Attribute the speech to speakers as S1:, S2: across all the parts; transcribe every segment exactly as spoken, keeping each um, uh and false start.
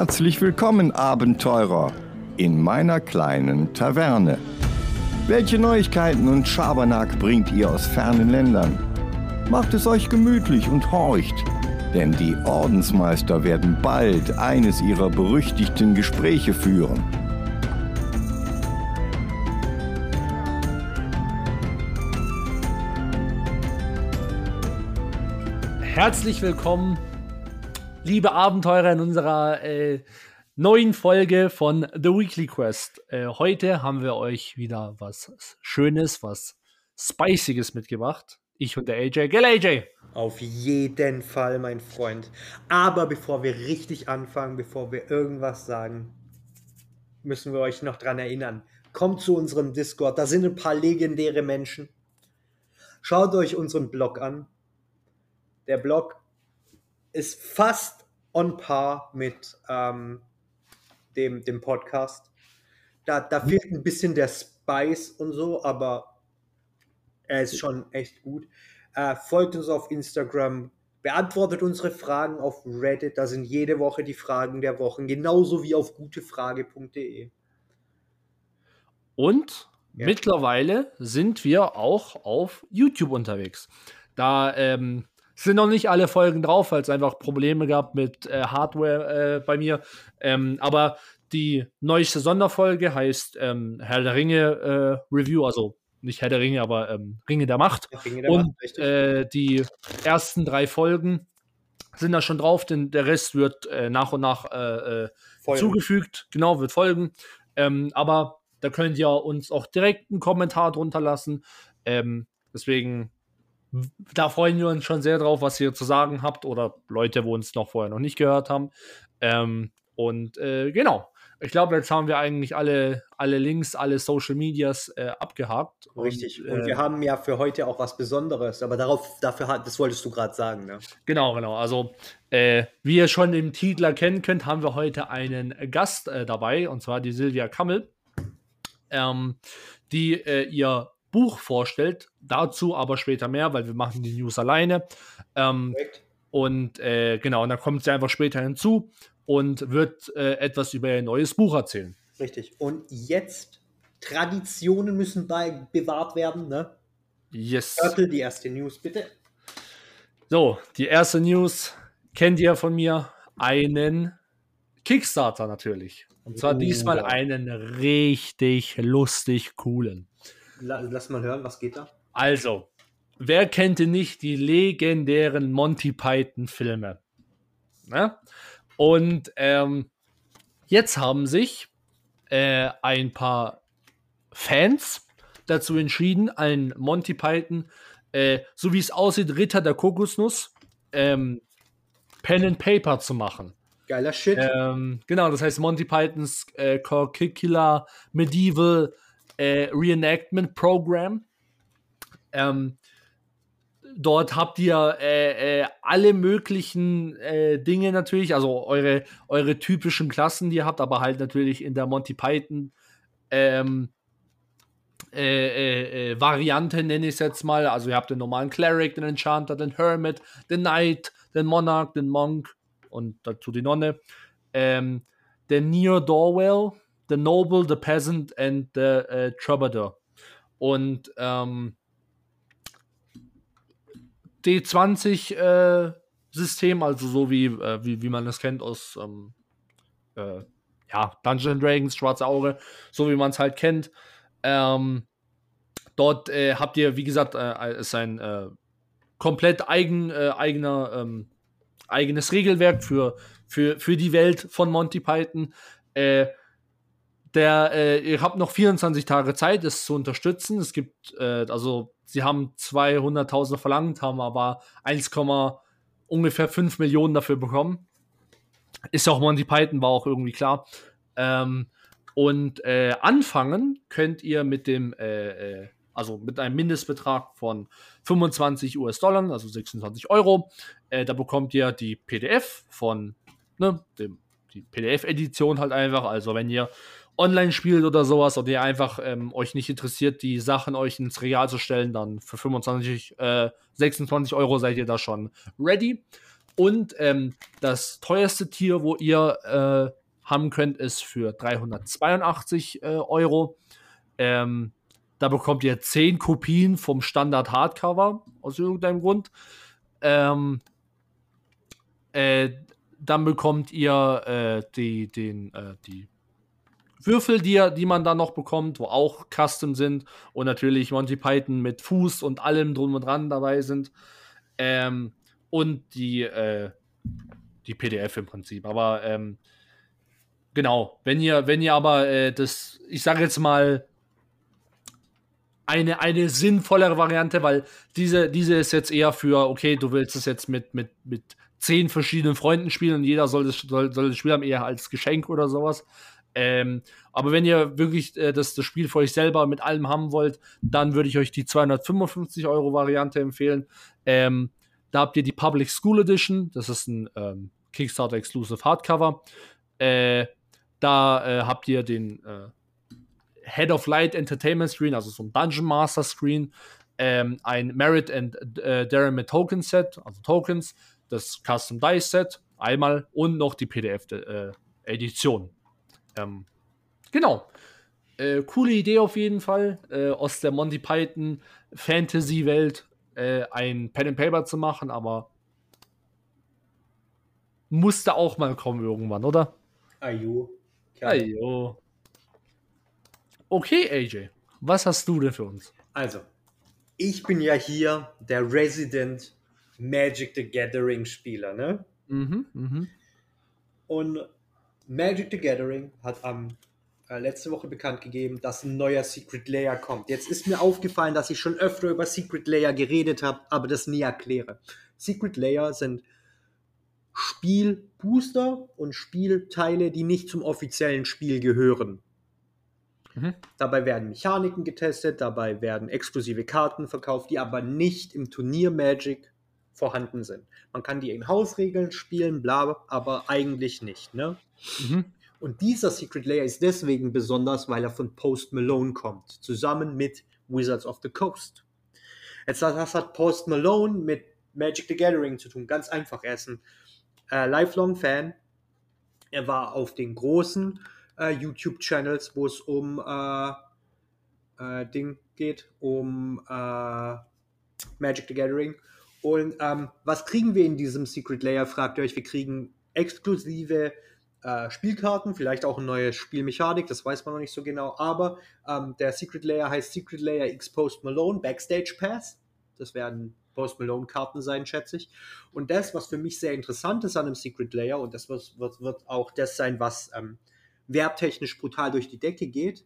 S1: Herzlich willkommen, Abenteurer, in meiner kleinen Taverne. Welche Neuigkeiten und Schabernack bringt ihr aus fernen Ländern? Macht es euch gemütlich und horcht, denn die Ordensmeister werden bald eines ihrer berüchtigten Gespräche führen.
S2: Herzlich willkommen, liebe Abenteurer, in unserer äh, neuen Folge von The Weekly Quest. Äh, heute haben wir euch wieder was Schönes, was Spiciges mitgebracht. Ich und der A J. Gell, A J?
S3: Auf jeden Fall, mein Freund. Aber bevor wir richtig anfangen, bevor wir irgendwas sagen, müssen wir euch noch dran erinnern. Kommt zu unserem Discord, da sind ein paar legendäre Menschen. Schaut euch unseren Blog an. Der Blog ist fast on par mit ähm, dem, dem Podcast. Da, da fehlt ein bisschen der Spice und so, aber er ist schon echt gut. Äh, folgt uns auf Instagram, beantwortet unsere Fragen auf Reddit. Da sind jede Woche die Fragen der Wochen, genauso wie auf gutefrage punkt de.
S2: Und ja. Mittlerweile sind wir auch auf YouTube unterwegs. Da ähm, sind noch nicht alle Folgen drauf, weil es einfach Probleme gab mit äh, Hardware äh, bei mir. Ähm, aber die neueste Sonderfolge heißt ähm, Herr der Ringe äh, Review, also nicht Herr der Ringe, aber ähm, Ringe der Macht. Ringe der Und Macht, äh, die ersten drei Folgen sind da schon drauf, denn der Rest wird äh, nach und nach äh, äh, zugefügt. Genau, wird folgen. Ähm, aber da könnt ihr uns auch direkt einen Kommentar drunter lassen. Ähm, deswegen Da freuen wir uns schon sehr drauf, was ihr zu sagen habt oder Leute, wo uns noch vorher noch nicht gehört haben. Ähm, und äh, genau, ich glaube, jetzt haben wir eigentlich alle, alle Links, alle Social Medias äh, abgehakt.
S3: Richtig. Und, und äh, wir haben ja für heute auch was Besonderes, aber darauf, dafür hat, das wolltest du gerade sagen, ne?
S2: Genau, genau. Also, äh, wie ihr schon im Titel erkennen könnt, haben wir heute einen Gast äh, dabei, und zwar die Silvia Kammel, ähm, die äh, ihr Buch vorstellt, dazu aber später mehr, weil wir machen die News alleine. Ähm, und äh, genau, und dann kommt sie einfach später hinzu und wird äh, etwas über ihr neues Buch erzählen.
S3: Richtig. Und jetzt, Traditionen müssen bei bewahrt werden, ne?
S2: Yes.
S3: Hörte die erste News, bitte.
S2: So, die erste News kennt ihr von mir, einen Kickstarter natürlich. Und zwar oh, diesmal ja. einen richtig lustig coolen.
S3: Lass mal hören, was geht da?
S2: Also, wer kennt denn nicht die legendären Monty Python-Filme? Ne? Und ähm, jetzt haben sich äh, ein paar Fans dazu entschieden, einen Monty Python, äh, so wie es aussieht, Ritter der Kokosnuss, ähm, Pen and Paper zu machen.
S3: Geiler Shit.
S2: Ähm, genau, das heißt Monty Pythons äh, Curricula Medieval Äh, Reenactment Program. Ähm, dort habt ihr äh, äh, alle möglichen äh, Dinge natürlich, also eure, eure typischen Klassen, die ihr habt, aber halt natürlich in der Monty Python ähm, äh, äh, Variante, nenne ich es jetzt mal. Also ihr habt den normalen Cleric, den Enchanter, den Hermit, den Knight, den Monarch, den Monk und dazu die Nonne. Ähm, den Near Dorwell, The Noble, The Peasant and the uh, Troubadour. Und ähm, D zwanzig äh, System, also so wie, äh, wie, wie man das kennt aus ähm, äh, ja, Dungeons and Dragons, Schwarze Auge, so wie man es halt kennt. Ähm, dort äh, habt ihr, wie gesagt, äh, ist ein äh, komplett eigen, äh, eigener, ähm, eigenes Regelwerk für, für, für die Welt von Monty Python. Äh, Der, äh, ihr habt noch vierundzwanzig Tage Zeit, es zu unterstützen. Es gibt, äh, also, sie haben zweihunderttausend verlangt, haben aber eins, ungefähr fünf Millionen dafür bekommen. Ist ja auch Monty Python, war auch irgendwie klar. Ähm, und äh, anfangen könnt ihr mit dem, äh, äh, also mit einem Mindestbetrag von fünfundzwanzig US-Dollar, also sechsundzwanzig Euro. Äh, da bekommt ihr die P D F von, ne, dem, die P D F-Edition halt einfach. Also, wenn ihr online spielt oder sowas oder ihr einfach ähm, euch nicht interessiert, die Sachen euch ins Regal zu stellen, dann für fünfundzwanzig, äh, sechsundzwanzig Euro seid ihr da schon ready. Und ähm, das teuerste Tier, wo ihr äh, haben könnt, ist für dreihundertzweiundachtzig äh, Euro. Ähm, da bekommt ihr zehn Kopien vom Standard Hardcover aus irgendeinem Grund. Ähm, äh, dann bekommt ihr äh, die, den, äh, die Würfel, die, die man dann noch bekommt, wo auch Custom sind und natürlich Monty Python mit Fuß und allem drum und dran dabei sind. Ähm, und die, äh, die P D F im Prinzip. Aber ähm, genau, wenn ihr, wenn ihr aber äh, das, ich sage jetzt mal, eine, eine sinnvollere Variante, weil diese, diese ist jetzt eher für, okay, du willst es jetzt mit, mit, mit zehn verschiedenen Freunden spielen und jeder soll das, soll, soll das Spiel haben, eher als Geschenk oder sowas. Ähm, aber wenn ihr wirklich äh, das, das Spiel für euch selber mit allem haben wollt, dann würde ich euch die zweihundertfünfundfünfzig Euro Variante empfehlen. Ähm, da habt ihr die Public School Edition, das ist ein ähm, Kickstarter Exclusive Hardcover. Äh, da äh, habt ihr den äh, Head of Light Entertainment Screen, also so ein Dungeon Master Screen, ähm, ein Merit and äh, Derrimit Token Set, also Tokens, das Custom Dice Set einmal und noch die P D F äh, Edition. Ähm, genau. Äh, coole Idee auf jeden Fall, äh, aus der Monty Python Fantasy-Welt äh, ein Pen and Paper zu machen, aber musste auch mal kommen irgendwann, oder?
S3: Ajo.
S2: Ajo. Okay, A J, was hast du denn für uns?
S3: Also, ich bin ja hier der Resident Magic the Gathering Spieler, ne?
S2: Mhm, mhm.
S3: Und Magic the Gathering hat am äh, letzte Woche bekannt gegeben, dass ein neuer Secret Layer kommt. Jetzt ist mir aufgefallen, dass ich schon öfter über Secret Layer geredet habe, aber das nie erkläre. Secret Layer sind Spielbooster und Spielteile, die nicht zum offiziellen Spiel gehören.
S2: Mhm.
S3: Dabei werden Mechaniken getestet, dabei werden exklusive Karten verkauft, die aber nicht im Turnier Magic vorhanden sind. Man kann die in Hausregeln spielen, bla, aber eigentlich nicht. Ne?
S2: Mhm.
S3: Und dieser Secret Layer ist deswegen besonders, weil er von Post Malone kommt, zusammen mit Wizards of the Coast. Jetzt, das hat Post Malone mit Magic the Gathering zu tun. Ganz einfach, er ist ein äh, lifelong Fan. Er war auf den großen äh, YouTube-Channels, wo es um äh, äh, Ding geht, um äh, Magic the Gathering. Und ähm, was kriegen wir in diesem Secret Layer, fragt ihr euch. Wir kriegen exklusive äh, Spielkarten, vielleicht auch eine neue Spielmechanik, das weiß man noch nicht so genau, aber ähm, der Secret Layer heißt Secret Layer X Post Malone Backstage Pass. Das werden Post Malone Karten sein, schätze ich. Und das, was für mich sehr interessant ist an einem Secret Layer, und das wird, wird, wird auch das sein, was ähm, werbtechnisch brutal durch die Decke geht,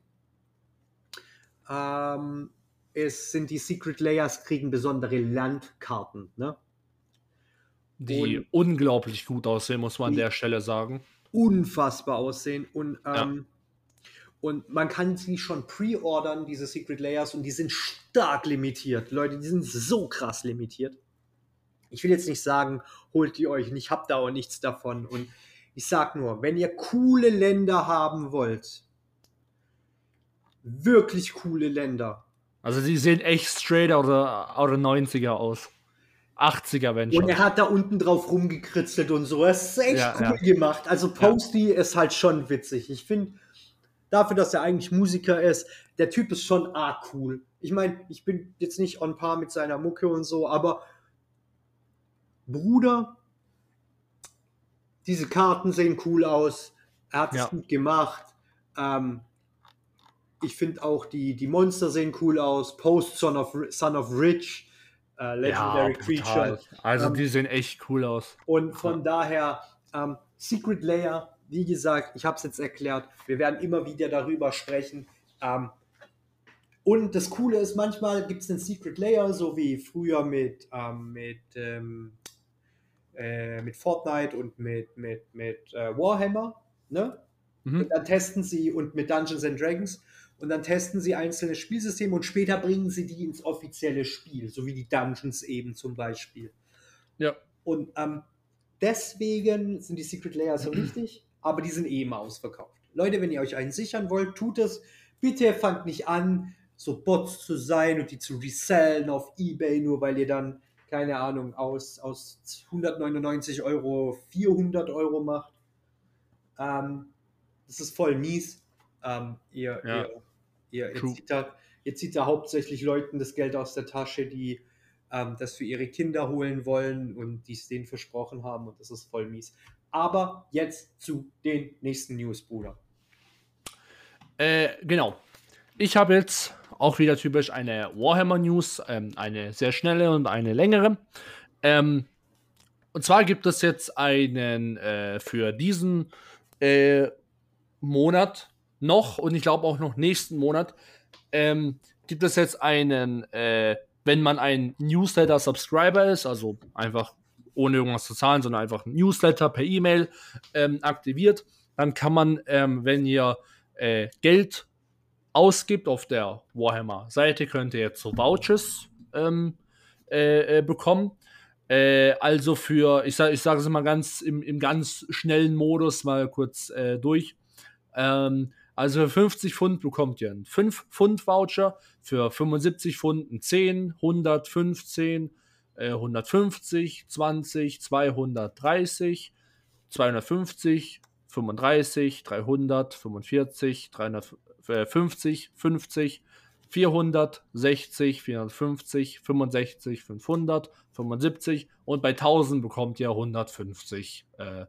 S3: ähm, es sind die Secret Layers, kriegen besondere Landkarten, ne?
S2: Die
S3: Und
S2: unglaublich gut aussehen, muss man an
S3: die-
S2: der Stelle sagen.
S3: unfassbar aussehen und,
S2: Ja.
S3: ähm, und man kann sie schon pre-ordern, diese Secret Layers, und die sind stark limitiert. Leute, die sind so krass limitiert. Ich will jetzt nicht sagen, holt die euch nicht, habt da auch nichts davon. Und ich sag nur, wenn ihr coole Länder haben wollt, wirklich coole Länder,
S2: Also die sehen echt straight oder, oder neunziger aus. achtziger, wenn schon.
S3: und er hat da unten drauf rumgekritzelt und so. Das ist echt
S2: Ja,
S3: cool
S2: ja.
S3: gemacht. Also Posty ist halt schon witzig. Ich finde, dafür, dass er eigentlich Musiker ist, der Typ ist schon arg cool. Ich meine, ich bin jetzt nicht on par mit seiner Mucke und so, aber Bruder, diese Karten sehen cool aus. Er hat es
S2: Ja.
S3: gut gemacht. Ähm, ich finde auch, die, die Monster sehen cool aus. Post Son of, Son of Rich, äh, Legendary Creature.
S2: Also
S3: Ähm,
S2: die sehen echt cool aus.
S3: Und von daher, ähm, Secret Layer, wie gesagt, ich habe es jetzt erklärt, wir werden immer wieder darüber sprechen. Ähm, und das Coole ist, manchmal gibt es einen Secret Layer, so wie früher mit, ähm, mit, ähm, äh, mit Fortnite und mit, mit, mit äh, Warhammer. Ne?
S2: Mhm.
S3: Und dann testen sie, und mit Dungeons and Dragons, und dann testen sie einzelne Spielsysteme und später bringen sie die ins offizielle Spiel, so wie die Dungeons eben zum Beispiel.
S2: Ja.
S3: Und ähm, deswegen sind die Secret Layers so wichtig, aber die sind eh immer ausverkauft. Leute, wenn ihr euch einen sichern wollt, tut es. Bitte fangt nicht an, so Bots zu sein und die zu resellen auf eBay, nur weil ihr dann keine Ahnung, aus, aus hundertneunundneunzig Euro vierhundert Euro macht. Ähm, das ist voll mies. Ähm, ihr,
S2: Ja.
S3: ihr, ihr, ihr,
S2: True.
S3: zieht da, ihr zieht da hauptsächlich Leuten das Geld aus der Tasche, die ähm, das für ihre Kinder holen wollen und die es denen versprochen haben, und das ist voll mies. Aber jetzt zu den nächsten News, Bruder.
S2: Äh, genau. Ich habe jetzt auch wieder typisch eine Warhammer News, ähm, eine sehr schnelle und eine längere. Ähm, und zwar gibt es jetzt einen äh, für diesen äh, Monat noch, und ich glaube auch noch nächsten Monat, ähm, gibt es jetzt einen, äh, wenn man ein Newsletter-Subscriber ist, also einfach ohne irgendwas zu zahlen, sondern einfach ein Newsletter per E-Mail ähm, aktiviert, dann kann man, ähm, wenn ihr äh, Geld ausgibt auf der Warhammer-Seite, könnt ihr jetzt so Vouchers ähm, äh, äh, bekommen. Äh, also für, ich sage ich sag es mal ganz im, im ganz schnellen Modus mal kurz äh, durch. Ähm, also für fünfzig Pfund bekommt ihr einen fünf Pfund Voucher, für fünfundsiebzig Pfund einen zehn, hundert, fünfzehn, äh, hundertfünfzig, zwanzig, zweihundertdreißig, zweihundertfünfzig, fünfunddreißig, dreihundert, fünfundvierzig, dreihundertfünfzig, fünfzig, vierhundert, sechzig, vierhundertfünfzig, fünfundsechzig, fünfhundert, fünfundsiebzig, und bei tausend bekommt ihr hundertfünfzig äh,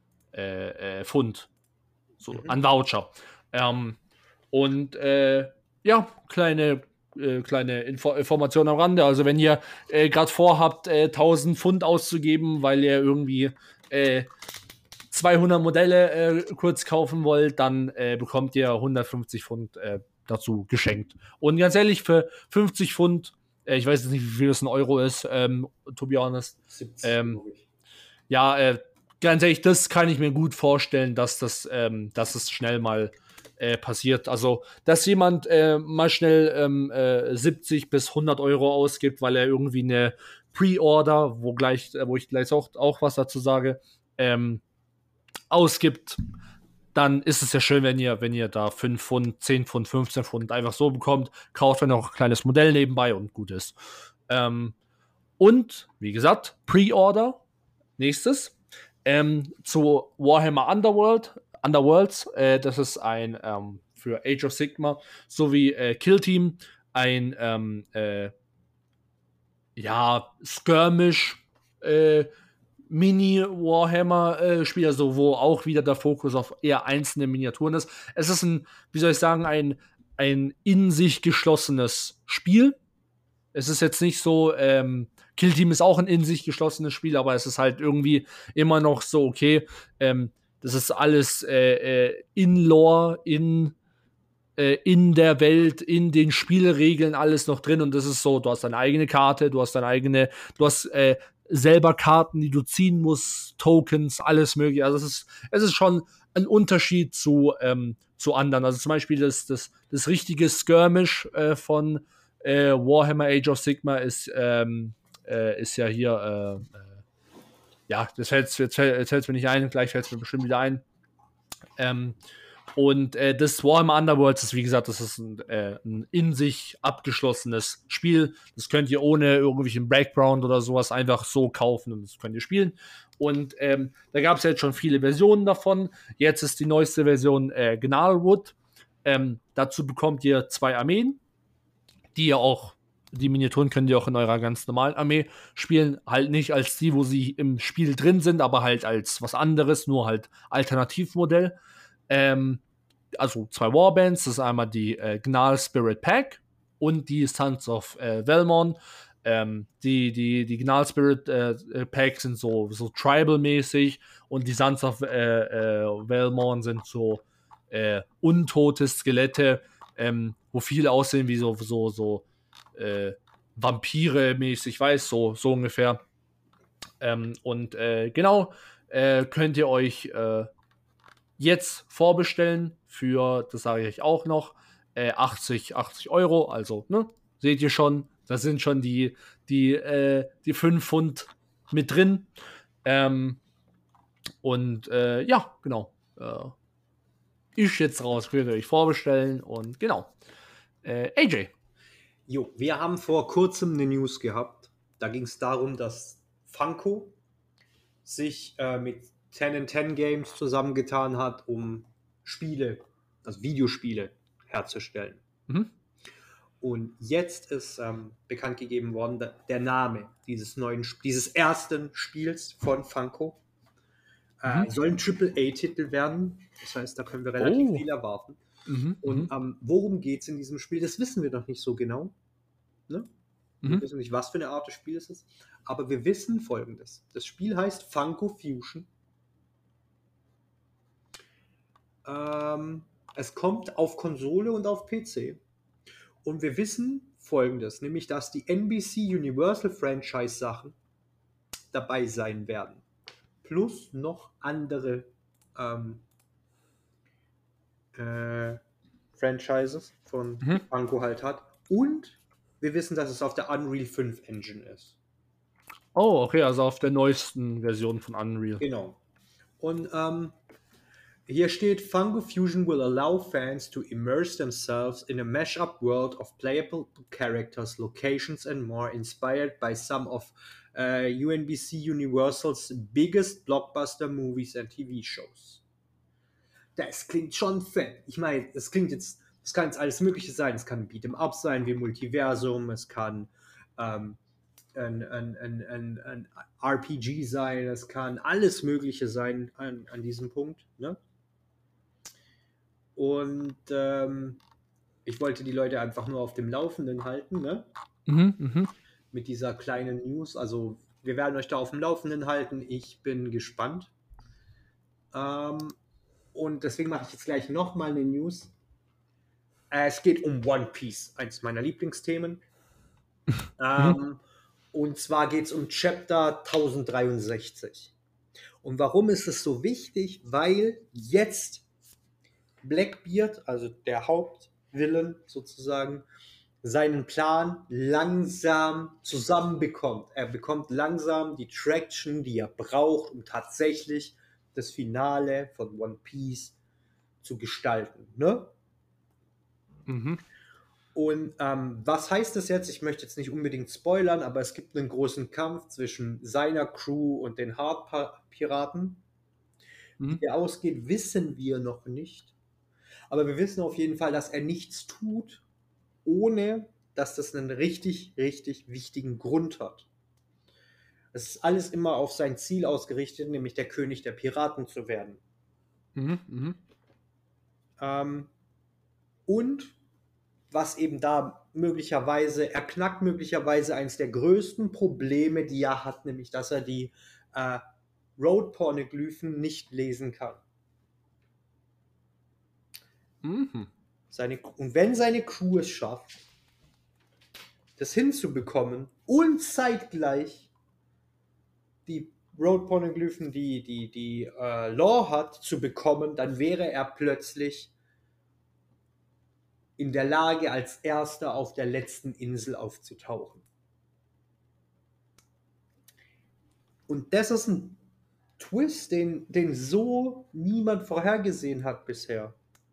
S2: äh, äh, Pfund so,
S3: Mhm.
S2: an Voucher. Ähm, und äh, ja, kleine, äh, kleine Info Information am Rande. Also wenn ihr äh, gerade vorhabt, äh, tausend Pfund auszugeben, weil ihr irgendwie äh, zweihundert Modelle äh, kurz kaufen wollt, dann äh, bekommt ihr hundertfünfzig Pfund äh, dazu geschenkt. Und ganz ehrlich, für fünfzig Pfund, äh, ich weiß jetzt nicht, wie viel das ein Euro ist, ähm, to be honest,
S3: siebzig,
S2: ähm,
S3: glaube ich.
S2: ja, äh, ganz ehrlich, das kann ich mir gut vorstellen, dass das, ähm, dass es schnell mal äh, passiert. Also, dass jemand äh, mal schnell ähm, äh, siebzig bis hundert Euro ausgibt, weil er irgendwie eine Pre-Order, wo gleich, äh, wo ich gleich auch, auch was dazu sage, ähm, ausgibt, dann ist es ja schön, wenn ihr, wenn ihr da fünf Pfund, zehn Pfund, fünfzehn Pfund einfach so bekommt, kauft dann noch ein kleines Modell nebenbei und gut ist. Ähm, und, wie gesagt, Pre-Order, nächstes, ähm, zu Warhammer Underworld, Underworlds, äh, das ist ein, ähm, für Age of Sigmar, sowie äh, Kill Team, ein, ähm, äh, ja, Skirmish, äh, Mini-Warhammer-Spiel, also wo auch wieder der Fokus auf eher einzelne Miniaturen ist. Es ist ein, wie soll ich sagen, ein, ein in sich geschlossenes Spiel. Es ist jetzt nicht so, ähm, Kill Team ist auch ein in sich geschlossenes Spiel, aber es ist halt irgendwie immer noch so, okay, ähm, das ist alles äh, äh, in Lore, in, äh, in der Welt, in den Spielregeln alles noch drin, und das ist so, du hast deine eigene Karte, du hast deine eigene, du hast äh, selber Karten, die du ziehen musst, Tokens, alles mögliche. Also es ist, es ist schon ein Unterschied zu, ähm, zu anderen. Also zum Beispiel das, das, das richtige Skirmish äh, von äh, Warhammer Age of Sigmar ist, ähm, äh, ist ja hier, äh, äh, ja, das fällt jetzt fällt mir nicht ein, gleich fällt es mir bestimmt wieder ein. Ähm, Und äh, das Warhammer Underworlds ist, wie gesagt, das ist ein, äh, ein in sich abgeschlossenes Spiel. Das könnt ihr ohne irgendwelchen Background oder sowas einfach so kaufen, und das könnt ihr spielen. Und ähm, da gab es jetzt schon viele Versionen davon. Jetzt ist die neueste Version äh, Gnarlwood. Ähm, dazu bekommt ihr zwei Armeen, die ihr auch, die Miniaturen könnt ihr auch in eurer ganz normalen Armee spielen. Halt nicht als die, wo sie im Spiel drin sind, aber halt als was anderes, nur halt Alternativmodell. Ähm, also zwei Warbands, das ist einmal die äh, Gnarl Spirit Pack und die Sons of äh, Velmon. Ähm, die, die, die Gnarl Spirit äh, Pack sind so, so Tribal-mäßig, und die Sons of äh, äh, Velmon sind so äh, untote Skelette, ähm, wo viele aussehen wie so, so, so äh, Vampire-mäßig, weiß, so, so ungefähr. Ähm, und äh, genau, äh, könnt ihr euch äh, jetzt vorbestellen für, das sage ich euch auch noch, äh, achtzig Euro. Also, ne, seht ihr schon, da sind schon die, die, äh, die fünf Pfund mit drin. Ähm, und äh, ja, genau. Äh, ich jetzt raus, könnt ihr euch vorbestellen, und genau. Äh, A J.
S3: Jo, wir haben vor kurzem eine News gehabt. Da ging es darum, dass Funko sich äh, mit ten and ten Games zusammengetan hat, um Spiele, also Videospiele herzustellen.
S2: Mhm.
S3: Und jetzt ist ähm, bekannt gegeben worden, da, der Name dieses neuen, dieses ersten Spiels von Funko äh,
S2: Mhm.
S3: soll ein Triple A-Titel werden. Das heißt, da können wir relativ
S2: Oh.
S3: viel erwarten.
S2: Mhm.
S3: Und
S2: Mhm.
S3: ähm, worum geht es in diesem Spiel? Das wissen wir noch nicht so genau. Ne? Wir
S2: Mhm.
S3: wissen nicht, was für eine Art des Spiels es ist. Aber wir wissen Folgendes. Das Spiel heißt Funko Fusion. Ähm, es kommt auf Konsole und auf P C. Und wir wissen Folgendes, nämlich, dass die N B C Universal Franchise Sachen dabei sein werden. Plus noch andere ähm, äh, Franchises von
S2: Mhm.
S3: Funko halt hat. Und wir wissen, dass es auf der Unreal fünf Engine ist.
S2: Oh, okay, also auf der neuesten Version von Unreal.
S3: Genau. Und ähm, hier steht, Funko Fusion will allow fans to immerse themselves in a mashup world of playable characters, locations and more, inspired by some of uh, U N B C Universal's biggest blockbuster movies and T V shows. Das klingt schon fett. Ich meine, es klingt jetzt, es kann jetzt alles Mögliche sein. Es kann ein Beat'em Up sein, wie Multiversum, es kann ähm, ein, ein, ein, ein, ein R P G sein, es kann alles Mögliche sein an, an diesem Punkt, ne? Und ähm, ich wollte die Leute einfach nur auf dem Laufenden halten, ne?
S2: Mhm. Mhm.
S3: Mit dieser kleinen News. Also wir werden euch da auf dem Laufenden halten. Ich bin gespannt. Ähm, und deswegen mache ich jetzt gleich nochmal eine News. Äh, es geht um One Piece, eins meiner Lieblingsthemen. ähm, und zwar geht es um Chapter tausenddreiundsechzig. Und warum ist es so wichtig? Weil jetzt Blackbeard, also der Hauptvillain sozusagen, seinen Plan langsam zusammenbekommt. Er bekommt langsam die Traction, die er braucht, um tatsächlich das Finale von One Piece zu gestalten. Ne?
S2: Mhm.
S3: Und ähm, was heißt das jetzt? Ich möchte jetzt nicht unbedingt spoilern, aber es gibt einen großen Kampf zwischen seiner Crew und den Hard-Piraten. Wie
S2: Mhm.
S3: der ausgeht, wissen wir noch nicht. Aber wir wissen auf jeden Fall, dass er nichts tut, ohne dass das einen richtig, richtig wichtigen Grund hat. Es ist alles immer auf sein Ziel ausgerichtet, nämlich der König der Piraten zu werden.
S2: Mhm. Mhm.
S3: Ähm, und was eben da möglicherweise, er knackt möglicherweise eines der größten Probleme, die er hat, nämlich dass er die äh, Road-Pornoglyphen nicht lesen kann.
S2: Mhm.
S3: Seine, und wenn seine Crew es schafft, das hinzubekommen und zeitgleich die Road-Pornoglyphen, die die, die äh, Law hat, zu bekommen, dann wäre er plötzlich in der Lage, als Erster auf der letzten Insel aufzutauchen. Und das ist ein Twist, den, den so niemand vorhergesehen hat bisher.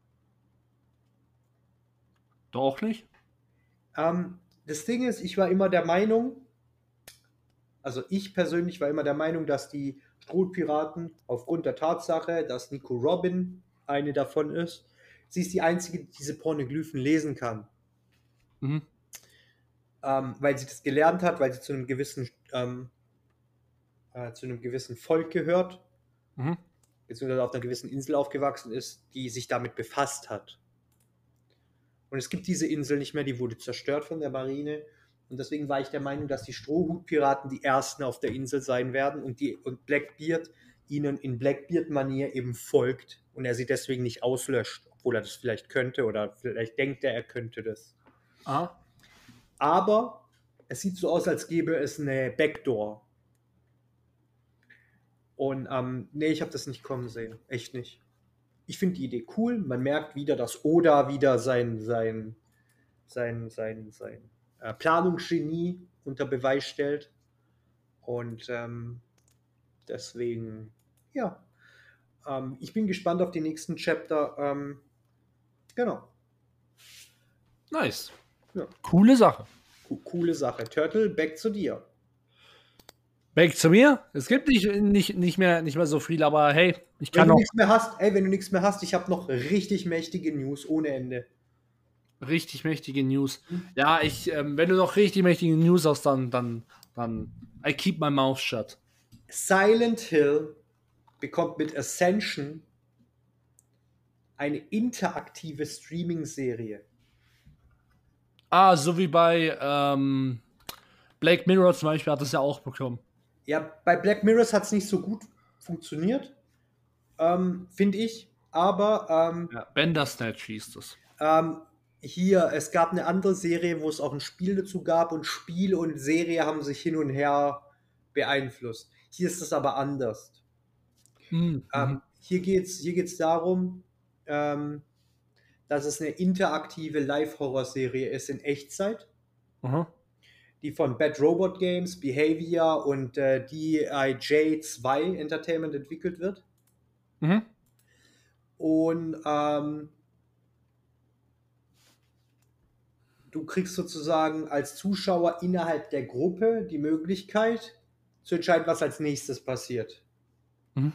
S2: Doch nicht?
S3: Ähm, das Ding ist, ich war immer der Meinung, also ich persönlich war immer der Meinung, dass die Strohpiraten aufgrund der Tatsache, dass Nico Robin eine davon ist, sie ist die einzige, die diese Pornoglyphen lesen kann.
S2: Mhm.
S3: Ähm, weil sie das gelernt hat, weil sie zu einem gewissen ähm, äh, zu einem gewissen Volk gehört,
S2: Mhm.
S3: beziehungsweise auf einer gewissen Insel aufgewachsen ist, die sich damit befasst hat. Und es gibt diese Insel nicht mehr, die wurde zerstört von der Marine. Und deswegen war ich der Meinung, dass die Strohhutpiraten die ersten auf der Insel sein werden und, die, und Blackbeard ihnen in Blackbeard-Manier eben folgt und er sie deswegen nicht auslöscht, obwohl er das vielleicht könnte oder vielleicht denkt er, er könnte das.
S2: Ah.
S3: Aber es sieht so aus, als gäbe es eine Backdoor. Und ähm, nee, ich habe das nicht kommen sehen. Echt nicht. Ich finde die Idee cool. Man merkt wieder, dass Oda wieder sein, sein, sein, sein, sein äh, Planungsgenie unter Beweis stellt. Und ähm, deswegen, ja. Ähm, ich bin gespannt auf die nächsten Chapter. Ähm, genau.
S2: Nice.
S3: Ja.
S2: Coole Sache.
S3: Co- coole Sache. Turtle, back zu dir.
S2: Back zu mir. Es gibt nicht, nicht, nicht, mehr, nicht mehr so viel, aber hey, ich
S3: Wenn
S2: kann
S3: du
S2: noch
S3: nichts mehr hast, ey, wenn du nichts mehr hast, ich habe noch richtig mächtige News ohne Ende.
S2: richtig mächtige News. Ja, ich, ähm, wenn du noch richtig mächtige News hast, dann, dann, dann, I keep my mouth shut.
S3: Silent Hill bekommt mit Ascension eine interaktive Streaming-Serie.
S2: Ah, so wie bei ähm, Black Mirror zum Beispiel hat das ja auch bekommen.
S3: Ja, bei Black Mirrors hat es nicht so gut funktioniert, ähm, finde ich. Aber ähm,
S2: Ja, Bandersnatch hieß das.
S3: ähm, hier, es gab eine andere Serie, wo es auch ein Spiel dazu gab und Spiel und Serie haben sich hin und her beeinflusst. Hier ist es aber anders.
S2: Mhm.
S3: Ähm, hier geht es hier geht's darum, ähm, dass es eine interaktive Live-Horror-Serie ist in Echtzeit,
S2: Aha.
S3: die von Bad Robot Games, Behavior und äh, D I J zwei Entertainment entwickelt wird.
S2: Mhm.
S3: Und ähm, du kriegst sozusagen als Zuschauer innerhalb der Gruppe die Möglichkeit zu entscheiden, was als nächstes passiert.
S2: Mhm.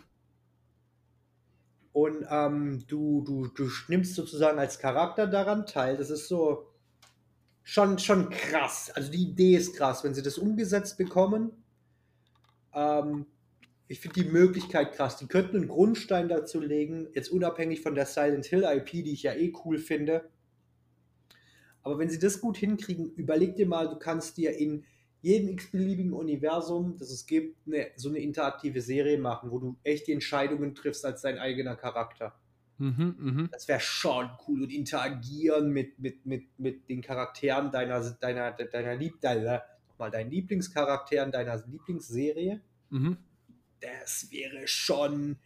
S3: Und ähm, du, du, du nimmst sozusagen als Charakter daran teil. Das ist so schon, schon krass. Also die Idee ist krass, wenn sie das umgesetzt bekommen. Ähm, ich finde die Möglichkeit krass. Die könnten einen Grundstein dazu legen, jetzt unabhängig von der Silent Hill I P, die ich ja eh cool finde. Aber wenn sie das gut hinkriegen, überleg dir mal, du kannst dir in jedem x-beliebigen Universum, das es gibt, eine, so eine interaktive Serie machen, wo du echt die Entscheidungen triffst als dein eigener Charakter.
S2: Mhm. Mhm.
S3: Das wäre schon cool. Und interagieren mit, mit, mit, mit den Charakteren deiner, deiner, deiner, Lieb, deiner, mal deinen Lieblingscharakteren deiner Lieblingsserie.
S2: Mhm.
S3: Das wäre schon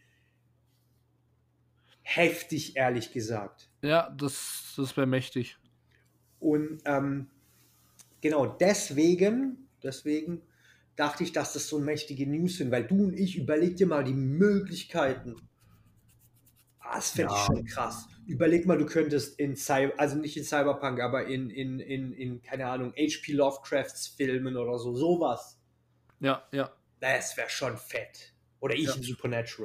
S3: heftig, ehrlich gesagt.
S2: Ja, das, das wäre mächtig.
S3: Und ähm, genau deswegen, deswegen dachte ich, dass das so mächtige News sind, weil du und ich, überleg dir mal die Möglichkeiten. Ah, das fände
S2: Ja.
S3: ich schon krass. Überleg mal, du könntest in Cyber, also nicht in Cyberpunk, aber in, in, in, in keine Ahnung, H P Lovecrafts Filmen oder so, sowas.
S2: Ja, ja.
S3: Das wäre schon fett. Oder ich
S2: Ja.
S3: in Supernatural.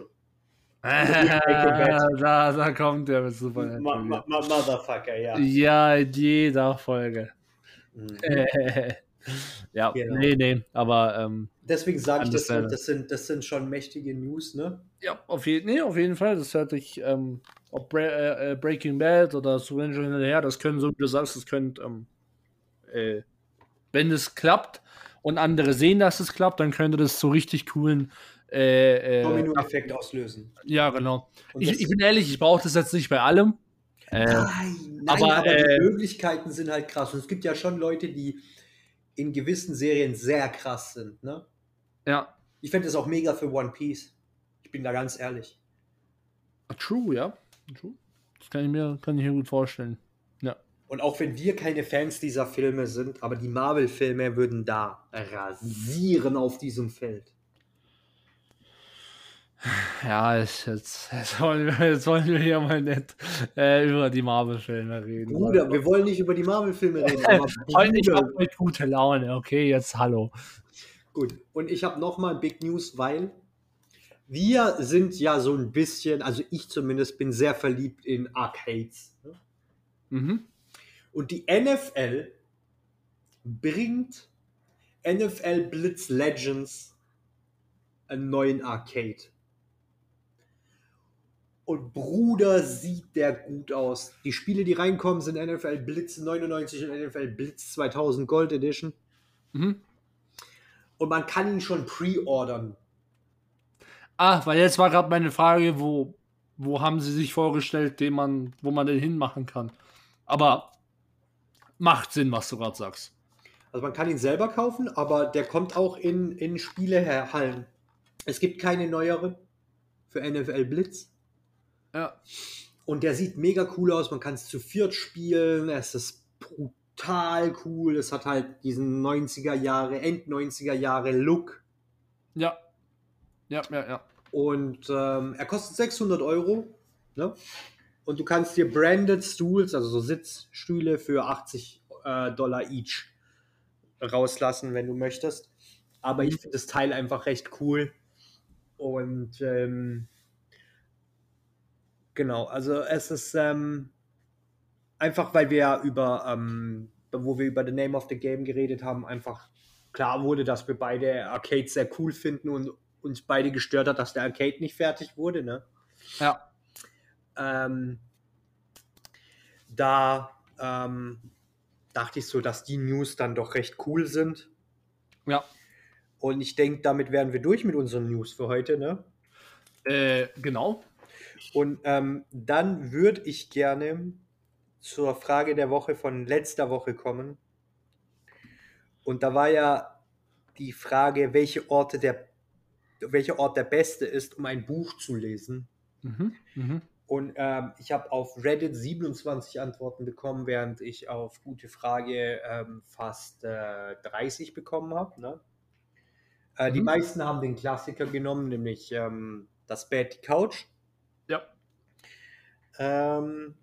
S2: da, da kommt der mit Super.
S3: Ma, ma, ma, Motherfucker, ja.
S2: Ja, in jeder Folge.
S3: Mhm.
S2: Ja,
S3: Genau.
S2: nee, nee, aber ähm,
S3: Deswegen sage ich, das,
S2: Understandable.
S3: das, sind, das sind schon mächtige News, ne?
S2: ja, auf, je nee, auf jeden Fall. Das hört sich, ähm, ob Bra äh, Breaking Bad oder Supernatural hinterher, das können, so wie du sagst, das könnte, ähm, äh, wenn es klappt und andere sehen, dass es klappt, dann könnte das so richtig coolen äh, äh,
S3: Domino-Effekt auslösen.
S2: ja, genau.
S3: Und
S2: Ich,
S3: das-
S2: ich bin ehrlich, ich brauche das jetzt nicht bei allem. Äh,
S3: Nein, nein,
S2: aber,
S3: aber,
S2: äh,
S3: die Möglichkeiten sind halt krass. Und es gibt ja schon Leute, die in gewissen Serien sehr krass sind, ne?
S2: ja,
S3: Ich fände das auch mega für One Piece. Ich bin da ganz ehrlich.
S2: true, ja. True. Das kann ich mir, kann ich mir gut vorstellen. Ja.
S3: Und auch wenn wir keine Fans dieser Filme sind, aber die Marvel-Filme würden da rasieren auf diesem Feld.
S2: Ja, ich, jetzt, jetzt, wollen wir, jetzt wollen wir hier mal nicht äh, über die Marvel-Filme reden.
S3: Bruder, wir wollen nicht über die Marvel-Filme reden, aber
S2: Heute, ich
S3: Bruder,
S2: habe heute gute Laune, okay, jetzt hallo.
S3: gut. Und ich habe nochmal Big News, weil wir sind ja so ein bisschen, also ich zumindest bin sehr verliebt in Arcades. Ne?
S2: Mhm.
S3: Und die N F L bringt N F L Blitz Legends einen neuen Arcade. Und Bruder, sieht der gut aus. Die Spiele, die reinkommen, sind N F L Blitz neunundneunzig und N F L Blitz zweitausend Gold Edition.
S2: Mhm.
S3: Und man kann ihn schon pre-ordern.
S2: Ah, weil jetzt war gerade meine Frage, wo, wo haben sie sich vorgestellt, den man, wo man den hinmachen kann. Aber macht Sinn, was du gerade sagst.
S3: Also man kann ihn selber kaufen, aber der kommt auch in, in Spielehallen. Es gibt keine neuere für N F L Blitz.
S2: Ja.
S3: Und der sieht mega cool aus. Man kann es zu viert spielen. Es ist brutal cool. Es hat halt diesen neunziger Jahre, End neunziger Jahre Look.
S2: Ja. Ja, ja, ja.
S3: Und ähm, er kostet sechshundert Euro. Ne? Und du kannst dir Branded Stools, also so Sitzstühle für achtzig äh, Dollar each rauslassen, wenn du möchtest. aber
S2: Mhm.
S3: ich finde das Teil einfach recht cool. Und ähm, genau, also es ist ähm, einfach, weil wir ja über, ähm, wo wir über The Name of the Game geredet haben, einfach klar wurde, dass wir beide Arcade sehr cool finden und uns beide gestört hat, dass der Arcade nicht fertig wurde, ne?
S2: Ja.
S3: Ähm, da ähm, dachte ich so, dass die News dann doch recht cool sind.
S2: Ja.
S3: Und ich denke, damit wären wir durch mit unseren News für heute, ne?
S2: Äh, genau.
S3: Und ähm, dann würde ich gerne zur Frage der Woche von letzter Woche kommen. Und da war ja die Frage, welche Orte der, welcher Ort der beste ist, um ein Buch zu lesen.
S2: Mhm. Mhm.
S3: Und ähm, ich habe auf Reddit siebenundzwanzig Antworten bekommen, während ich auf Gute Frage ähm, fast äh, dreißig bekommen habe. Ne? Äh, die
S2: Mhm.
S3: meisten haben den Klassiker genommen, nämlich ähm, das Bett, die Couch.
S2: Ja.
S3: Ähm,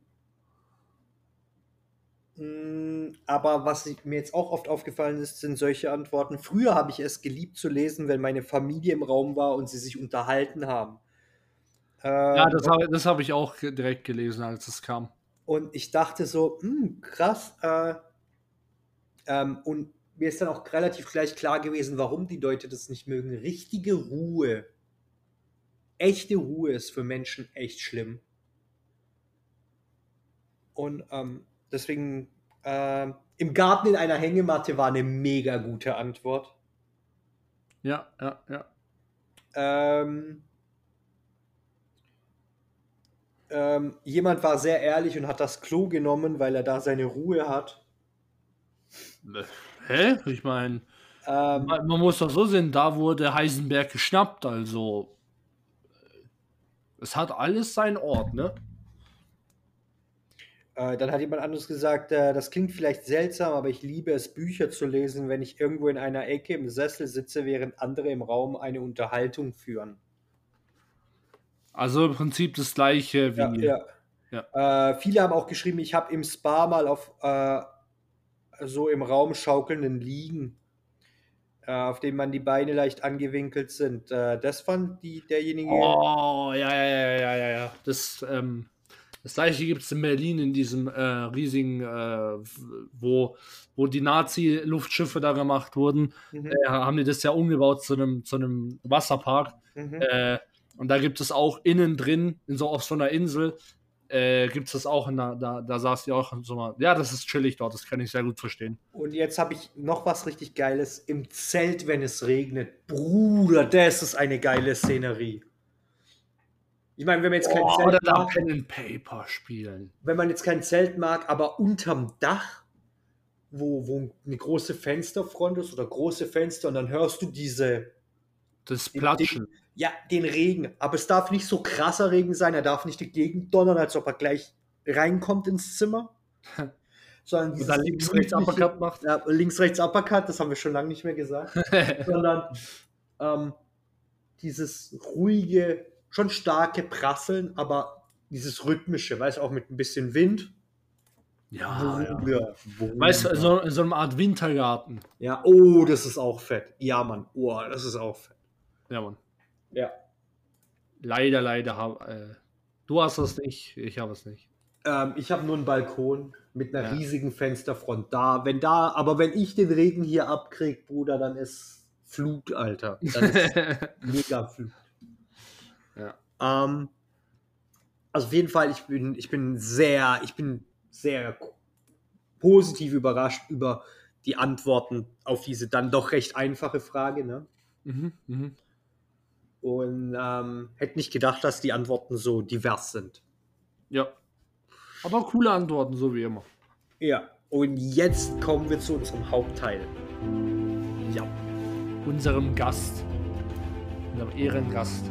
S3: mh, aber was ich, mir jetzt auch oft aufgefallen ist, sind solche Antworten. Früher habe ich es geliebt zu lesen, wenn meine Familie im Raum war und sie sich unterhalten haben.
S2: Ja,
S3: Ähm,
S2: das habe das hab ich auch ge- direkt gelesen, als es kam.
S3: und ich dachte so, hm, krass. Äh, ähm, und mir ist dann auch relativ gleich klar gewesen, warum die Leute das nicht mögen. Richtige Ruhe, echte Ruhe ist für Menschen echt schlimm. Und ähm, deswegen ähm, im Garten in einer Hängematte war eine mega gute Antwort.
S2: Ja, ja, ja.
S3: Ähm, ähm, jemand war sehr ehrlich und hat das Klo genommen, weil er da seine Ruhe hat.
S2: Äh, Hä? Ich meine,
S3: Ähm,
S2: man man muss doch so sehen, da wurde Heisenberg geschnappt, also es hat alles seinen Ort, ne?
S3: äh, dann hat jemand anderes gesagt, äh, das klingt vielleicht seltsam, aber ich liebe es, Bücher zu lesen, wenn ich irgendwo in einer Ecke im Sessel sitze, während andere im Raum eine Unterhaltung führen.
S2: Also im Prinzip das gleiche
S3: Ja,
S2: wie.
S3: ja.
S2: Ja.
S3: Äh, viele haben auch geschrieben, ich habe im Spa mal auf äh, so im Raum schaukelnden Liegen, äh, auf dem man die Beine leicht angewinkelt sind. Äh, das fand die, derjenige.
S2: Oh, ja, ja, ja, ja, ja, ja. Das, ähm, das gleiche gibt es in Berlin in diesem äh, riesigen, äh, w- wo, wo die Nazi-Luftschiffe da gemacht wurden,
S3: Mhm,
S2: äh, haben die das ja umgebaut zu einem, zu einem Wasserpark.
S3: mhm.
S2: Äh, und da gibt es auch innen drin, in so, auf so einer Insel, äh, gibt es das auch, in der, da, da saß die auch in so einer, ja, das ist chillig dort, das kann ich sehr gut verstehen.
S3: Und jetzt habe ich noch was richtig Geiles. Im Zelt, wenn es regnet. Bruder, das ist eine geile Szenerie. Ich meine, wenn man jetzt kein
S2: Oh,
S3: Zelt
S2: oder da
S3: mag,
S2: Pen and Paper spielen.
S3: wenn man jetzt kein Zelt mag, aber unterm Dach, wo, wo eine große Fensterfront ist oder große Fenster und dann hörst du diese,
S2: Das
S3: den,
S2: Platschen.
S3: den, ja, den Regen. Aber es darf nicht so krasser Regen sein, er darf nicht die Gegend donnern, als ob er gleich reinkommt ins Zimmer. Sondern
S2: Und
S3: dieses
S2: dann links, rechts
S3: gemütliche-
S2: Uppercut macht.
S3: Ja, links, rechts, Uppercut, das haben wir schon lange nicht mehr gesagt. Sondern ähm, dieses ruhige, schon starke Prasseln, aber dieses rhythmische, weißt du, auch mit ein bisschen Wind.
S2: Ja, ja.
S3: Bruder, Bruder.
S2: Weißt du, so, so eine Art Wintergarten.
S3: Ja, oh, das ist auch fett. Ja, Mann, oh, das ist auch fett.
S2: Ja, Mann.
S3: Ja.
S2: Leider, leider. Hab, äh, du hast das nicht, ich habe es nicht.
S3: Ähm, ich habe nur einen Balkon mit einer
S2: Ja.
S3: riesigen Fensterfront da. Wenn da, aber wenn ich den Regen hier abkrieg, Bruder, dann ist Flut, Alter. Dann ist mega Flut.
S2: Ja.
S3: Ähm, also auf jeden Fall, ich bin, ich bin sehr, ich bin sehr positiv überrascht über die Antworten auf diese dann doch recht einfache Frage, ne?
S2: Mhm, mhm.
S3: Und ähm, hätte nicht gedacht, dass die Antworten so divers sind.
S2: Ja. Aber coole Antworten, so wie immer.
S3: Ja, und jetzt kommen wir zu unserem Hauptteil.
S2: Ja. Unserem Gast. Unserem Ehrengast.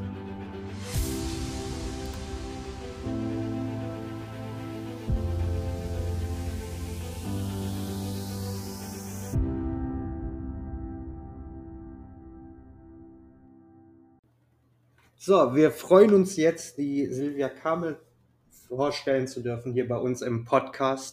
S3: So, wir freuen uns jetzt, die Silvia Kamel vorstellen zu dürfen hier bei uns im Podcast.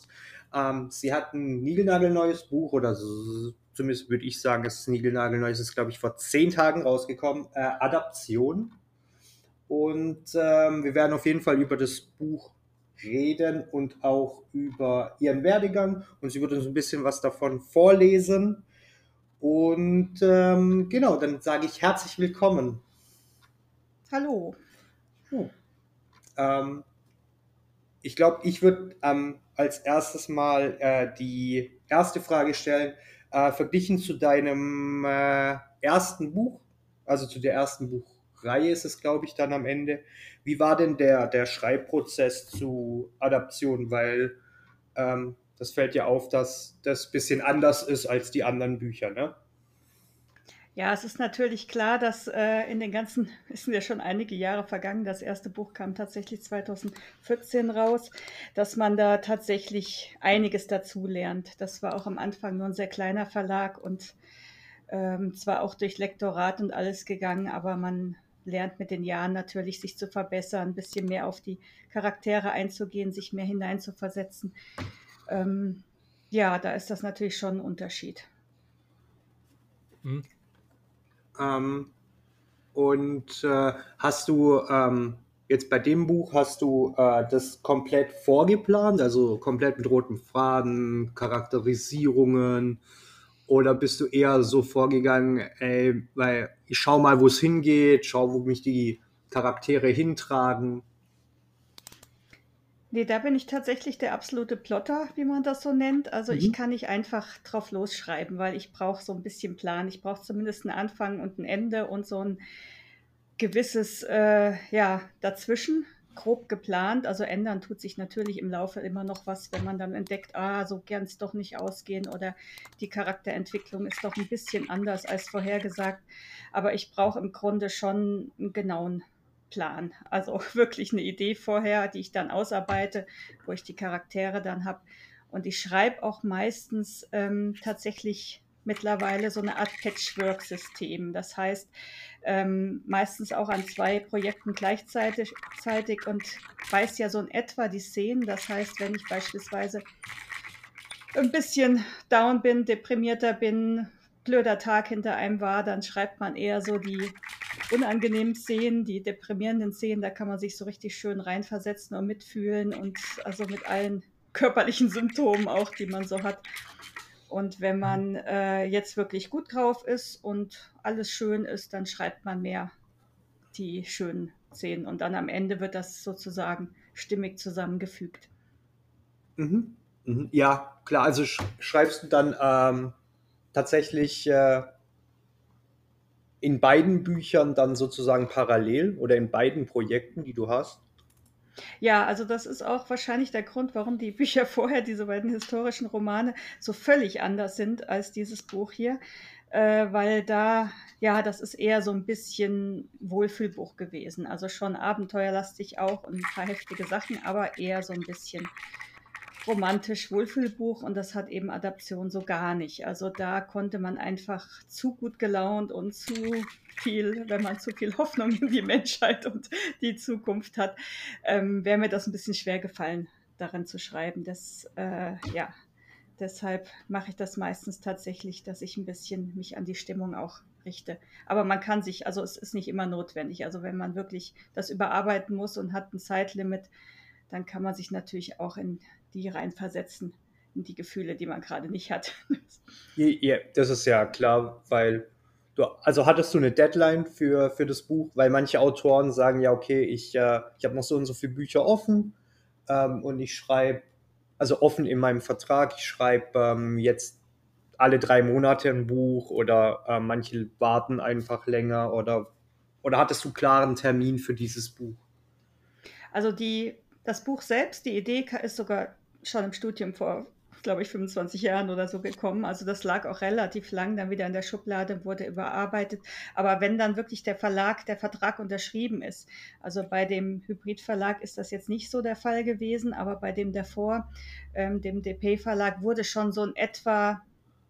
S3: Ähm, sie hat ein niegelnagelneues Buch, oder so, zumindest würde ich sagen, es ist niegelnagelneu, es ist, glaube ich, vor zehn Tagen rausgekommen, äh, Adaption. Und ähm, wir werden auf jeden Fall über das Buch reden und auch über ihren Werdegang. Und sie wird uns ein bisschen was davon vorlesen. Und ähm, genau, dann sage ich herzlich willkommen.
S4: Hallo.
S3: Oh. Ähm, ich glaube, ich würde ähm, als erstes mal äh, die erste Frage stellen, äh, verglichen zu deinem äh, ersten Buch, also zu der ersten Buchreihe ist es, glaube ich, dann am Ende. Wie war denn der, der Schreibprozess zu Adaption? Weil ähm, das fällt ja auf, dass das ein bisschen anders ist als die anderen Bücher, ne?
S4: Ja, es ist natürlich klar, dass äh, in den ganzen, es sind ja schon einige Jahre vergangen, das erste Buch kam tatsächlich zweitausendvierzehn raus, dass man da tatsächlich einiges dazu lernt. Das war auch am Anfang nur ein sehr kleiner Verlag und ähm, zwar auch durch Lektorat und alles gegangen, aber man lernt mit den Jahren natürlich, sich zu verbessern, ein bisschen mehr auf die Charaktere einzugehen, sich mehr hineinzuversetzen. Ähm, ja, da ist das natürlich schon ein Unterschied.
S2: Mhm.
S3: Ähm, und äh, hast du ähm, jetzt bei dem Buch, hast du äh, das komplett vorgeplant, also komplett mit rotem Faden, Charakterisierungen, oder bist du eher so vorgegangen, ey, weil ich schau mal, wo es hingeht, schau, wo mich die Charaktere hintragen?
S4: Nee, da bin ich tatsächlich der absolute Plotter, wie man das so nennt. Also ich
S3: Mhm.
S4: kann nicht einfach drauf losschreiben, weil ich brauche so ein bisschen Plan. Ich brauche zumindest einen Anfang und ein Ende und so ein gewisses, äh, ja, dazwischen, grob geplant. Also ändern tut sich natürlich im Laufe immer noch was, wenn man dann entdeckt, ah, so kann es doch nicht ausgehen oder die Charakterentwicklung ist doch ein bisschen anders als vorhergesagt. Aber ich brauche im Grunde schon einen genauen Plan. Also wirklich eine Idee vorher, die ich dann ausarbeite, wo ich die Charaktere dann habe. Und ich schreibe auch meistens ähm, tatsächlich mittlerweile so eine Art Patchwork-System. Das heißt, ähm, meistens auch an zwei Projekten gleichzeitig zeitig und weiß ja so in etwa die Szenen. Das heißt, wenn ich beispielsweise ein bisschen down bin, deprimierter bin, blöder Tag hinter einem war, dann schreibt man eher so die unangenehmen Szenen, die deprimierenden Szenen, da kann man sich so richtig schön reinversetzen und mitfühlen und also mit allen körperlichen Symptomen auch, die man so hat. Und wenn man äh, jetzt wirklich gut drauf ist und alles schön ist, dann schreibt man mehr die schönen Szenen und dann am Ende wird das sozusagen stimmig zusammengefügt.
S3: Mhm. Mhm. Ja, klar, also sch schreibst du dann ähm, tatsächlich äh, in beiden Büchern dann sozusagen parallel oder in beiden Projekten, die du hast?
S4: Ja, also das ist auch wahrscheinlich der Grund, warum die Bücher vorher, diese beiden historischen Romane, so völlig anders sind als dieses Buch hier, äh, weil da, ja, das ist eher so ein bisschen Wohlfühlbuch gewesen. Also schon abenteuerlastig auch und ein paar heftige Sachen, aber eher so ein bisschen romantisch Wohlfühlbuch und das hat eben Adaption so gar nicht. Also da konnte man einfach zu gut gelaunt und zu viel, wenn man zu viel Hoffnung in die Menschheit und die Zukunft hat, ähm, wäre mir das ein bisschen schwer gefallen, daran zu schreiben. Das, äh, ja, deshalb mache ich das meistens tatsächlich, dass ich ein bisschen mich an die Stimmung auch richte. Aber man kann sich, also es ist nicht immer notwendig. Also wenn man wirklich das überarbeiten muss und hat ein Zeitlimit, dann kann man sich natürlich auch in die reinversetzen, in die Gefühle, die man gerade nicht hat.
S3: Ja, ja, das ist ja klar, weil du, also hattest du eine Deadline für, für das Buch? Weil manche Autoren sagen ja, okay, ich, äh, ich habe noch so und so viele Bücher offen ähm, und ich schreibe, also offen in meinem Vertrag, ich schreibe ähm, jetzt alle drei Monate ein Buch oder äh, manche warten einfach länger oder, oder hattest du klaren Termin für dieses Buch?
S4: Also die, das Buch selbst, die Idee ist sogar schon im Studium vor, glaube ich, fünfundzwanzig Jahren oder so gekommen. Also das lag auch relativ lang dann wieder in der Schublade, wurde überarbeitet. Aber wenn dann wirklich der Verlag, der Vertrag unterschrieben ist, also bei dem Hybrid-Verlag ist das jetzt nicht so der Fall gewesen, aber bei dem davor, ähm, dem D P-Verlag, wurde schon so in etwa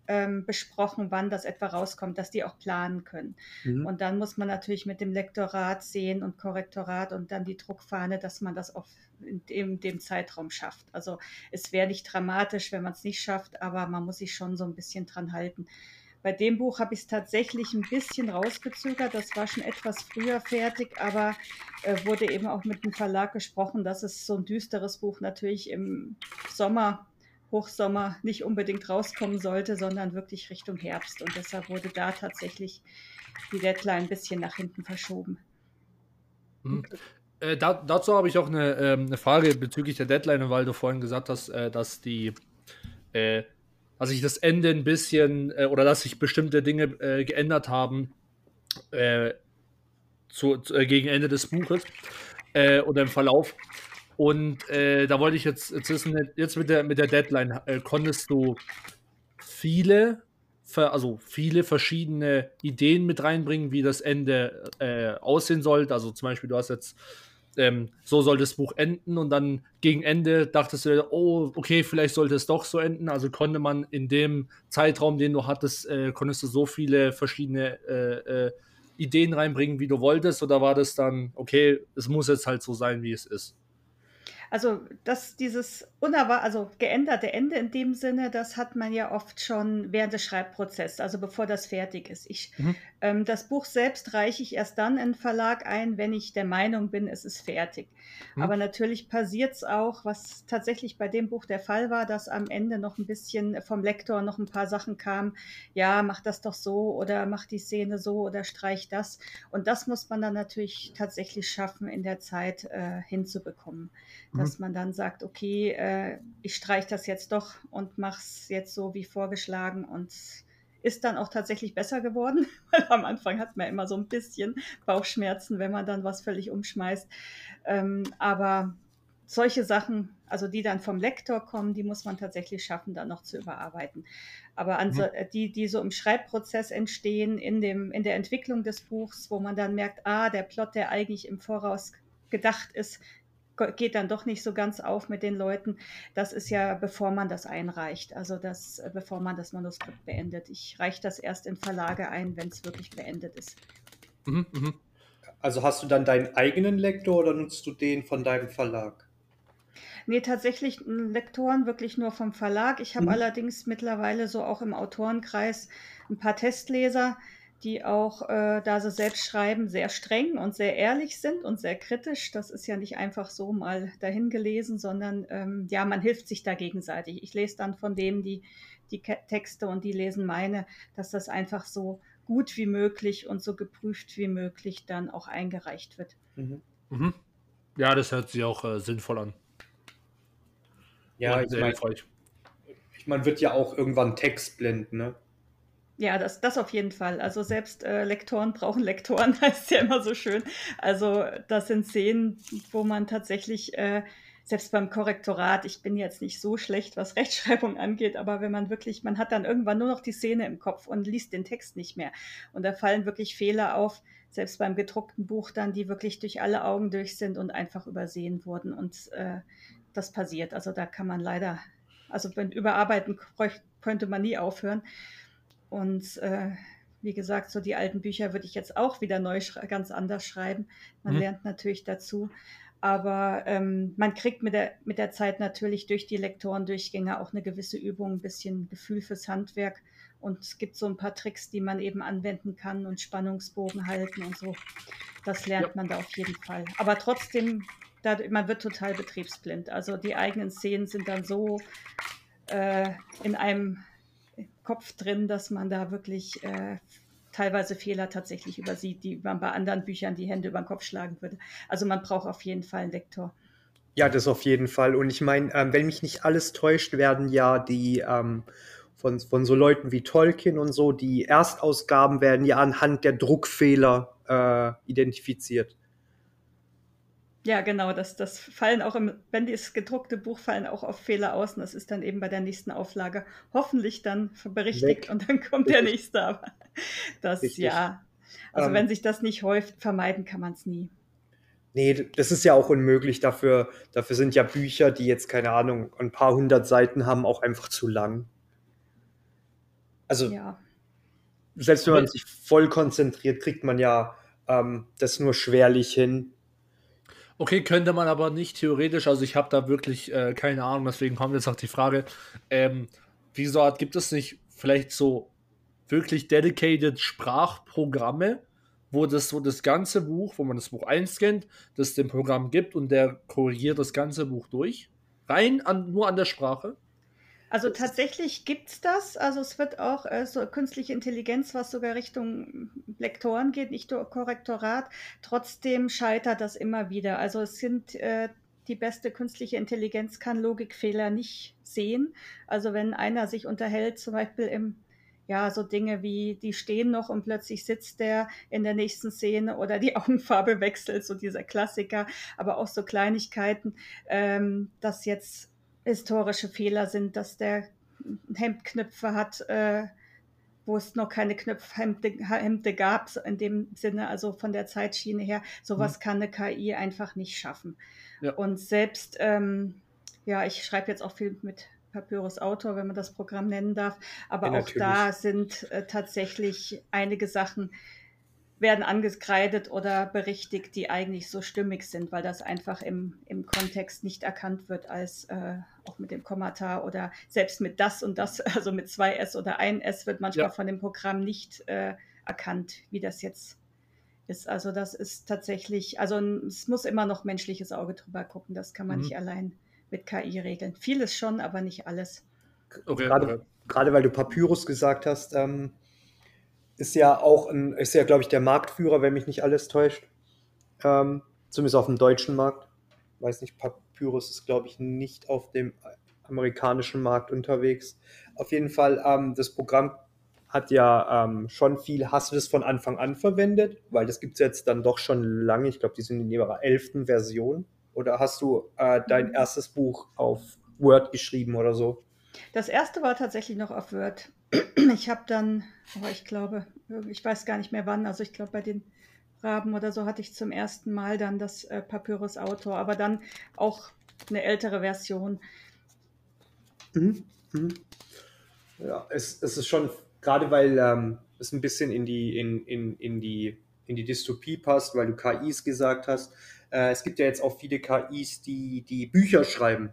S4: ähm, besprochen, wann das etwa rauskommt, dass die auch planen können. Mhm. Und dann muss man natürlich mit dem Lektorat sehen und Korrektorat und dann die Druckfahne, dass man das auch in dem, dem Zeitraum schafft. Also es wäre nicht dramatisch, wenn man es nicht schafft, aber man muss sich schon so ein bisschen dran halten. Bei dem Buch habe ich es tatsächlich ein bisschen rausgezögert. Das war schon etwas früher fertig, aber äh, wurde eben auch mit dem Verlag gesprochen, dass es so ein düsteres Buch natürlich im Sommer, Hochsommer nicht unbedingt rauskommen sollte, sondern wirklich Richtung Herbst. Und deshalb wurde da tatsächlich die Deadline ein bisschen nach hinten verschoben.
S2: Mhm. Äh, da, dazu habe ich auch eine, ähm, eine Frage bezüglich der Deadline, weil du vorhin gesagt hast, äh, dass die äh, dass sich das Ende ein bisschen äh, oder dass sich bestimmte Dinge äh, geändert haben äh, zu, zu, äh, gegen Ende des Buches äh, oder im Verlauf. Und äh, da wollte ich jetzt, jetzt wissen, jetzt mit der, mit der Deadline, äh, konntest du viele, also viele verschiedene Ideen mit reinbringen, wie das Ende äh, aussehen sollte. Also zum Beispiel, du hast jetzt Ähm, so soll das Buch enden und dann gegen Ende dachtest du, oh, okay, vielleicht sollte es doch so enden. Also konnte man in dem Zeitraum, den du hattest, äh, konntest du so viele verschiedene äh, äh, Ideen reinbringen, wie du wolltest, oder war das dann, okay, es muss jetzt halt so sein, wie es ist?
S4: Also dass dieses unerwartet, also geänderte Ende in dem Sinne, das hat man ja oft schon während des Schreibprozesses, also bevor das fertig ist. Ich, mhm. ähm, das Buch selbst reiche ich erst dann in den Verlag ein, wenn ich der Meinung bin, es ist fertig. Mhm. Aber natürlich passiert es auch, was tatsächlich bei dem Buch der Fall war, dass am Ende noch ein bisschen vom Lektor noch ein paar Sachen kamen. Ja, mach das doch so oder mach die Szene so oder streich das. Und das muss man dann natürlich tatsächlich schaffen, in der Zeit äh, hinzubekommen. Dass man dann sagt, okay, äh, ich streiche das jetzt doch und mache es jetzt so wie vorgeschlagen und ist dann auch tatsächlich besser geworden, weil am Anfang hat man immer so ein bisschen Bauchschmerzen, wenn man dann was völlig umschmeißt. Ähm, aber solche Sachen, also die dann vom Lektor kommen, die muss man tatsächlich schaffen, dann noch zu überarbeiten. Aber an so, die, die so im Schreibprozess entstehen, in, dem, in der Entwicklung des Buchs, wo man dann merkt, ah, der Plot, der eigentlich im Voraus gedacht ist, geht dann doch nicht so ganz auf mit den Leuten. Das ist ja, bevor man das einreicht, also das, bevor man das Manuskript beendet. Ich reiche das erst in Verlage ein, wenn es wirklich beendet ist.
S3: Mhm, mh. Also hast du dann deinen eigenen Lektor oder nutzt du den von deinem Verlag?
S4: Nee, tatsächlich Lektoren wirklich nur vom Verlag. Ich habe mhm. allerdings mittlerweile so auch im Autorenkreis ein paar Testleser, die auch, äh, da sie selbst schreiben, sehr streng und sehr ehrlich sind und sehr kritisch. Das ist ja nicht einfach so mal dahin gelesen, sondern ähm, ja, man hilft sich da gegenseitig. Ich lese dann von denen die, die Texte und die lesen meine, dass das einfach so gut wie möglich und so geprüft wie möglich dann auch eingereicht wird.
S2: Mhm. Mhm. Ja, das hört sich auch äh, sinnvoll an.
S3: Ja, ich meine, man wird ja auch irgendwann Text blenden, ne?
S4: Ja, das, das auf jeden Fall. Also selbst äh, Lektoren brauchen Lektoren, heißt ja immer so schön. Also das sind Szenen, wo man tatsächlich, äh, selbst beim Korrektorat, ich bin jetzt nicht so schlecht, was Rechtschreibung angeht, aber wenn man wirklich, man hat dann irgendwann nur noch die Szene im Kopf und liest den Text nicht mehr. Und da fallen wirklich Fehler auf, selbst beim gedruckten Buch dann, die wirklich durch alle Augen durch sind und einfach übersehen wurden. Und äh, das passiert. Also da kann man leider, also mit Überarbeiten könnte man nie aufhören. Und äh, wie gesagt, so die alten Bücher würde ich jetzt auch wieder neu ganz anders schreiben. Man mhm. lernt natürlich dazu. Aber ähm, man kriegt mit der, mit der Zeit natürlich durch die Lektorendurchgänge auch eine gewisse Übung, ein bisschen Gefühl fürs Handwerk. Und es gibt so ein paar Tricks, die man eben anwenden kann und Spannungsbogen halten und so. Das lernt ja. man da auf jeden Fall. Aber trotzdem, da, man wird total betriebsblind. Also die eigenen Szenen sind dann so äh, in einem Kopf drin, dass man da wirklich äh, teilweise Fehler tatsächlich übersieht, die man bei anderen Büchern die Hände über den Kopf schlagen würde. Also man braucht auf jeden Fall einen Lektor.
S3: Ja, das auf jeden Fall. Und ich meine, ähm, wenn mich nicht alles täuscht, werden ja die ähm, von, von so Leuten wie Tolkien und so, die Erstausgaben werden ja anhand der Druckfehler äh, identifiziert.
S4: Ja, genau, das, das fallen auch im, wenn das gedruckte Buch fallen auch auf Fehler aus und das ist dann eben bei der nächsten Auflage hoffentlich dann berichtigt Weg. Und dann kommt Richtig. Der nächste. Aber das, Richtig. Ja, also ähm, wenn sich das nicht häuft, vermeiden kann man es nie.
S3: Nee, das ist ja auch unmöglich. Dafür, dafür sind ja Bücher, die jetzt, keine Ahnung, ein paar hundert Seiten haben, auch einfach zu lang. Also
S4: Ja.
S3: selbst wenn man sich voll konzentriert, kriegt man ja ähm, das nur schwerlich hin.
S2: Okay, könnte man aber nicht theoretisch, also ich habe da wirklich äh, keine Ahnung, deswegen kommt jetzt auch die Frage, ähm, wieso hat, gibt es nicht vielleicht so wirklich dedicated Sprachprogramme, wo das so das ganze Buch, wo man das Buch einscannt, das dem Programm gibt und der korrigiert das ganze Buch durch? Rein an, nur an der Sprache?
S4: Also tatsächlich gibt es das. Also es wird auch äh, so künstliche Intelligenz, was sogar Richtung Lektoren geht, nicht nur Korrektorat. Trotzdem scheitert das immer wieder. Also es sind äh, die beste künstliche Intelligenz kann Logikfehler nicht sehen. Also wenn einer sich unterhält, zum Beispiel im ja, so Dinge wie, die stehen noch und plötzlich sitzt der in der nächsten Szene oder die Augenfarbe wechselt, so dieser Klassiker, aber auch so Kleinigkeiten, ähm, dass jetzt historische Fehler sind, dass der Hemdknöpfe hat, äh, wo es noch keine Knöpfhemde Hemde gab, in dem Sinne, also von der Zeitschiene her. Sowas mhm. kann eine K I einfach nicht schaffen. Ja. Und selbst, ähm, ja, ich schreibe jetzt auch viel mit Papyrus Autor, wenn man das Programm nennen darf, aber ja, auch da sind äh, tatsächlich einige Sachen, werden angekreidet oder berichtigt, die eigentlich so stimmig sind, weil das einfach im, im Kontext nicht erkannt wird als äh, auch mit dem Kommentar oder selbst mit das und das, also mit zwei S oder ein S wird manchmal ja. von dem Programm nicht äh, erkannt, wie das jetzt ist. Also das ist tatsächlich, also es muss immer noch menschliches Auge drüber gucken, das kann man mhm. nicht allein mit K I regeln. Vieles schon, aber nicht alles.
S3: Okay, gerade, okay. gerade weil du Papyrus gesagt hast, ähm, ist ja auch ein, ist ja, glaube ich, der Marktführer, wenn mich nicht alles täuscht. Ähm, zumindest auf dem deutschen Markt. Weiß nicht, Papyrus ist, glaube ich, nicht auf dem amerikanischen Markt unterwegs. Auf jeden Fall, ähm, das Programm hat ja ähm, schon viel, hast du das von Anfang an verwendet? Weil das gibt es jetzt dann doch schon lange. Ich glaube, die sind in ihrer elften Version. Oder hast du äh, dein erstes Buch auf Word geschrieben oder so?
S4: Das erste war tatsächlich noch auf Word. Ich habe dann, aber ich glaube, ich weiß gar nicht mehr wann, also ich glaube bei den Raben oder so hatte ich zum ersten Mal dann das äh, Papyrus Autor, aber dann auch eine ältere Version.
S3: Mhm. Mhm. Ja, es, es ist schon, gerade weil ähm, es ein bisschen in die, in, in, in, die, in die Dystopie passt, weil du K Is gesagt hast. Äh, es gibt ja jetzt auch viele K Is, die, die Bücher schreiben.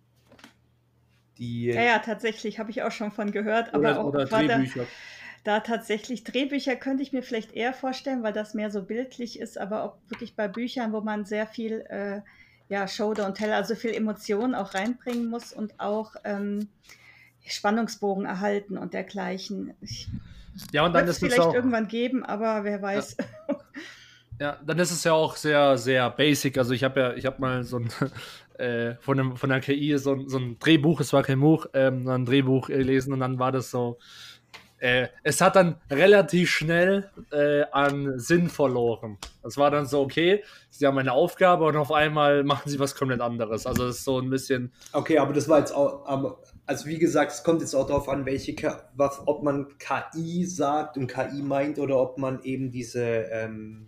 S3: Die,
S4: ja, ja, tatsächlich, habe ich auch schon von gehört. Aber
S2: oder,
S4: auch
S2: oder Drehbücher.
S4: Da, da tatsächlich Drehbücher könnte ich mir vielleicht eher vorstellen, weil das mehr so bildlich ist, aber auch wirklich bei Büchern, wo man sehr viel äh, ja, Show, don't tell, also viel Emotionen auch reinbringen muss und auch ähm, Spannungsbogen erhalten und dergleichen. Ich,
S2: ja, und dann
S4: wird es vielleicht auch irgendwann geben, aber wer weiß.
S2: Ja. Ja, dann ist es ja auch sehr, sehr basic. Also ich habe ja, ich habe mal so ein äh, von, einem, von der K I so ein, so ein Drehbuch, es war kein Buch, ähm, ein Drehbuch gelesen und dann war das so, äh, es hat dann relativ schnell äh, an Sinn verloren. Das war dann so, okay, sie haben eine Aufgabe und auf einmal machen sie was komplett anderes. Also das ist so ein bisschen...
S3: Okay, aber das war jetzt auch, aber, also wie gesagt, es kommt jetzt auch darauf an, welche, was, ob man K I sagt und K I meint oder ob man eben diese ähm,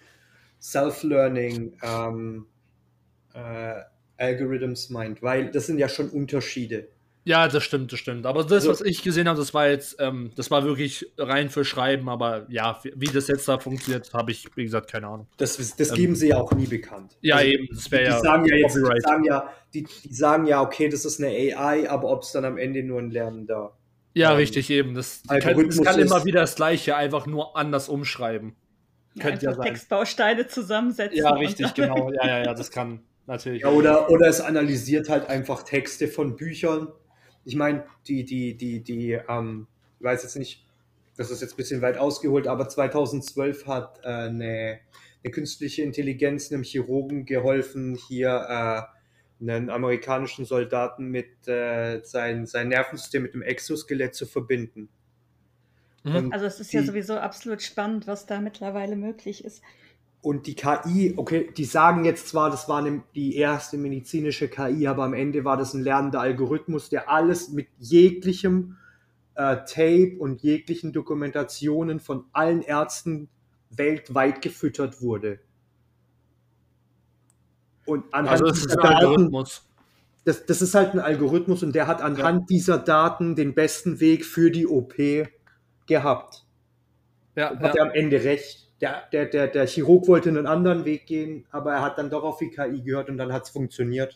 S3: Self-Learning ähm, äh, Algorithms meint, weil das sind ja schon Unterschiede.
S2: Ja, das stimmt, das stimmt. Aber das, also, was ich gesehen habe, das war jetzt, ähm, das war wirklich rein für Schreiben, aber ja, wie das jetzt da funktioniert, habe ich, wie gesagt, keine Ahnung.
S3: Das, das geben ähm, sie ja auch nie bekannt.
S2: Ja,
S3: also,
S2: eben, das wäre
S3: ja.
S2: Die
S3: sagen ja jetzt, die sagen ja, die, die sagen ja, okay, das ist eine A I, aber ob es dann am Ende nur ein lernender
S2: Ja,
S3: ähm,
S2: richtig, eben. Das kann, das kann immer wieder das Gleiche, einfach nur anders umschreiben.
S4: Ja, Könnte ja sein. Textbausteine zusammensetzen.
S2: Ja, richtig, genau. Ja, ja, ja, das kann natürlich.
S3: Ja, oder, oder es analysiert halt einfach Texte von Büchern. Ich meine, die, die, die, die, ähm, ich weiß jetzt nicht, das ist jetzt ein bisschen weit ausgeholt, aber zweitausendzwölf hat äh, eine, eine künstliche Intelligenz einem Chirurgen geholfen, hier äh, einen amerikanischen Soldaten mit äh, sein, sein Nervensystem mit dem Exoskelett zu verbinden.
S4: Und also es ist die, ja sowieso absolut spannend, was da mittlerweile möglich ist.
S3: Und die K I, okay, die sagen jetzt zwar, das war eine, die erste medizinische K I, aber am Ende war das ein lernender Algorithmus, der alles mit jeglichem äh, Tape und jeglichen Dokumentationen von allen Ärzten weltweit gefüttert wurde. Und anhand
S2: also das ist ein Algorithmus.
S3: das, das ist halt ein Algorithmus und der hat anhand ja. dieser Daten den besten Weg für die O P gehabt.
S2: Ja,
S3: und hat
S2: ja.
S3: er am Ende recht. Der, der, der, der Chirurg wollte einen anderen Weg gehen, aber er hat dann doch auf die K I gehört und dann hat es funktioniert.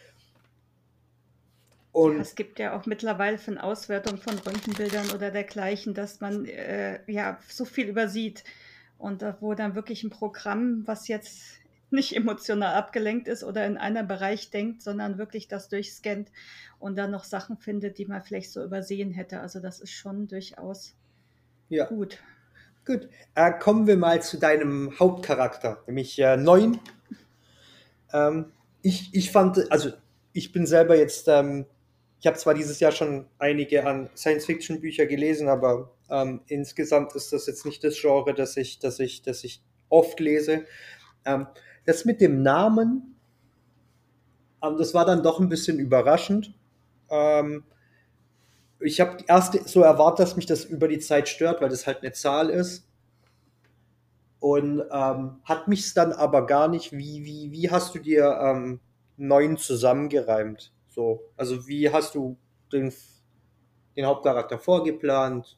S4: Und ja, es gibt ja auch mittlerweile von Auswertung von Röntgenbildern oder dergleichen, dass man äh, ja so viel übersieht und da, wo dann wirklich ein Programm, was jetzt nicht emotional abgelenkt ist oder in einem Bereich denkt, sondern wirklich das durchscannt und dann noch Sachen findet, die man vielleicht so übersehen hätte. Also das ist schon durchaus
S3: ja.
S4: gut.
S3: Gut, äh, kommen wir mal zu deinem Hauptcharakter, nämlich äh, neun. Ähm, ich, ich fand, also ich bin selber jetzt, ähm, ich habe zwar dieses Jahr schon einige an Science-Fiction-Bücher gelesen, aber ähm, insgesamt ist das jetzt nicht das Genre, das ich, das ich, das ich oft lese. Ähm, das mit dem Namen, ähm, das war dann doch ein bisschen überraschend. Ähm, ich habe erst so erwartet, dass mich das über die Zeit stört, weil das halt eine Zahl ist. Und ähm, hat mich es dann aber gar nicht. Wie, wie, wie hast du dir ähm, neun zusammengereimt? So, also wie hast du den, den Hauptcharakter vorgeplant?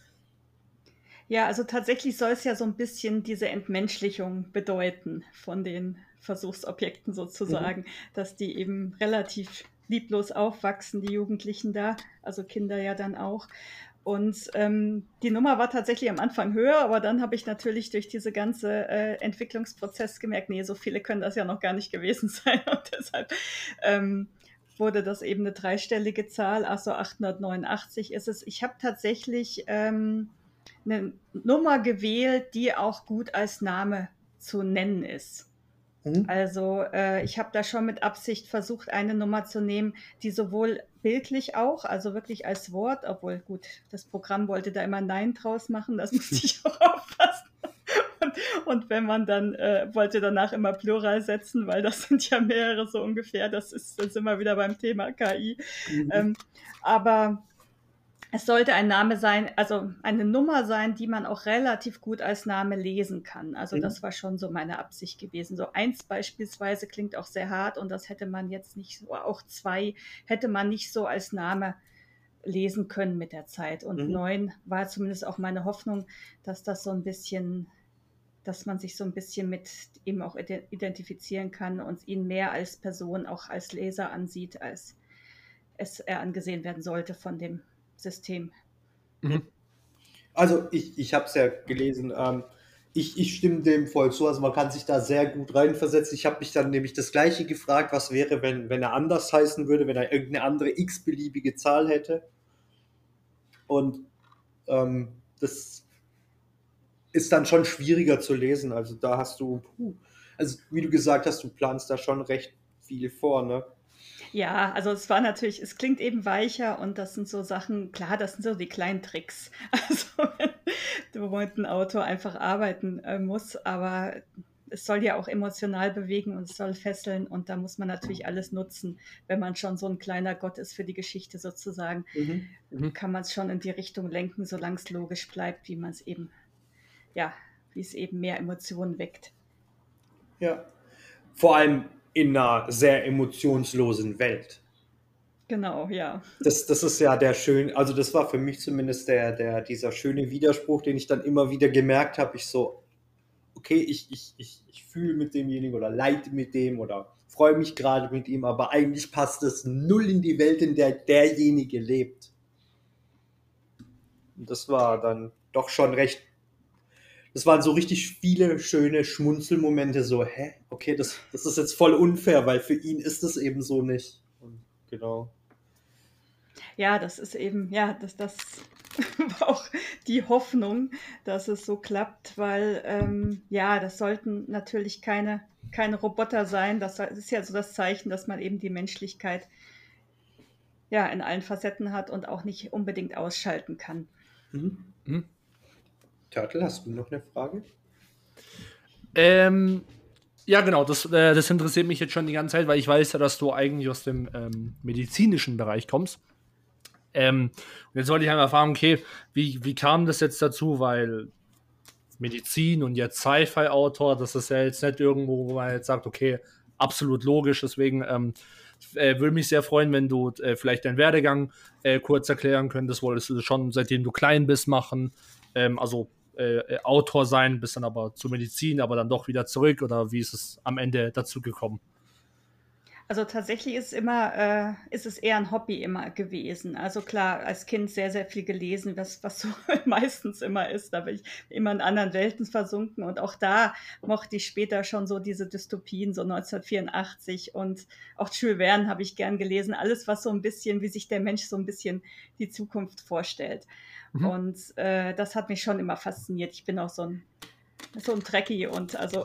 S4: Ja, also tatsächlich soll es ja so ein bisschen diese Entmenschlichung bedeuten von den Versuchsobjekten sozusagen, mhm. dass die eben relativ lieblos aufwachsen, die Jugendlichen da, also Kinder ja dann auch. Und ähm, die Nummer war tatsächlich am Anfang höher, aber dann habe ich natürlich durch diese ganze äh, Entwicklungsprozess gemerkt, nee, so viele können das ja noch gar nicht gewesen sein. Und deshalb ähm, wurde das eben eine dreistellige Zahl, also achthundertneunundachtzig ist es. Ich habe tatsächlich ähm, eine Nummer gewählt, die auch gut als Name zu nennen ist. Mhm. Also äh, ich habe da schon mit Absicht versucht, eine Nummer zu nehmen, die sowohl bildlich auch, also wirklich als Wort, obwohl gut, das Programm wollte da immer Nein draus machen, das musste ich auch aufpassen. Und, und wenn man dann äh, wollte danach immer Plural setzen, weil das sind ja mehrere so ungefähr, das ist, das ist immer wieder beim Thema K I. Mhm. Ähm, aber es sollte ein Name sein, also eine Nummer sein, die man auch relativ gut als Name lesen kann. Also mhm. das war schon so meine Absicht gewesen. So eins beispielsweise klingt auch sehr hart und das hätte man jetzt nicht so, auch zwei hätte man nicht so als Name lesen können mit der Zeit. Und mhm. neun war zumindest auch meine Hoffnung, dass das so ein bisschen, dass man sich so ein bisschen mit ihm auch identifizieren kann und ihn mehr als Person, auch als Leser ansieht, als es er angesehen werden sollte von dem System.
S3: Also ich, ich habe es ja gelesen, ähm, ich, ich stimme dem voll zu, also man kann sich da sehr gut reinversetzen. Ich habe mich dann nämlich das Gleiche gefragt, was wäre, wenn, wenn er anders heißen würde, wenn er irgendeine andere x-beliebige Zahl hätte. Und ähm, das ist dann schon schwieriger zu lesen, also da hast du, puh, also wie du gesagt hast, du planst da schon recht viel vor, ne?
S4: Ja, also es war natürlich, es klingt eben weicher und das sind so Sachen, klar, das sind so die kleinen Tricks, also womit ein Autor einfach arbeiten äh, muss, aber es soll ja auch emotional bewegen und es soll fesseln und da muss man natürlich alles nutzen, wenn man schon so ein kleiner Gott ist für die Geschichte sozusagen, mhm. Mhm. kann man es schon in die Richtung lenken, solange es logisch bleibt, wie man es eben, ja, wie es eben mehr Emotionen weckt.
S3: Ja, vor allem in einer sehr emotionslosen Welt.
S4: Genau, ja.
S3: Das, das ist ja der schöne, also das war für mich zumindest der, der, dieser schöne Widerspruch, den ich dann immer wieder gemerkt habe. Ich so, okay, ich, ich, ich, ich fühle mit demjenigen oder leide mit dem oder freue mich gerade mit ihm, aber eigentlich passt es null in die Welt, in der derjenige lebt. Und das war dann doch schon recht. Das waren so richtig viele schöne Schmunzelmomente, so, hä, okay, das, das ist jetzt voll unfair, weil für ihn ist es eben so nicht. Und genau.
S4: Ja, das ist eben, ja, das, das war auch die Hoffnung, dass es so klappt, weil, ähm, ja, das sollten natürlich keine, keine Roboter sein. Das ist ja so das Zeichen, dass man eben die Menschlichkeit ja in allen Facetten hat und auch nicht unbedingt ausschalten kann.
S3: Mhm. Mhm. Turtle, hast du noch eine Frage?
S2: Ähm, ja, genau, das, äh, das interessiert mich jetzt schon die ganze Zeit, weil ich weiß ja, dass du eigentlich aus dem ähm, medizinischen Bereich kommst. Ähm, und jetzt wollte ich einmal fragen, okay, wie, wie kam das jetzt dazu? Weil Medizin und jetzt Sci-Fi-Autor, das ist ja jetzt nicht irgendwo, wo man jetzt sagt, okay, absolut logisch, deswegen ähm, Äh, würde mich sehr freuen, wenn du äh, vielleicht deinen Werdegang äh, kurz erklären könntest. Wolltest du schon, seitdem du klein bist, machen? Ähm, also äh, Autor sein, bist dann aber zur Medizin, aber dann doch wieder zurück? Oder wie ist es am Ende dazu gekommen?
S4: Also tatsächlich ist immer, äh, ist es eher ein Hobby immer gewesen. Also klar, als Kind sehr, sehr viel gelesen, was, was so meistens immer ist. Da bin ich immer in anderen Welten versunken. Und auch da mochte ich später schon so diese Dystopien, so neunzehnhundertvierundachtzig. Und auch Jules Verne habe ich gern gelesen. Alles, was so ein bisschen, wie sich der Mensch so ein bisschen die Zukunft vorstellt. Mhm. Und äh, das hat mich schon immer fasziniert. Ich bin auch so ein, so ein Trekkie und also...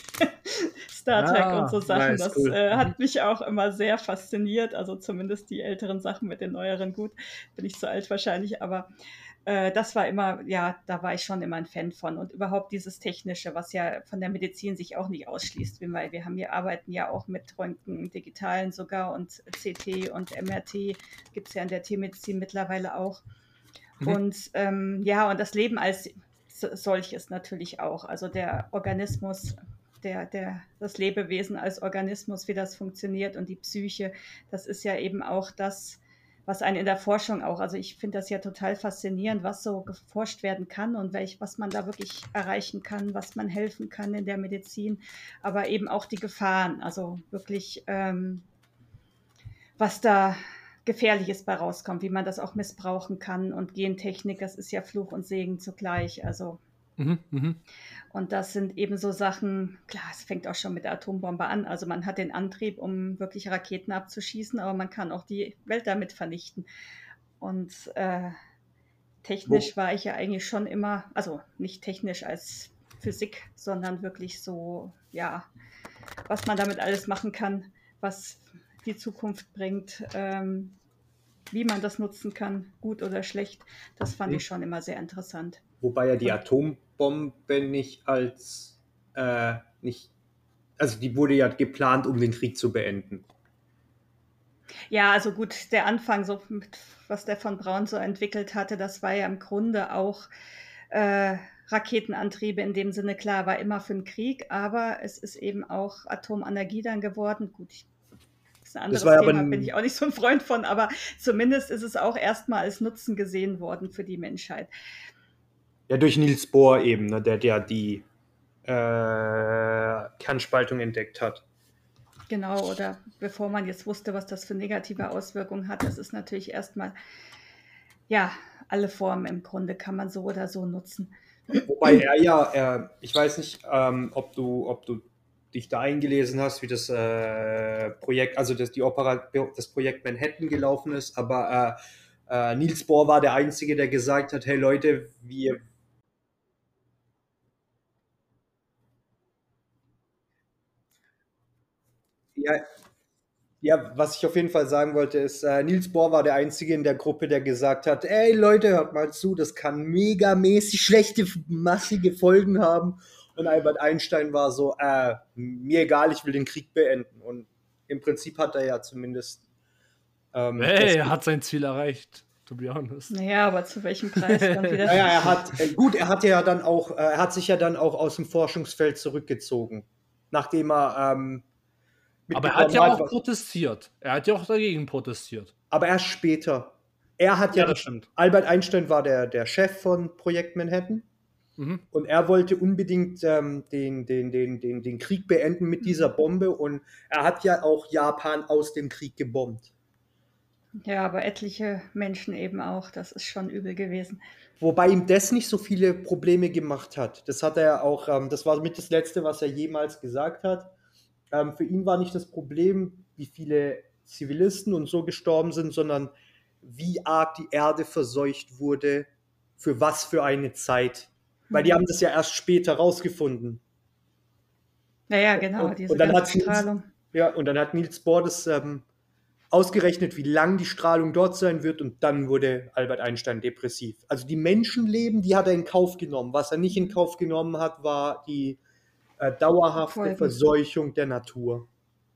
S4: Star Trek ah, und so Sachen, nice, das cool. äh, hat mich auch immer sehr fasziniert, also zumindest die älteren Sachen mit den neueren, gut, bin ich zu alt wahrscheinlich, aber äh, das war immer, ja, da war ich schon immer ein Fan von und überhaupt dieses Technische, was ja von der Medizin sich auch nicht ausschließt, weil wir haben hier arbeiten ja auch mit Röntgen, Digitalen sogar und C T und M R T gibt es ja in der Tiermedizin mittlerweile auch mhm. und ähm, ja, und das Leben als solches natürlich auch, also der Organismus, Der, der, das Lebewesen als Organismus, wie das funktioniert und die Psyche, das ist ja eben auch das, was einen in der Forschung auch, also ich finde das ja total faszinierend, was so geforscht werden kann und welch, was man da wirklich erreichen kann, was man helfen kann in der Medizin, aber eben auch die Gefahren, also wirklich, ähm, was da Gefährliches bei rauskommt, wie man das auch missbrauchen kann und Gentechnik, das ist ja Fluch und Segen zugleich, also Mhm, mh. Und das sind eben so Sachen, klar, es fängt auch schon mit der Atombombe an. Also man hat den Antrieb, um wirklich Raketen abzuschießen, aber man kann auch die Welt damit vernichten. Und äh, technisch Wo? war ich ja eigentlich schon immer, also nicht technisch als Physik, sondern wirklich so, ja, was man damit alles machen kann, was die Zukunft bringt, ähm, wie man das nutzen kann, gut oder schlecht. Das fand mhm. ich schon immer sehr interessant.
S3: Wobei ja die Atombombe nicht als, äh, nicht, also die wurde ja geplant, um den Krieg zu beenden.
S4: Ja, also gut, der Anfang, so mit, was der von Braun so entwickelt hatte, das war ja im Grunde auch äh, Raketenantriebe in dem Sinne, klar, war immer für den Krieg, aber es ist eben auch Atomenergie dann geworden. Gut, ich Das ist ein anderes das Thema, bin ich auch nicht so ein Freund von, aber zumindest ist es auch erstmal als Nutzen gesehen worden für die Menschheit.
S3: Ja, durch Niels Bohr eben, ne, der ja die äh, Kernspaltung entdeckt hat.
S4: Genau, oder bevor man jetzt wusste, was das für negative Auswirkungen hat, das ist natürlich erstmal, ja, alle Formen im Grunde kann man so oder so nutzen.
S3: Wobei er ja, er, ich weiß nicht, ähm, ob du, ob du dich da eingelesen hast, wie das äh, Projekt, also das, die Opera, das Projekt Manhattan gelaufen ist, aber äh, äh, Niels Bohr war der Einzige, der gesagt hat, hey Leute, wir ja, ja, was ich auf jeden Fall sagen wollte, ist, äh, Niels Bohr war der Einzige in der Gruppe, der gesagt hat, ey Leute, hört mal zu, das kann megamäßig schlechte, massige Folgen haben. Und Albert Einstein war so, äh, mir egal, ich will den Krieg beenden. Und im Prinzip hat er ja zumindest...
S2: Ähm, hey, er hat sein Ziel erreicht, to be honest.
S4: Naja, aber zu welchem Preis dann wieder?
S3: Naja, er hat, äh, gut, er hat ja dann auch, äh, er hat sich ja dann auch aus dem Forschungsfeld zurückgezogen. Nachdem er... Ähm,
S2: aber er hat ja auch protestiert. Er hat ja auch dagegen protestiert.
S3: Aber erst später. Er hat ja, ja das stimmt. Albert Einstein war der, der Chef von Projekt Manhattan. Mhm. Und er wollte unbedingt ähm, den, den, den, den, den Krieg beenden mit dieser Bombe. Und er hat ja auch Japan aus dem Krieg gebombt.
S4: Ja, aber etliche Menschen eben auch. Das ist schon übel gewesen.
S3: Wobei ihm das nicht so viele Probleme gemacht hat. Das hat er auch, ähm, das war mit das Letzte, was er jemals gesagt hat. Ähm, für ihn war nicht das Problem, wie viele Zivilisten und so gestorben sind, sondern wie arg die Erde verseucht wurde, für was für eine Zeit. Mhm. Weil die haben das ja erst später rausgefunden.
S4: Ja, ja, genau,
S3: und,
S4: diese
S3: und dann
S4: ganze
S3: hat
S4: Strahlung.
S3: Niels, ja, und dann hat Niels Bohr das ähm, ausgerechnet, wie lang die Strahlung dort sein wird, und dann wurde Albert Einstein depressiv. Also die Menschenleben, die hat er in Kauf genommen. Was er nicht in Kauf genommen hat, war die Äh, dauerhafte Folgen. Verseuchung der Natur.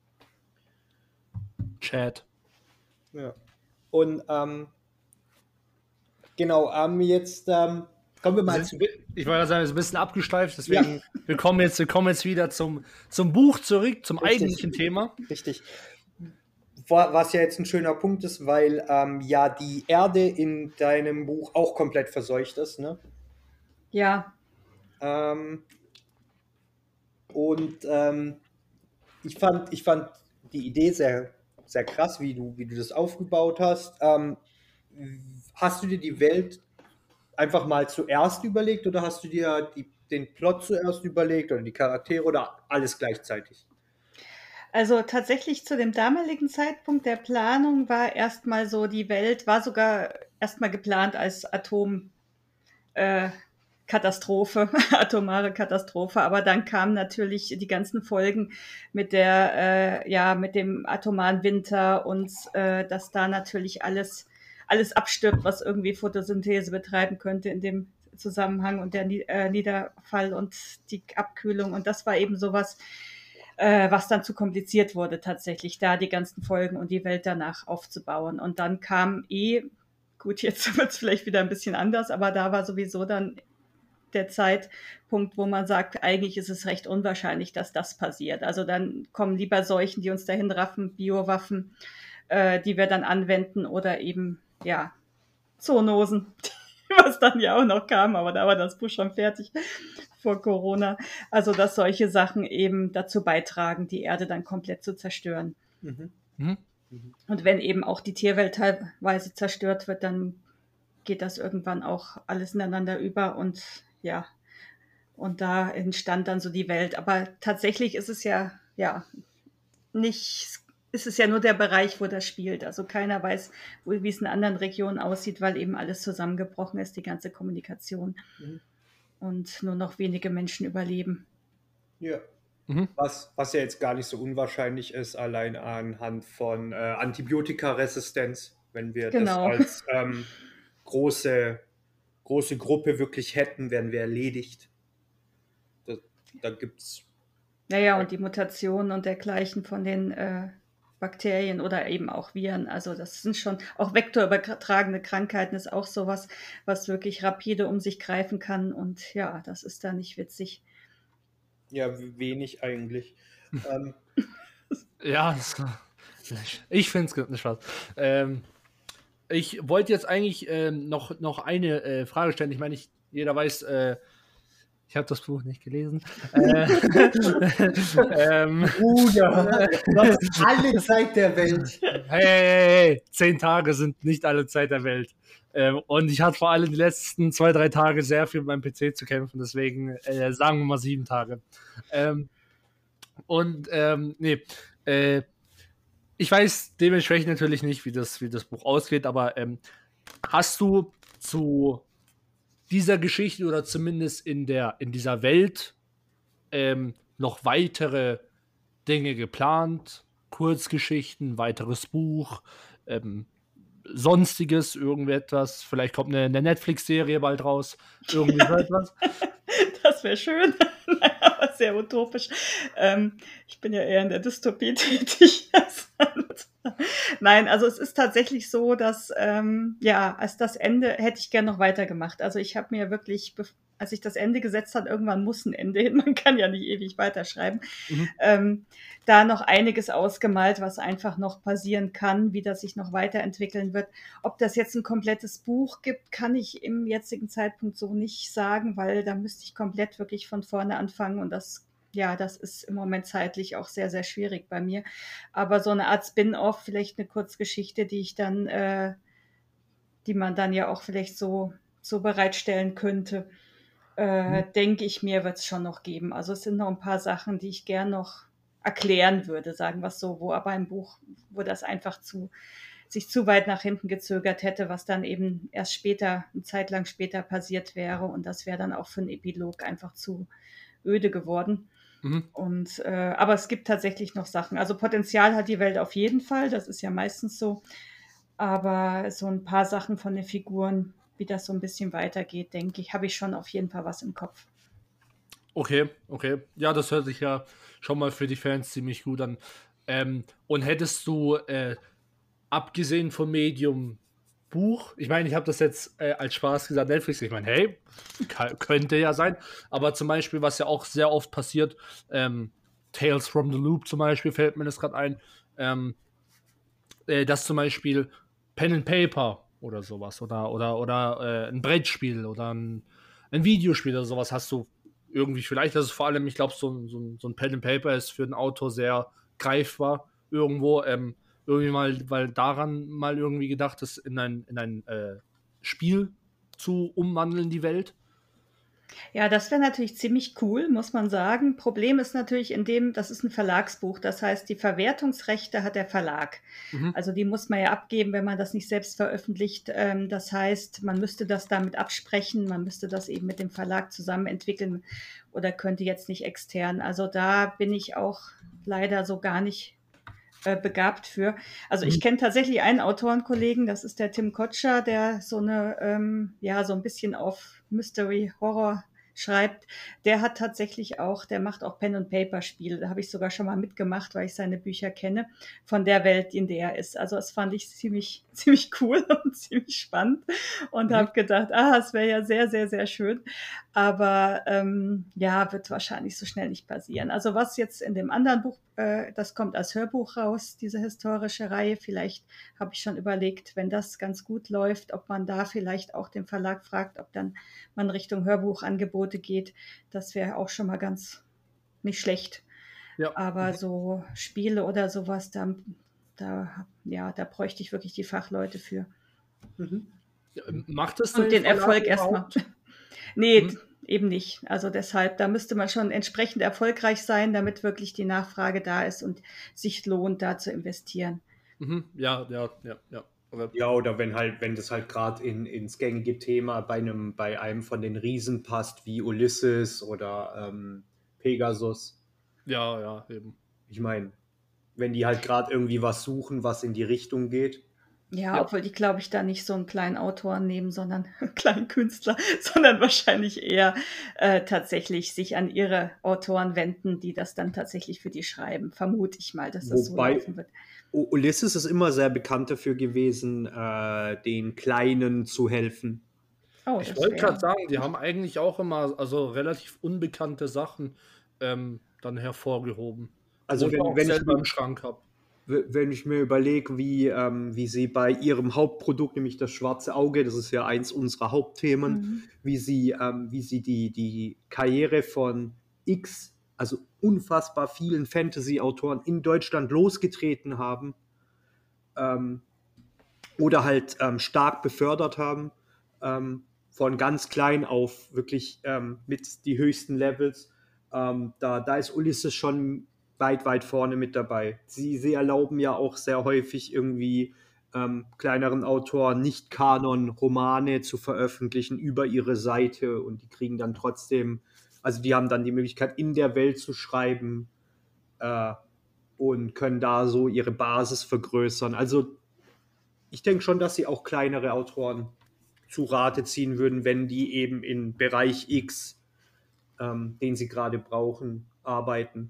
S2: Chat.
S3: Ja. Und ähm, genau, ähm, jetzt ähm, kommen wir mal
S2: zu. Ich wollte sagen, es ist ein bisschen abgeschleift, deswegen ja. wir, kommen jetzt, wir kommen jetzt wieder zum, zum Buch zurück, zum
S3: Richtig.
S2: eigentlichen Thema.
S3: Richtig. was ja jetzt ein schöner Punkt ist, weil ähm, ja die Erde in deinem Buch auch komplett verseucht ist, ne?
S4: Ja.
S3: Ähm, und ähm, ich fand, ich fand die Idee sehr, sehr krass, wie du, wie du das aufgebaut hast. Ähm, hast du dir die Welt einfach mal zuerst überlegt oder hast du dir die, den Plot zuerst überlegt oder die Charaktere oder alles gleichzeitig?
S4: Also tatsächlich zu dem damaligen Zeitpunkt der Planung war erstmal so, die Welt war sogar erstmal geplant als Atom, äh, Katastrophe, atomare Katastrophe, aber dann kamen natürlich die ganzen Folgen mit der, äh, ja, mit dem atomaren Winter und äh, dass da natürlich alles, alles abstirbt, was irgendwie Photosynthese betreiben könnte in dem Zusammenhang und der äh, Niederfall und die Abkühlung und das war eben sowas, äh, was dann zu kompliziert wurde tatsächlich, da die ganzen Folgen und die Welt danach aufzubauen und dann kam eh, gut, jetzt wird es vielleicht wieder ein bisschen anders, aber da war sowieso dann der Zeitpunkt, wo man sagt, eigentlich ist es recht unwahrscheinlich, dass das passiert. Also dann kommen lieber Seuchen, die uns dahin raffen, Biowaffen, äh, die wir dann anwenden oder eben, ja, Zoonosen, was dann ja auch noch kam, aber da war das Buch schon fertig vor Corona. Also dass solche Sachen eben dazu beitragen, die Erde dann komplett zu zerstören.
S3: Mhm.
S2: Mhm.
S4: Und wenn eben auch die Tierwelt teilweise zerstört wird, dann geht das irgendwann auch alles ineinander über und ja, und da entstand dann so die Welt. Aber tatsächlich ist es ja, ja, nicht, ist es ja nur der Bereich, wo das spielt. Also keiner weiß, wie es in anderen Regionen aussieht, weil eben alles zusammengebrochen ist, die ganze Kommunikation.
S3: Mhm.
S4: Und nur noch wenige Menschen überleben.
S3: Ja.
S2: Mhm.
S3: Was, was ja jetzt gar nicht so unwahrscheinlich ist, allein anhand von äh, Antibiotikaresistenz, wenn wir
S4: Genau.
S3: das als ähm, große, große Gruppe wirklich hätten, wären wir erledigt. Da, da gibt es.
S4: Naja, und die Mutationen und dergleichen von den äh, Bakterien oder eben auch Viren. Also das sind schon, auch vektorübertragene Krankheiten ist auch sowas, was wirklich rapide um sich greifen kann. Und ja, das ist da nicht witzig.
S3: Ja, wenig eigentlich. ähm,
S2: Ja, das, ich finde es nicht Spaß. Ähm, ich wollte jetzt eigentlich ähm, noch, noch eine äh, Frage stellen. Ich meine, ich, jeder weiß, äh, ich habe das Buch nicht gelesen. äh, ähm,
S3: Bruder, du hast alle Zeit der Welt.
S2: Hey, hey, hey, zehn Tage sind nicht alle Zeit der Welt. Ähm, und ich hatte vor allem die letzten zwei, drei Tage sehr viel mit meinem P C zu kämpfen, deswegen äh, sagen wir mal sieben Tage. Ähm, und ähm, nee, äh, ich weiß dementsprechend natürlich nicht, wie das, wie das Buch ausgeht, aber ähm, hast du zu dieser Geschichte oder zumindest in, der, in dieser Welt ähm, noch weitere Dinge geplant? Kurzgeschichten, weiteres Buch, ähm, sonstiges, irgendetwas. Vielleicht kommt eine, eine Netflix-Serie bald raus. Irgendwie so etwas.
S4: Das wäre schön, aber sehr utopisch. Ähm, ich bin ja eher in der Dystopie tätig. Nein, also es ist tatsächlich so, dass ähm, ja, als das Ende hätte ich gerne noch weitergemacht. Also ich habe mir wirklich, als ich das Ende gesetzt habe, irgendwann muss ein Ende hin, man kann ja nicht ewig weiterschreiben, mhm. ähm, da noch einiges ausgemalt, was einfach noch passieren kann, wie das sich noch weiterentwickeln wird. Ob das jetzt ein komplettes Buch gibt, kann ich im jetzigen Zeitpunkt so nicht sagen, weil da müsste ich komplett wirklich von vorne anfangen und das ja, das ist im Moment zeitlich auch sehr, sehr schwierig bei mir. Aber so eine Art Spin-off, vielleicht eine Kurzgeschichte, die ich dann, äh, die man dann ja auch vielleicht so, so bereitstellen könnte, äh, mhm. denke ich mir, wird es schon noch geben. Also es sind noch ein paar Sachen, die ich gern noch erklären würde, sagen wir es so, wo aber im Buch, wo das einfach zu, sich zu weit nach hinten gezögert hätte, was dann eben erst später, eine Zeit lang später passiert wäre. Und das wäre dann auch für einen Epilog einfach zu öde geworden. Mhm. Und, äh, aber es gibt tatsächlich noch Sachen. Also Potenzial hat die Welt auf jeden Fall, das ist ja meistens so. Aber so ein paar Sachen von den Figuren, wie das so ein bisschen weitergeht, denke ich, habe ich schon auf jeden Fall was im Kopf.
S2: Okay, okay. Ja, das hört sich ja schon mal für die Fans ziemlich gut an. Ähm, und hättest du, äh, abgesehen vom Medium Buch, ich meine, ich habe das jetzt äh, als Spaß gesagt, Netflix, ich meine, hey, kann, könnte ja sein, aber zum Beispiel, was ja auch sehr oft passiert, ähm, Tales from the Loop zum Beispiel, fällt mir das gerade ein, ähm, äh, dass zum Beispiel Pen and Paper oder sowas oder, oder, oder äh, ein Brettspiel oder ein, ein Videospiel oder sowas hast du irgendwie vielleicht, das ist vor allem, ich glaube, so, ein- so, ein- so ein Pen and Paper ist für den Autor sehr greifbar irgendwo, ähm, irgendwie mal, weil daran mal irgendwie gedacht ist, in ein, in ein äh, Spiel zu umwandeln, die Welt.
S4: Ja, das wäre natürlich ziemlich cool, muss man sagen. Problem ist natürlich in dem, das ist ein Verlagsbuch. Das heißt, die Verwertungsrechte hat der Verlag.
S2: Mhm.
S4: Also die muss man ja abgeben, wenn man das nicht selbst veröffentlicht. Ähm, Das heißt, man müsste das damit absprechen, man müsste das eben mit dem Verlag zusammen entwickeln oder könnte jetzt nicht extern. Also da bin ich auch leider so gar nicht äh, begabt für. Also ich kenne tatsächlich einen Autorenkollegen, das ist der Tim Kotscher, der so eine, ähm, ja, so ein bisschen auf Mystery Horror schreibt. Der hat tatsächlich auch, der macht auch Pen and Paper Spiele. Da habe ich sogar schon mal mitgemacht, weil ich seine Bücher kenne, von der Welt, in der er ist. Also das fand ich ziemlich, ziemlich cool und ziemlich spannend und
S2: Mhm.
S4: habe gedacht, ah, es wäre ja sehr, sehr, sehr schön. Aber ähm, ja, wird wahrscheinlich so schnell nicht passieren. Also was jetzt in dem anderen Buch, äh, das kommt als Hörbuch raus, diese historische Reihe. Vielleicht habe ich schon überlegt, wenn das ganz gut läuft, ob man da vielleicht auch den Verlag fragt, ob dann man Richtung Hörbuchangebote geht. Das wäre auch schon mal ganz nicht schlecht.
S2: Ja.
S4: Aber so Spiele oder sowas, da, da, ja, da bräuchte ich wirklich die Fachleute für.
S3: Mhm.
S2: Macht es
S4: Und den
S2: Verlag
S4: Erfolg erstmal.
S2: überhaupt?
S4: Nee,
S2: Mhm.
S4: eben nicht. Also deshalb, da müsste man schon entsprechend erfolgreich sein, damit wirklich die Nachfrage da ist und sich lohnt, da zu investieren.
S2: Mhm. Ja, ja, ja, ja. Aber
S3: Ja, oder wenn halt, wenn das halt gerade in, ins gängige Thema bei einem, bei einem von den Riesen passt, wie Ulysses oder ähm, Pegasus.
S2: ja, ja, eben.
S3: Ich meine, wenn die halt gerade irgendwie was suchen, was in die Richtung geht.
S4: Ja,
S2: Ja.
S4: obwohl die, glaube ich, da nicht so einen kleinen Autoren nehmen, sondern einen kleinen Künstler, sondern wahrscheinlich eher äh, tatsächlich sich an ihre Autoren wenden, die das dann tatsächlich für die schreiben. Vermute ich mal, dass das
S3: Wobei-
S4: so laufen wird.
S3: U- Ulysses ist immer sehr bekannt dafür gewesen, äh, den Kleinen zu helfen.
S4: Oh,
S2: Ich
S4: das
S2: wollte
S4: wär-
S2: gerade sagen, die haben eigentlich auch immer also relativ unbekannte Sachen ähm, dann hervorgehoben.
S3: Also
S2: Wo ich
S3: wenn,
S2: auch
S3: wenn, ich,
S2: selber
S3: mir-
S2: im Schrank habe.
S3: wenn ich mir überlege, wie, ähm, wie sie bei ihrem Hauptprodukt, nämlich das Schwarze Auge, das ist ja eins unserer Hauptthemen,
S4: Mhm.
S3: wie sie, ähm, wie sie die, die Karriere von X, also unfassbar vielen Fantasy-Autoren in Deutschland losgetreten haben ähm, oder halt ähm, stark befördert haben, ähm, von ganz klein auf wirklich ähm, mit die höchsten Levels. Ähm, da, da ist Ulysses schon weit, weit vorne mit dabei. Sie, sie erlauben ja auch sehr häufig irgendwie ähm, kleineren Autoren nicht Kanon-Romane zu veröffentlichen über ihre Seite und die kriegen dann trotzdem, also die haben dann die Möglichkeit, in der Welt zu schreiben äh, und können da so ihre Basis vergrößern. Also ich denke schon, dass sie auch kleinere Autoren zu Rate ziehen würden, wenn die eben im Bereich X, ähm, den sie gerade brauchen, arbeiten.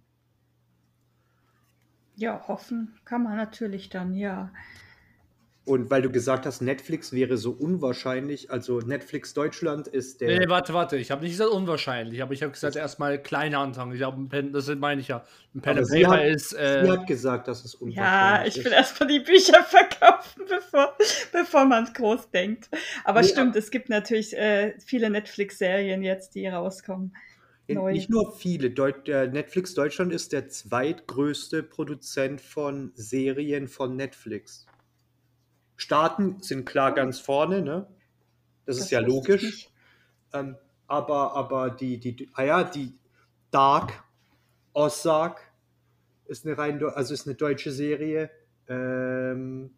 S4: Ja, hoffen kann man natürlich dann, ja.
S3: Und weil du gesagt hast, Netflix wäre so unwahrscheinlich, also Netflix Deutschland ist der.
S2: Nee, warte, warte, ich habe nicht gesagt unwahrscheinlich, aber ich habe gesagt erstmal kleine Anfang. Ich habe ein Pen, das meine ich ja. Ein Pen
S3: Aber
S2: and
S3: sie
S2: Paper
S3: hat,
S2: ist
S3: sie
S2: äh,
S3: hat gesagt, dass es
S4: Ja,
S3: unwahrscheinlich
S4: ich will
S3: ist.
S4: erstmal die Bücher verkaufen, bevor, bevor man es groß denkt. Aber
S3: Nee,
S4: stimmt, es gibt natürlich äh, viele Netflix-Serien jetzt, die rauskommen. Neu.
S3: Nicht nur viele. Deut der Netflix Deutschland ist der zweitgrößte Produzent von Serien von Netflix. Staaten sind klar ganz vorne, ne? Das, ist ja
S4: wusste ich
S3: logisch.
S4: nicht.
S3: Ähm, aber, aber die, die, die, ah ja, die Dark, Ozark ist eine rein, also ist eine deutsche Serie. Ähm,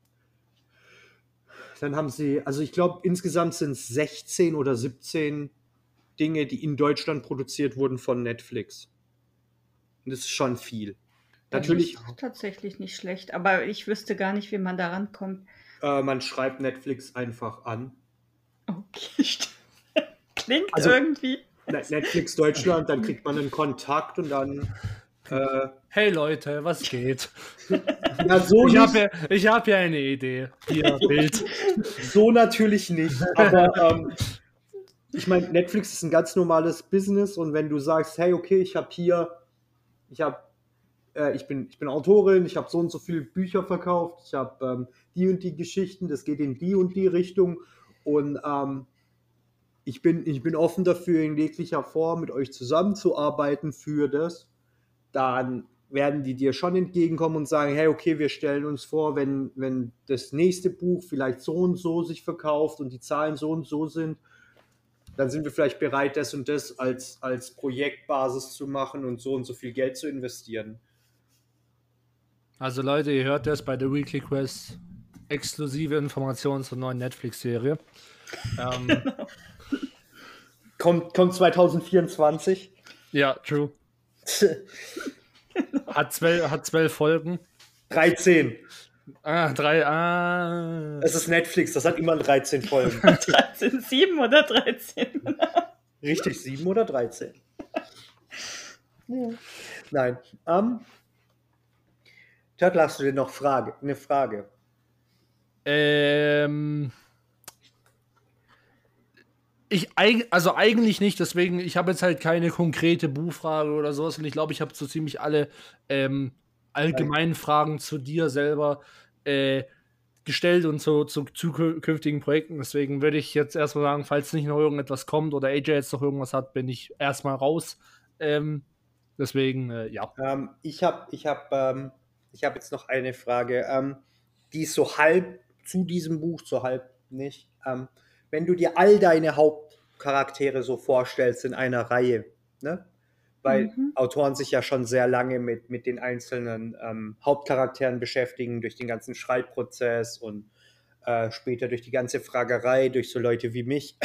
S3: dann haben sie, also ich glaube, insgesamt sind es sechzehn oder siebzehn Dinge, die in Deutschland produziert wurden von Netflix. Und das ist schon viel. Natürlich,
S4: Das ist tatsächlich nicht schlecht, aber ich wüsste gar nicht, wie man da rankommt.
S3: äh, man schreibt Netflix einfach an.
S4: Okay, stimmt. Klingt
S3: Also-
S4: irgendwie.
S3: Ne- Netflix Deutschland, dann kriegt man einen Kontakt und dann. Äh,
S2: hey Leute, was geht?
S3: ja, so,
S2: Ich
S3: nicht,
S2: habe ja, ich hab ja eine Idee. Hier, Bild.
S3: so natürlich nicht. Aber ähm, ich meine, Netflix ist ein ganz normales Business und wenn du sagst, hey, okay, ich habe hier, ich habe äh, ich bin, ich bin Autorin, ich habe so und so viele Bücher verkauft, ich habe ähm, die und die Geschichten, das geht in die und die Richtung und ähm, ich bin, ich bin offen dafür, in jeglicher Form mit euch zusammenzuarbeiten für das. Dann werden die dir schon entgegenkommen und sagen, hey, okay, wir stellen uns vor, wenn, wenn das nächste Buch vielleicht so und so sich verkauft und die Zahlen so und so sind, dann sind wir vielleicht bereit, das und das als, als Projektbasis zu machen und so und so viel Geld zu investieren.
S2: Also Leute, ihr hört das bei der Weekly Quest. Exklusive Informationen zur neuen Netflix-Serie. Ähm,
S3: kommt, kommt zwanzig vierundzwanzig.
S2: Ja, true. Hat zwölf, hat zwölf Folgen.
S3: dreizehn.
S2: Ah, drei, ah.
S3: Es ist Netflix, das hat immer dreizehn Folgen.
S4: dreizehn, sieben oder dreizehn?
S3: Richtig, sieben oder dreizehn. Ja. Nein. Ähm, Turtle, hast du dir noch Frage, eine Frage?
S2: Ähm. Ich, also eigentlich nicht, deswegen, ich habe jetzt halt keine konkrete Buchfrage oder sowas und ich glaube, ich habe so ziemlich alle ähm, allgemeinen Fragen zu dir selber äh, gestellt und zu, zu zukünftigen Projekten. Deswegen würde ich jetzt erstmal sagen, falls nicht noch irgendetwas kommt oder A J jetzt noch irgendwas hat, bin ich erstmal raus. Ähm, deswegen, äh, ja.
S3: Ähm, ich habe ich hab, ähm, ich hab jetzt noch eine Frage, ähm, die ist so halb zu diesem Buch, so halb nicht. Ähm, wenn du dir all deine Hauptcharaktere so vorstellst in einer Reihe, ne? Weil mhm. Autoren sich ja schon sehr lange mit, mit den einzelnen ähm, Hauptcharakteren beschäftigen, durch den ganzen Schreibprozess und äh, später durch die ganze Fragerei, durch so Leute wie mich.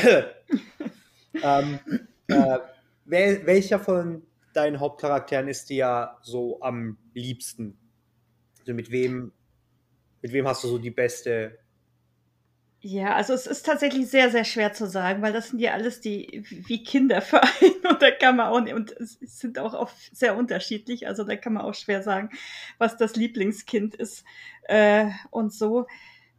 S3: ähm, äh, wel, welcher von deinen Hauptcharakteren ist dir ja so am liebsten? Also mit wem, mit wem hast du so die beste?
S4: Ja, also es ist tatsächlich sehr, sehr schwer zu sagen, weil das sind ja alles die wie Kindervereine und da kann man auch nicht, und es sind auch oft sehr unterschiedlich, also da kann man auch schwer sagen, was das Lieblingskind ist äh, und so.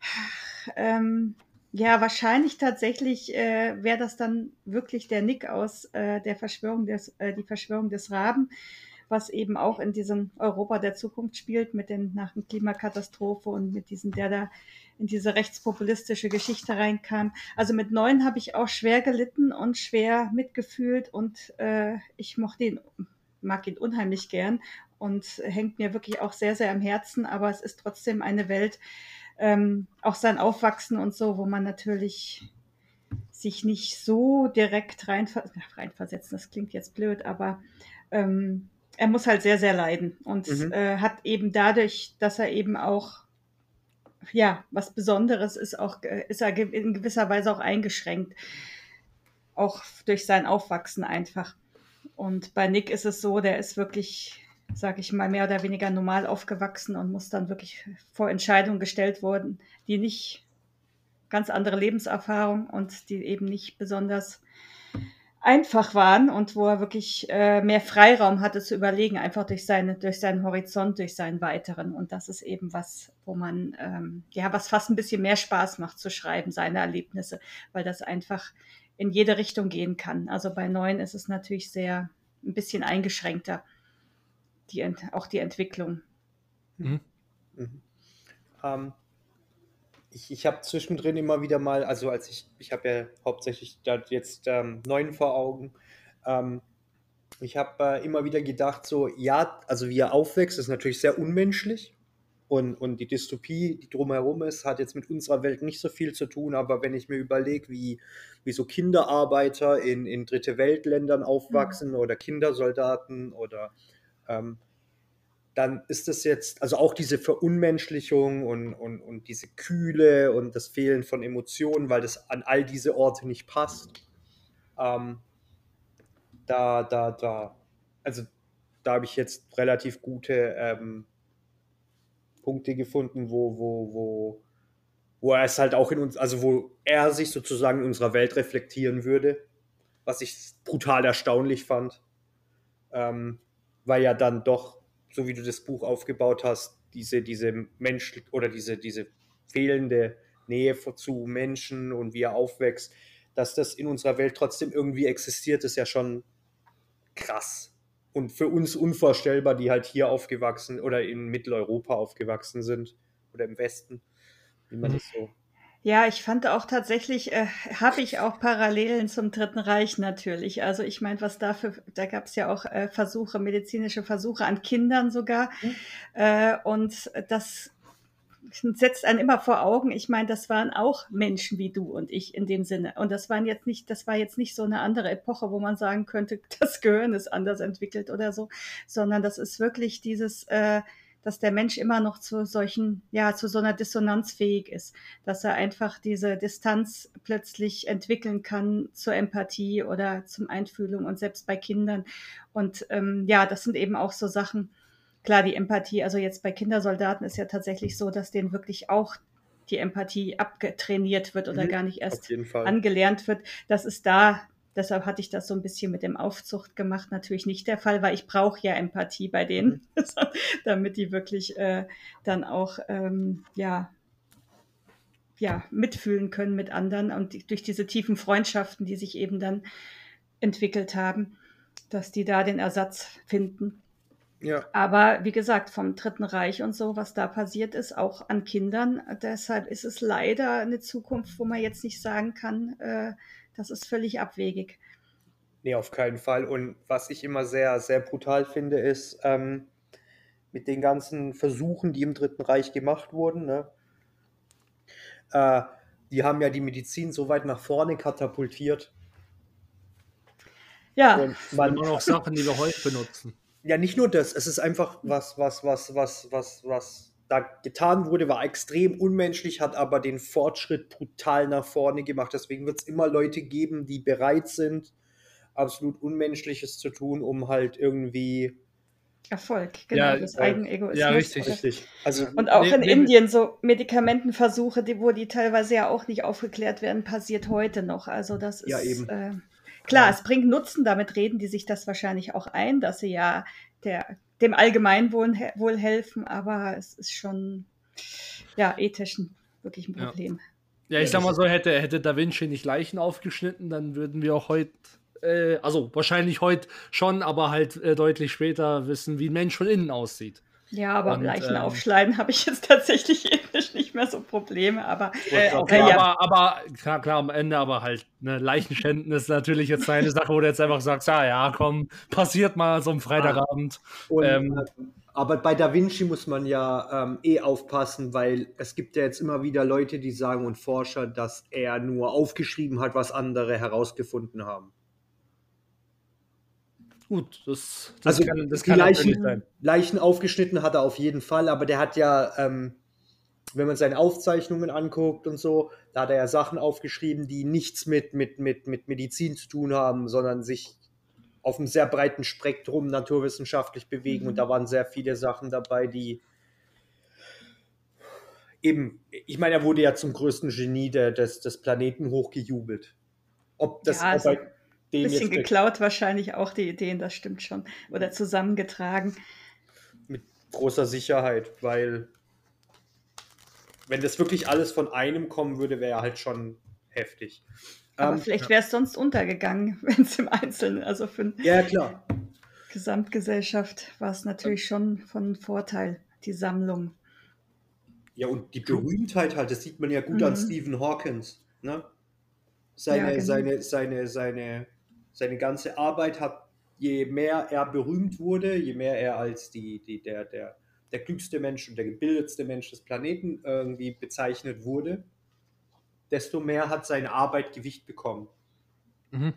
S4: Ähm, ja, wahrscheinlich tatsächlich äh, wäre das dann wirklich der Nick aus äh, der Verschwörung des, äh, die Verschwörung des Raben, was eben auch in diesem Europa der Zukunft spielt, mit den nach der Klimakatastrophe und mit diesem, der da in diese rechtspopulistische Geschichte reinkam. Also mit Neun habe ich auch schwer gelitten und schwer mitgefühlt und äh, ich mochte ihn, mag ihn unheimlich gern und hängt mir wirklich auch sehr, sehr am Herzen, aber es ist trotzdem eine Welt, ähm, auch sein Aufwachsen und so, wo man natürlich sich nicht so direkt reinver- reinversetzen, das klingt jetzt blöd, aber ähm, er muss halt sehr, sehr leiden und mhm. äh, hat eben dadurch, dass er eben auch ja, was Besonderes ist, auch, ist er in gewisser Weise auch eingeschränkt. Auch durch sein Aufwachsen einfach. Und bei Nick ist es so, der ist wirklich, sag ich mal, mehr oder weniger normal aufgewachsen und muss dann wirklich vor Entscheidungen gestellt worden, die nicht ganz andere Lebenserfahrung und die eben nicht besonders einfach waren und wo er wirklich äh, mehr Freiraum hatte zu überlegen, einfach durch, seine, durch seinen Horizont, durch seinen weiteren. Und das ist eben was, wo man, ähm, ja, was fast ein bisschen mehr Spaß macht zu schreiben, seine Erlebnisse, weil das einfach in jede Richtung gehen kann. Also bei Neun ist es natürlich sehr, ein bisschen eingeschränkter, die, auch die Entwicklung.
S3: Mhm. Mhm. Um Ich, ich habe zwischendrin immer wieder mal, also als ich, ich habe ja hauptsächlich da jetzt ähm, Neun vor Augen, ähm, ich habe äh, immer wieder gedacht, so, ja, also wie er aufwächst, ist natürlich sehr unmenschlich und, und die Dystopie, die drumherum ist, hat jetzt mit unserer Welt nicht so viel zu tun, aber wenn ich mir überlege, wie, wie so Kinderarbeiter in, in dritte Weltländern aufwachsen mhm. oder Kindersoldaten oder ähm, dann ist es jetzt, also auch diese Verunmenschlichung und, und, und diese Kühle und das Fehlen von Emotionen, weil das an all diese Orte nicht passt. Ähm, da, da, da, also da habe ich jetzt relativ gute ähm, Punkte gefunden, wo, wo, wo, wo er es halt auch in uns, also wo er sich sozusagen in unserer Welt reflektieren würde, was ich brutal erstaunlich fand. Ähm, weil ja dann doch, so wie du das Buch aufgebaut hast, diese, diese Mensch oder diese, diese fehlende Nähe zu Menschen und wie er aufwächst, dass das in unserer Welt trotzdem irgendwie existiert, ist ja schon krass. und für uns unvorstellbar, die halt hier aufgewachsen oder in Mitteleuropa aufgewachsen sind oder im Westen, wie man
S2: Mhm.
S3: das so.
S4: Ja, ich fand auch tatsächlich, äh, habe ich auch Parallelen zum Dritten Reich natürlich. Also ich meine, was dafür, da gab es ja auch äh, Versuche, medizinische Versuche an Kindern sogar.
S3: Mhm.
S4: Äh, und das setzt einen immer vor Augen. Ich meine, das waren auch Menschen wie du und ich in dem Sinne. Und das waren jetzt nicht, das war jetzt nicht so eine andere Epoche, wo man sagen könnte, das Gehirn ist anders entwickelt oder so, sondern das ist wirklich dieses, äh, dass der Mensch immer noch zu solchen, ja, zu so einer Dissonanz fähig ist, dass er einfach diese Distanz plötzlich entwickeln kann zur Empathie oder zum Einfühlung und selbst bei Kindern. Und ähm, ja, das sind eben auch so Sachen. Klar, die Empathie, also jetzt bei Kindersoldaten ist ja tatsächlich so, dass denen wirklich auch die Empathie abgetrainiert wird oder
S3: Mhm,
S4: gar nicht
S3: auf
S4: erst
S3: jeden Fall.
S4: angelernt wird. Das ist da, deshalb hatte ich das so ein bisschen mit dem Aufzucht gemacht, natürlich nicht der Fall, weil ich brauche ja Empathie bei denen, damit die wirklich äh, dann auch, ähm, ja, ja, mitfühlen können mit anderen und die, durch diese tiefen Freundschaften, die sich eben dann entwickelt haben, dass die da den Ersatz finden.
S3: Ja.
S4: Aber wie gesagt, vom Dritten Reich und so, was da passiert ist, auch an Kindern, deshalb ist es leider eine Zukunft, wo man jetzt nicht sagen kann, äh, das ist völlig abwegig.
S3: Nee, auf keinen Fall. Und was ich immer sehr, sehr brutal finde, ist ähm, mit den ganzen Versuchen, die im Dritten Reich gemacht wurden, ne? Äh, die haben ja die Medizin so weit nach vorne katapultiert.
S4: Ja,
S3: Und
S2: Das sind
S3: man,
S2: immer noch Sachen, die wir heute benutzen.
S3: ja, nicht nur das, es ist einfach was, was, was, was, was, was da getan wurde, war extrem unmenschlich, hat aber den Fortschritt brutal nach vorne gemacht. Deswegen wird es immer Leute geben, die bereit sind, absolut Unmenschliches zu tun, um halt irgendwie.
S4: Erfolg, genau,
S2: Ja,
S4: das
S3: äh,
S4: Eigenegoismus.
S2: ja, richtig.
S4: oder-
S3: Richtig. Also,
S4: Und auch
S2: Ne-
S4: in
S2: nehmen-
S4: Indien so Medikamentenversuche, die, wo die teilweise ja auch nicht aufgeklärt werden, passiert heute noch. Also das
S3: Ja,
S4: ist
S3: eben.
S4: Äh, klar,
S3: Ja.
S4: es bringt Nutzen, damit reden die sich das wahrscheinlich auch ein, dass sie ja der, dem Allgemeinwohl he- wohl helfen, aber es ist schon ja ethisch ein, wirklich ein
S2: Ja.
S4: Problem.
S2: Ja, ich
S3: Ja,
S2: sag
S3: das
S2: mal
S3: ist-
S2: so, hätte, hätte Da Vinci nicht Leichen aufgeschnitten, dann würden wir auch heute, äh, also wahrscheinlich heute schon, aber halt äh, deutlich später wissen, wie ein Mensch von innen aussieht.
S4: Ja, aber
S2: Und,
S4: Leichen
S2: ähm,
S4: aufschneiden habe ich jetzt tatsächlich ethisch nicht mehr so Probleme, aber
S2: Äh, okay,
S4: Ja, ja.
S2: aber, aber klar, klar, am Ende, aber halt, ne, Leichenschänden ist natürlich jetzt eine Sache, wo du jetzt einfach sagst, ah ja, komm, passiert mal so am Freitagabend.
S3: Und,
S2: ähm,
S3: ähm, aber bei Da Vinci muss man ja ähm, eh aufpassen, weil es gibt ja jetzt immer wieder Leute, die sagen und Forscher, dass er nur aufgeschrieben hat, was andere herausgefunden haben.
S2: gut, das, das
S3: Also
S2: kann, das
S3: die
S2: kann natürlich
S3: Leichen,
S2: sein.
S3: Leichen aufgeschnitten hat er auf jeden Fall, aber der hat ja, ähm, wenn man seine Aufzeichnungen anguckt und so, da hat er ja Sachen aufgeschrieben, die nichts mit, mit, mit, mit Medizin zu tun haben, sondern sich auf einem sehr breiten Spektrum naturwissenschaftlich bewegen.
S4: Mhm.
S3: Und da waren sehr viele Sachen dabei, die eben, ich meine, er wurde ja zum größten Genie der, des, des Planeten hochgejubelt. Ob das
S4: Ja,
S3: ob
S4: also
S3: bei
S4: ein
S3: dem
S4: bisschen
S3: jetzt
S4: geklaut wahrscheinlich auch die Ideen, das stimmt schon. Oder zusammengetragen.
S3: mit großer Sicherheit, weil wenn das wirklich alles von einem kommen würde, wäre er halt schon heftig.
S4: Aber
S3: Ähm,
S4: vielleicht wäre es sonst untergegangen, wenn es im Einzelnen, also für eine
S3: ja, klar.
S4: Gesamtgesellschaft war es natürlich schon von Vorteil, die Sammlung.
S3: Ja, und die Berühmtheit halt, das sieht man ja gut
S4: Mhm.
S3: an Stephen Hawkins. Ne? Seine,
S4: Ja, genau.
S3: seine, seine, seine, seine ganze Arbeit hat, je mehr er berühmt wurde, je mehr er als die, die, der, der, der klügste Mensch und der gebildetste Mensch des Planeten irgendwie bezeichnet wurde, desto mehr hat seine Arbeit Gewicht bekommen
S2: Mhm.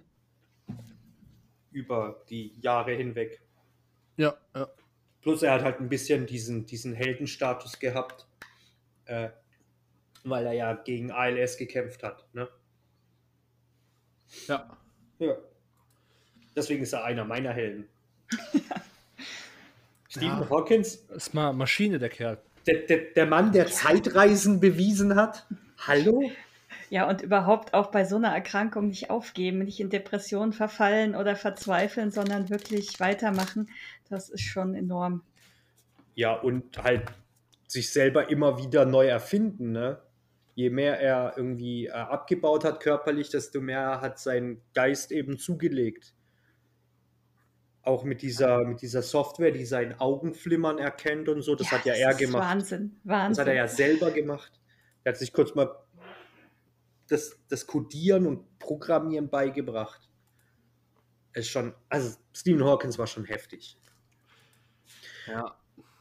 S3: über die Jahre hinweg.
S2: Ja, ja.
S3: Plus er hat halt ein bisschen diesen, diesen Heldenstatus gehabt, äh, weil er ja gegen A L S gekämpft hat. Ne?
S2: ja.
S3: Ja. Deswegen ist er einer meiner Helden. Stephen
S2: Ja.
S3: Hawkins,
S2: Ist mal Maschine, der Kerl.
S3: der, der, der Mann, der Zeitreisen bewiesen hat. Hallo?
S4: Ja, und überhaupt auch bei so einer Erkrankung nicht aufgeben, nicht in Depressionen verfallen oder verzweifeln, sondern wirklich weitermachen, das ist schon enorm.
S3: Ja, und halt sich selber immer wieder neu erfinden. Ne? Je mehr er irgendwie äh, abgebaut hat körperlich, desto mehr hat sein Geist eben zugelegt. Auch mit dieser, mit dieser Software, die sein Augenflimmern erkennt und so, das
S4: Ja,
S3: hat ja
S4: das
S3: er
S4: ist
S3: gemacht.
S4: Wahnsinn,
S3: Das hat er
S4: Wahnsinn.
S3: ja selber gemacht. Er hat sich kurz mal das, das Codieren und Programmieren beigebracht. Ist schon, also Stephen Hawkins war schon heftig.
S2: Ja.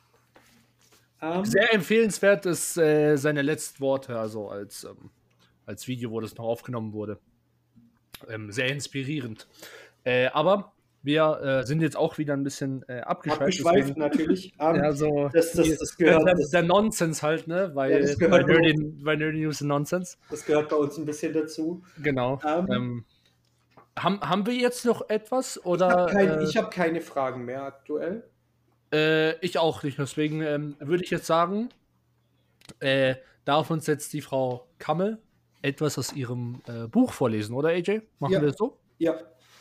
S3: Ähm,
S2: Sehr empfehlenswert ist äh, seine letzten Worte, also als, ähm, als Video, wo das noch aufgenommen wurde. Ähm, sehr inspirierend. Äh, aber wir äh, sind jetzt auch wieder ein bisschen äh, abgeschweift.
S3: abgeschweift
S2: deswegen-
S3: natürlich. Ähm,
S2: Ja, so
S3: das, das,
S2: die-
S3: das, gehört,
S2: der,
S3: das,
S2: der Nonsens halt, ne? Weil
S3: Ja, das
S2: bei,
S3: gehört bei
S2: Nerdy, bei Nerdy News Nonsens.
S3: das gehört bei uns ein bisschen dazu.
S2: Genau.
S3: Ähm,
S2: Ähm, haben, haben wir jetzt noch etwas?
S3: Ich
S2: Oder
S3: habe kein,
S2: äh,
S3: ich hab keine Fragen mehr aktuell.
S2: äh, ich auch nicht. Deswegen ähm, würde ich jetzt sagen, äh, darf uns jetzt die Frau Kammel etwas aus ihrem äh, Buch vorlesen, oder A J? Machen
S3: Ja.
S2: wir das so?
S3: Ja.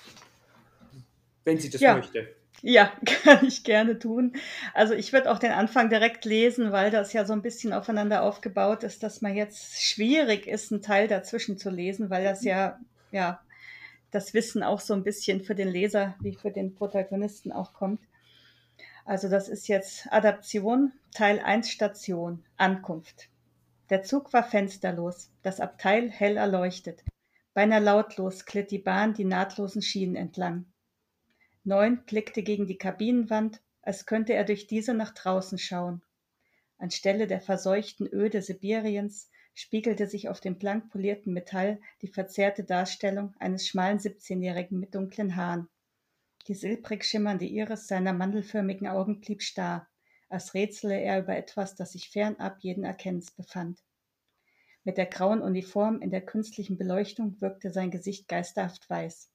S3: Wenn sie das
S4: Ja.
S3: möchte.
S4: Ja, kann ich gerne tun. Also ich würde auch den Anfang direkt lesen, weil das ja so ein bisschen aufeinander aufgebaut ist, dass man jetzt schwierig ist, einen Teil dazwischen zu lesen, weil das ja, ja, das Wissen auch so ein bisschen für den Leser wie für den Protagonisten auch kommt. Also das ist jetzt Adaption, Teil eins Station, Ankunft. Der Zug war fensterlos, das Abteil hell erleuchtet. Beinahe lautlos glitt die Bahn die nahtlosen Schienen entlang. Neun blickte gegen die Kabinenwand, als könnte er durch diese nach draußen schauen. Anstelle der verseuchten Öde Sibiriens spiegelte sich auf dem blank polierten Metall die verzerrte Darstellung eines schmalen siebzehnjährigen mit dunklen Haaren. Die silbrig schimmernde Iris seiner mandelförmigen Augen blieb starr, als rätsele er über etwas, das sich fernab jeden Erkennens befand. Mit der grauen Uniform in der künstlichen Beleuchtung wirkte sein Gesicht geisterhaft weiß.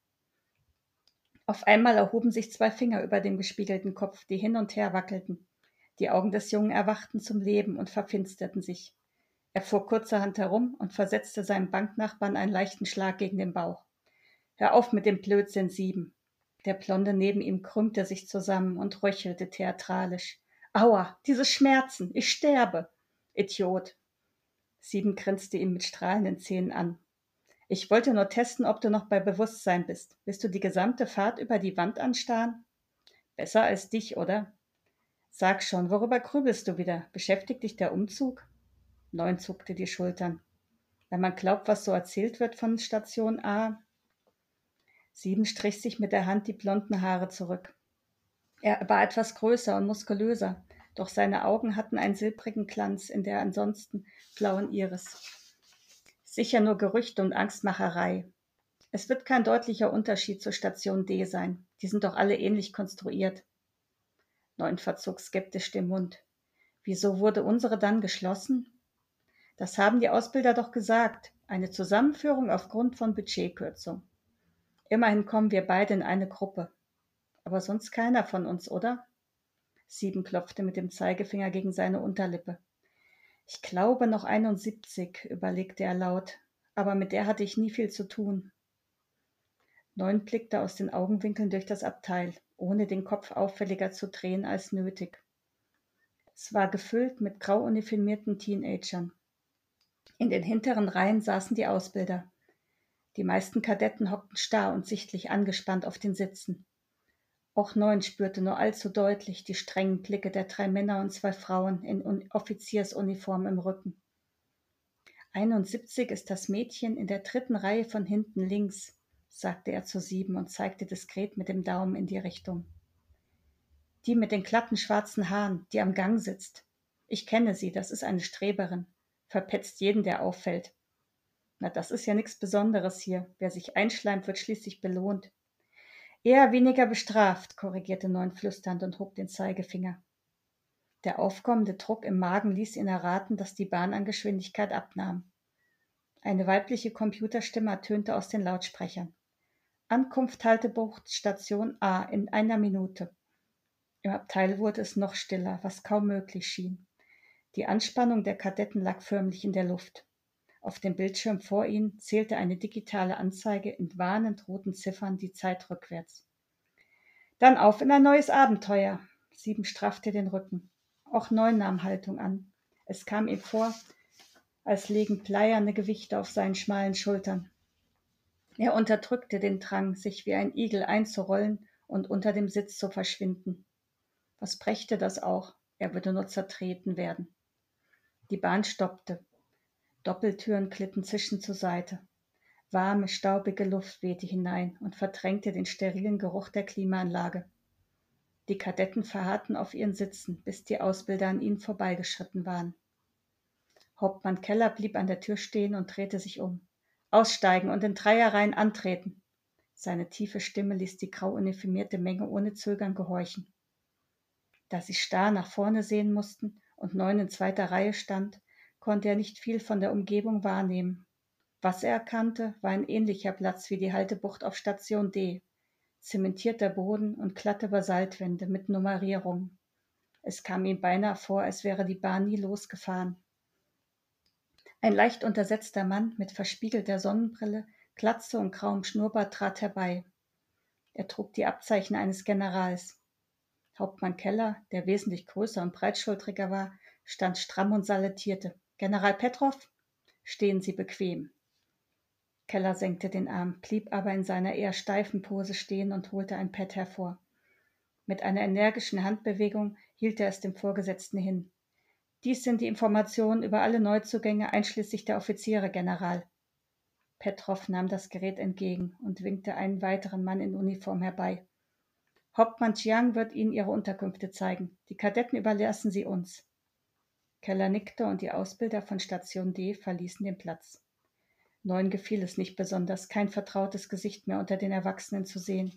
S4: Auf einmal erhoben sich zwei Finger über dem gespiegelten Kopf, die hin und her wackelten. Die Augen des Jungen erwachten zum Leben und verfinsterten sich. Er fuhr kurzerhand herum und versetzte seinem Banknachbarn einen leichten Schlag gegen den Bauch. »Hör auf mit dem Blödsinn, Sieben!« Der Blonde neben ihm krümmte sich zusammen und röchelte theatralisch. »Aua, diese Schmerzen! Ich sterbe!« »Idiot!« Sieben grinste ihn mit strahlenden Zähnen an. »Ich wollte nur testen, ob du noch bei Bewusstsein bist. Willst du die gesamte Fahrt über die Wand anstarren?« »Besser als dich, oder?« »Sag schon, worüber grübelst du wieder? Beschäftigt dich der Umzug?« Neun zuckte die Schultern. »Wenn man glaubt, was so erzählt wird von Station A.« Sieben strich sich mit der Hand die blonden Haare zurück. Er war etwas größer und muskulöser, doch seine Augen hatten einen silbrigen Glanz in der ansonsten blauen Iris. Sicher nur Gerüchte und Angstmacherei. Es wird kein deutlicher Unterschied zur Station D sein. Die sind doch alle ähnlich konstruiert. Neun verzog skeptisch den Mund. Wieso wurde unsere dann geschlossen? Das haben die Ausbilder doch gesagt. Eine Zusammenführung aufgrund von Budgetkürzung. Immerhin kommen wir beide in eine Gruppe. Aber sonst keiner von uns, oder? Sieben klopfte mit dem Zeigefinger gegen seine Unterlippe. Ich glaube noch einundsiebzig, überlegte er laut, aber mit der hatte ich nie viel zu tun. Neun blickte aus den Augenwinkeln durch das Abteil, ohne den Kopf auffälliger zu drehen als nötig. Es war gefüllt mit grau uniformierten Teenagern. In den hinteren Reihen saßen die Ausbilder. Die meisten Kadetten hockten starr und sichtlich angespannt auf den Sitzen. Auch Neun spürte nur allzu deutlich die strengen Blicke der drei Männer und zwei Frauen in Offiziersuniform im Rücken. einundsiebzig ist das Mädchen in der dritten Reihe von hinten links, sagte er zu Sieben und zeigte diskret mit dem Daumen in die Richtung. Die mit den glatten schwarzen Haaren, die am Gang sitzt. Ich kenne sie, das ist eine Streberin. Verpetzt jeden, der auffällt. Na, das ist ja nichts Besonderes hier. Wer sich einschleimt, wird schließlich belohnt. Eher weniger bestraft, korrigierte Neun flüsternd und hob den Zeigefinger. Der aufkommende Druck im Magen ließ ihn erraten, dass die Bahn an Geschwindigkeit abnahm. Eine weibliche Computerstimme ertönte aus den Lautsprechern. Ankunft Haltebucht Station A in einer Minute. Im Abteil wurde es noch stiller, was kaum möglich schien. Die Anspannung der Kadetten lag förmlich in der Luft. Auf dem Bildschirm vor ihnen zählte eine digitale Anzeige in warnend roten Ziffern die Zeit rückwärts. Dann auf in ein neues Abenteuer. Sieben straffte den Rücken. Auch Neun nahm Haltung an. Es kam ihm vor, als legen bleierne Gewichte auf seinen schmalen Schultern. Er unterdrückte den Drang, sich wie ein Igel einzurollen und unter dem Sitz zu verschwinden. Was brächte das auch? Er würde nur zertreten werden. Die Bahn stoppte. Doppeltüren glitten zischend zur Seite. Warme, staubige Luft wehte hinein und verdrängte den sterilen Geruch der Klimaanlage. Die Kadetten verharrten auf ihren Sitzen, bis die Ausbilder an ihnen vorbeigeschritten waren. Hauptmann Keller blieb an der Tür stehen und drehte sich um. Aussteigen und in Dreierreihen antreten. Seine tiefe Stimme ließ die grau uniformierte Menge ohne Zögern gehorchen. Da sie starr nach vorne sehen mussten und Neun in zweiter Reihe stand, konnte er nicht viel von der Umgebung wahrnehmen. Was er erkannte, war ein ähnlicher Platz wie die Haltebucht auf Station D. Zementierter Boden und glatte Basaltwände mit Nummerierungen. Es kam ihm beinahe vor, als wäre die Bahn nie losgefahren. Ein leicht untersetzter Mann mit verspiegelter Sonnenbrille, Glatze und grauem Schnurrbart trat herbei. Er trug die Abzeichen eines Generals. Hauptmann Keller, der wesentlich größer und breitschultriger war, stand stramm und salutierte. »General Petrov, stehen Sie bequem.« Keller senkte den Arm, blieb aber in seiner eher steifen Pose stehen und holte ein Pad hervor. Mit einer energischen Handbewegung hielt er es dem Vorgesetzten hin. »Dies sind die Informationen über alle Neuzugänge, einschließlich der Offiziere, General.« Petrov nahm das Gerät entgegen und winkte einen weiteren Mann in Uniform herbei. »Hauptmann Chiang wird Ihnen Ihre Unterkünfte zeigen. Die Kadetten überlassen Sie uns.« Keller nickte und die Ausbilder von Station D verließen den Platz. Neun gefiel es nicht besonders, kein vertrautes Gesicht mehr unter den Erwachsenen zu sehen.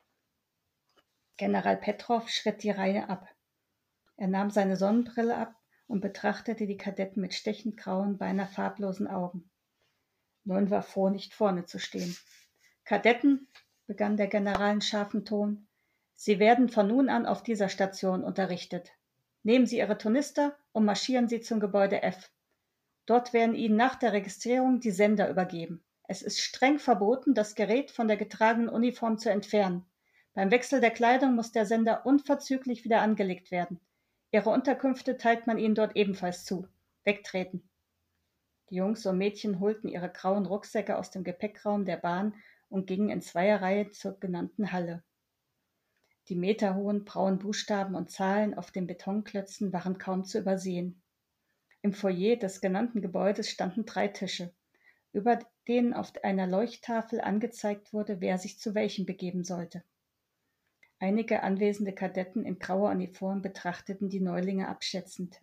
S4: General Petrov schritt die Reihe ab. Er nahm seine Sonnenbrille ab und betrachtete die Kadetten mit stechend grauen, beinahe farblosen Augen. Neun war froh, nicht vorne zu stehen. »Kadetten«, begann der General in scharfem Ton, »Sie werden von nun an auf dieser Station unterrichtet. Nehmen Sie Ihre Tornister und marschieren Sie zum Gebäude F. Dort werden Ihnen nach der Registrierung die Sender übergeben. Es ist streng verboten, das Gerät von der getragenen Uniform zu entfernen. Beim Wechsel der Kleidung muss der Sender unverzüglich wieder angelegt werden. Ihre Unterkünfte teilt man Ihnen dort ebenfalls zu. Wegtreten.« Die Jungs und Mädchen holten ihre grauen Rucksäcke aus dem Gepäckraum der Bahn und gingen in Zweierreihe zur genannten Halle. Die meterhohen braunen Buchstaben und Zahlen auf den Betonklötzen waren kaum zu übersehen. Im Foyer des genannten Gebäudes standen drei Tische, über denen auf einer Leuchttafel angezeigt wurde, wer sich zu welchem begeben sollte. Einige anwesende Kadetten in grauer Uniform betrachteten die Neulinge abschätzend.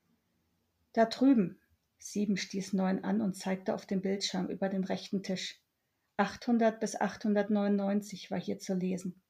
S4: »Da drüben«, Sieben stieß Neun an und zeigte auf den Bildschirm über dem rechten Tisch. achthundert bis achthundertneunundneunzig war hier zu lesen.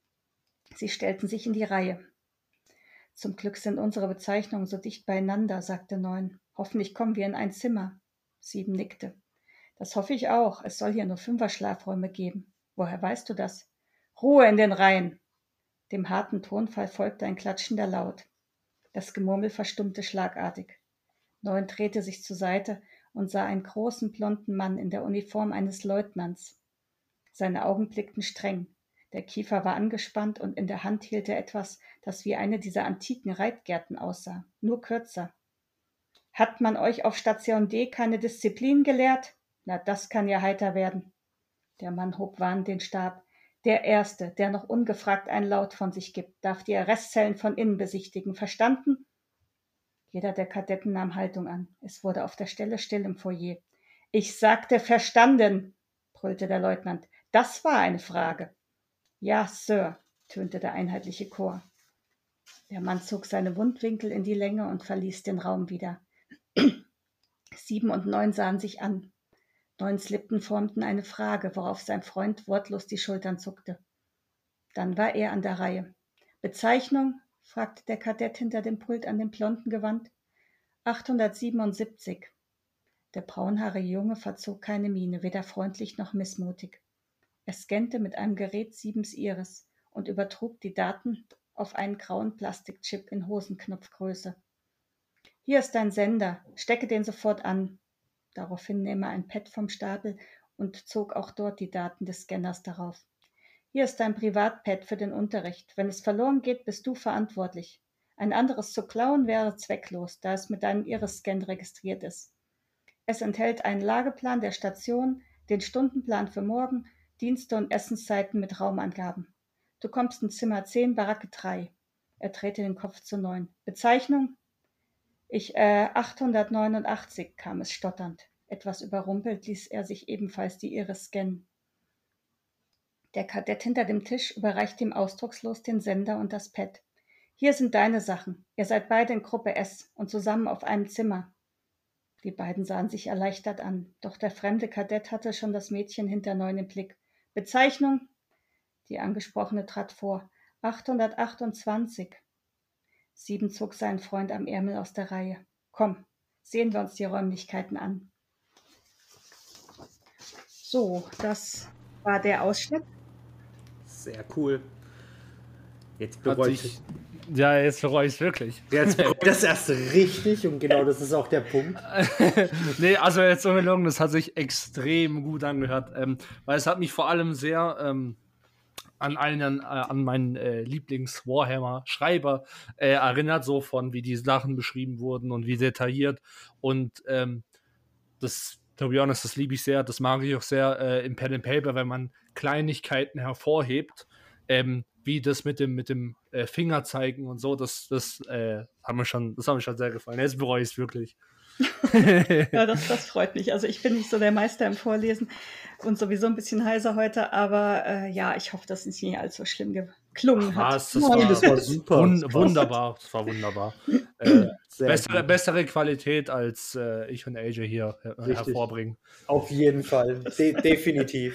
S4: Sie stellten sich in die Reihe. »Zum Glück sind unsere Bezeichnungen so dicht beieinander«, sagte Neun. »Hoffentlich kommen wir in ein Zimmer.« Sieben nickte. »Das hoffe ich auch. Es soll hier nur Fünfer-Schlafräume geben.« »Woher weißt du das?« »Ruhe in den Reihen!« Dem harten Tonfall folgte ein klatschender Laut. Das Gemurmel verstummte schlagartig. Neun drehte sich zur Seite und sah einen großen, blonden Mann in der Uniform eines Leutnants. Seine Augen blickten streng. Der Kiefer war angespannt und in der Hand hielt er etwas, das wie eine dieser antiken Reitgärten aussah, nur kürzer. »Hat man euch auf Station D keine Disziplin gelehrt? Na, das kann ja heiter werden.« Der Mann hob warnend den Stab. »Der Erste, der noch ungefragt einen Laut von sich gibt, darf die Arrestzellen von innen besichtigen. Verstanden?« Jeder der Kadetten nahm Haltung an. Es wurde auf der Stelle still im Foyer. »Ich sagte verstanden«, brüllte der Leutnant. »Das war eine Frage.« »Ja, Sir«, tönte der einheitliche Chor. Der Mann zog seine Mundwinkel in die Länge und verließ den Raum wieder. Sieben und Neun sahen sich an. Neuns Lippen formten eine Frage, worauf sein Freund wortlos die Schultern zuckte. Dann war er an der Reihe. »Bezeichnung?« fragte der Kadett hinter dem Pult an dem blonden Gewand. »achthundertsiebenundsiebzig.« Der braunhaarige Junge verzog keine Miene, weder freundlich noch missmutig. Er scannte mit einem Gerät Siebens Iris und übertrug die Daten auf einen grauen Plastikchip in Hosenknopfgröße. »Hier ist dein Sender, stecke den sofort an.« Daraufhin nahm er ein Pad vom Stapel und zog auch dort die Daten des Scanners darauf. »Hier ist dein Privatpad für den Unterricht. Wenn es verloren geht, bist du verantwortlich. Ein anderes zu klauen wäre zwecklos, da es mit deinem Iris-Scan registriert ist. Es enthält einen Lageplan der Station, den Stundenplan für morgen, Dienste und Essenszeiten mit Raumangaben. Du kommst in Zimmer zehn, Baracke drei. Er drehte den Kopf zu neun. Bezeichnung? Ich, äh, achthundertneunundachtzig, kam es stotternd. Etwas überrumpelt ließ er sich ebenfalls die Iris scannen. Der Kadett hinter dem Tisch überreichte ihm ausdruckslos den Sender und das Pad. Hier sind deine Sachen. Ihr seid beide in Gruppe S und zusammen auf einem Zimmer. Die beiden sahen sich erleichtert an, doch der fremde Kadett hatte schon das Mädchen hinter neun im Blick. Bezeichnung? Die Angesprochene trat vor. achthundertachtundzwanzig. Sieben zog seinen Freund am Ärmel aus der Reihe. Komm, sehen wir uns die Räumlichkeiten an. So, das war der Ausschnitt.
S3: Sehr cool. Jetzt
S2: Hat
S3: bereue ich
S2: sich, ja, jetzt bereue ich es wirklich.
S3: Jetzt bereue ich das erst richtig und genau das ist auch der Punkt.
S2: Nee, also jetzt ungelogen, das hat sich extrem gut angehört, ähm, weil es hat mich vor allem sehr ähm, an einen, äh, an meinen äh, Lieblings-Warhammer-Schreiber äh, erinnert, so von wie die Sachen beschrieben wurden und wie detailliert. Und ähm, das, to be honest, das liebe ich sehr, das mag ich auch sehr äh, im Pen and Paper, wenn man Kleinigkeiten hervorhebt, ähm, wie das mit dem, mit dem äh, Fingerzeigen und so, das, das, äh, hat mir schon, das hat mir schon sehr gefallen. Jetzt bereue ich es wirklich.
S4: Ja, das, das freut mich. Also ich bin nicht so der Meister im Vorlesen und sowieso ein bisschen heiser heute, aber äh, ja, ich hoffe, dass es nicht allzu schlimm geklungen hat.
S2: Was, das,
S3: Nein,
S2: war,
S3: das war super.
S2: Wun-
S3: Das war
S2: wunderbar, das war wunderbar. äh,
S3: Sehr
S2: bessere,
S3: gut.
S2: bessere Qualität, als äh, ich und A J hier äh,
S3: Richtig.
S2: hervorbringen.
S3: Auf jeden Fall. De definitiv.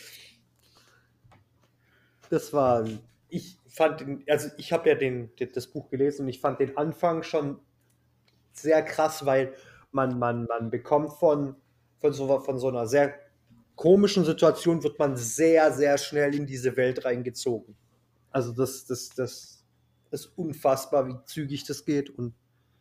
S3: Das war, ich fand, den, also ich habe ja den, das Buch gelesen und ich fand den Anfang schon sehr krass, weil man, man, man bekommt von, von, so, von so einer sehr komischen Situation, wird man sehr, sehr schnell in diese Welt reingezogen. Also das, das, das ist unfassbar, wie zügig das geht. Und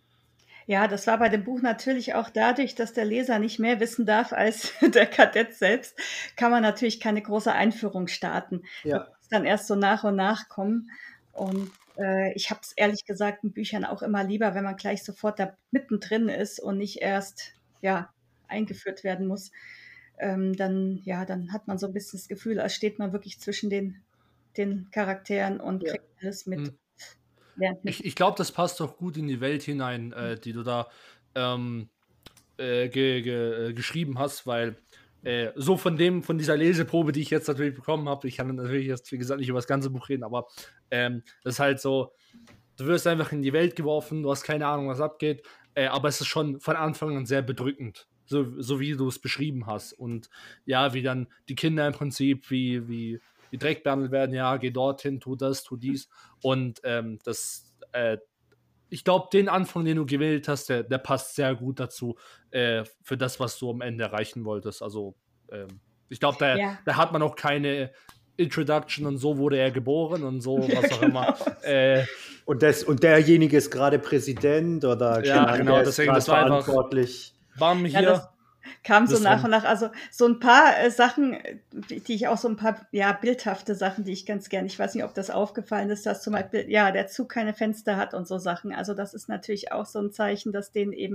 S4: Ja, das war bei dem Buch natürlich auch dadurch, dass der Leser nicht mehr wissen darf als der Kadett selbst, kann man natürlich keine große Einführung starten.
S3: ja,
S4: Das muss dann erst so nach und nach kommen. Und äh, ich habe es ehrlich gesagt in Büchern auch immer lieber, wenn man gleich sofort da mittendrin ist und nicht erst ja, eingeführt werden muss. Ähm, dann, ja, dann hat man so ein bisschen das Gefühl, als steht man wirklich zwischen den, den Charakteren und
S3: Ja.
S4: kriegt alles mit.
S2: Hm.
S4: Lernt mit.
S2: Ich, ich glaube, das passt doch gut in die Welt hinein, äh, die du da ähm, äh, ge, ge, äh, geschrieben hast, weil äh, so von dem, von dieser Leseprobe, die ich jetzt natürlich bekommen habe, ich kann natürlich jetzt, wie gesagt, nicht über das ganze Buch reden, aber ähm, das ist halt so, du wirst einfach in die Welt geworfen, du hast keine Ahnung, was abgeht, äh, aber es ist schon von Anfang an sehr bedrückend, so, so wie du es beschrieben hast. Und ja, wie dann die Kinder im Prinzip, wie, wie, wie Dreck behandelt werden, ja, geh dorthin, tu das, tu dies. Und ähm, das, äh, ich glaube, den Anfang, den du gewählt hast, der, der passt sehr gut dazu, äh, für das, was du am Ende erreichen wolltest. Also, ähm, ich glaube, da,
S4: Ja.
S2: da hat man auch keine Introduction und so wurde er geboren und so,
S4: Ja,
S2: was auch
S4: genau.
S2: immer. Äh,
S3: und, das, und derjenige ist gerade Präsident oder
S2: Ja,
S3: keine Ahnung,
S2: genau,
S3: der ist
S2: deswegen,
S3: gerade
S2: das war einfach-
S3: verantwortlich.
S2: bam,
S4: Ja,
S2: hier.
S4: das kam so
S2: das
S4: nach
S2: dann-
S4: und nach. Also so ein paar äh, Sachen, äh, die die ich auch so ein paar, ja, bildhafte Sachen, die ich ganz gerne, ich weiß nicht, ob das aufgefallen ist, dass zum Beispiel, ja, der Zug keine Fenster hat und so Sachen. Also das ist natürlich auch so ein Zeichen, dass denen eben,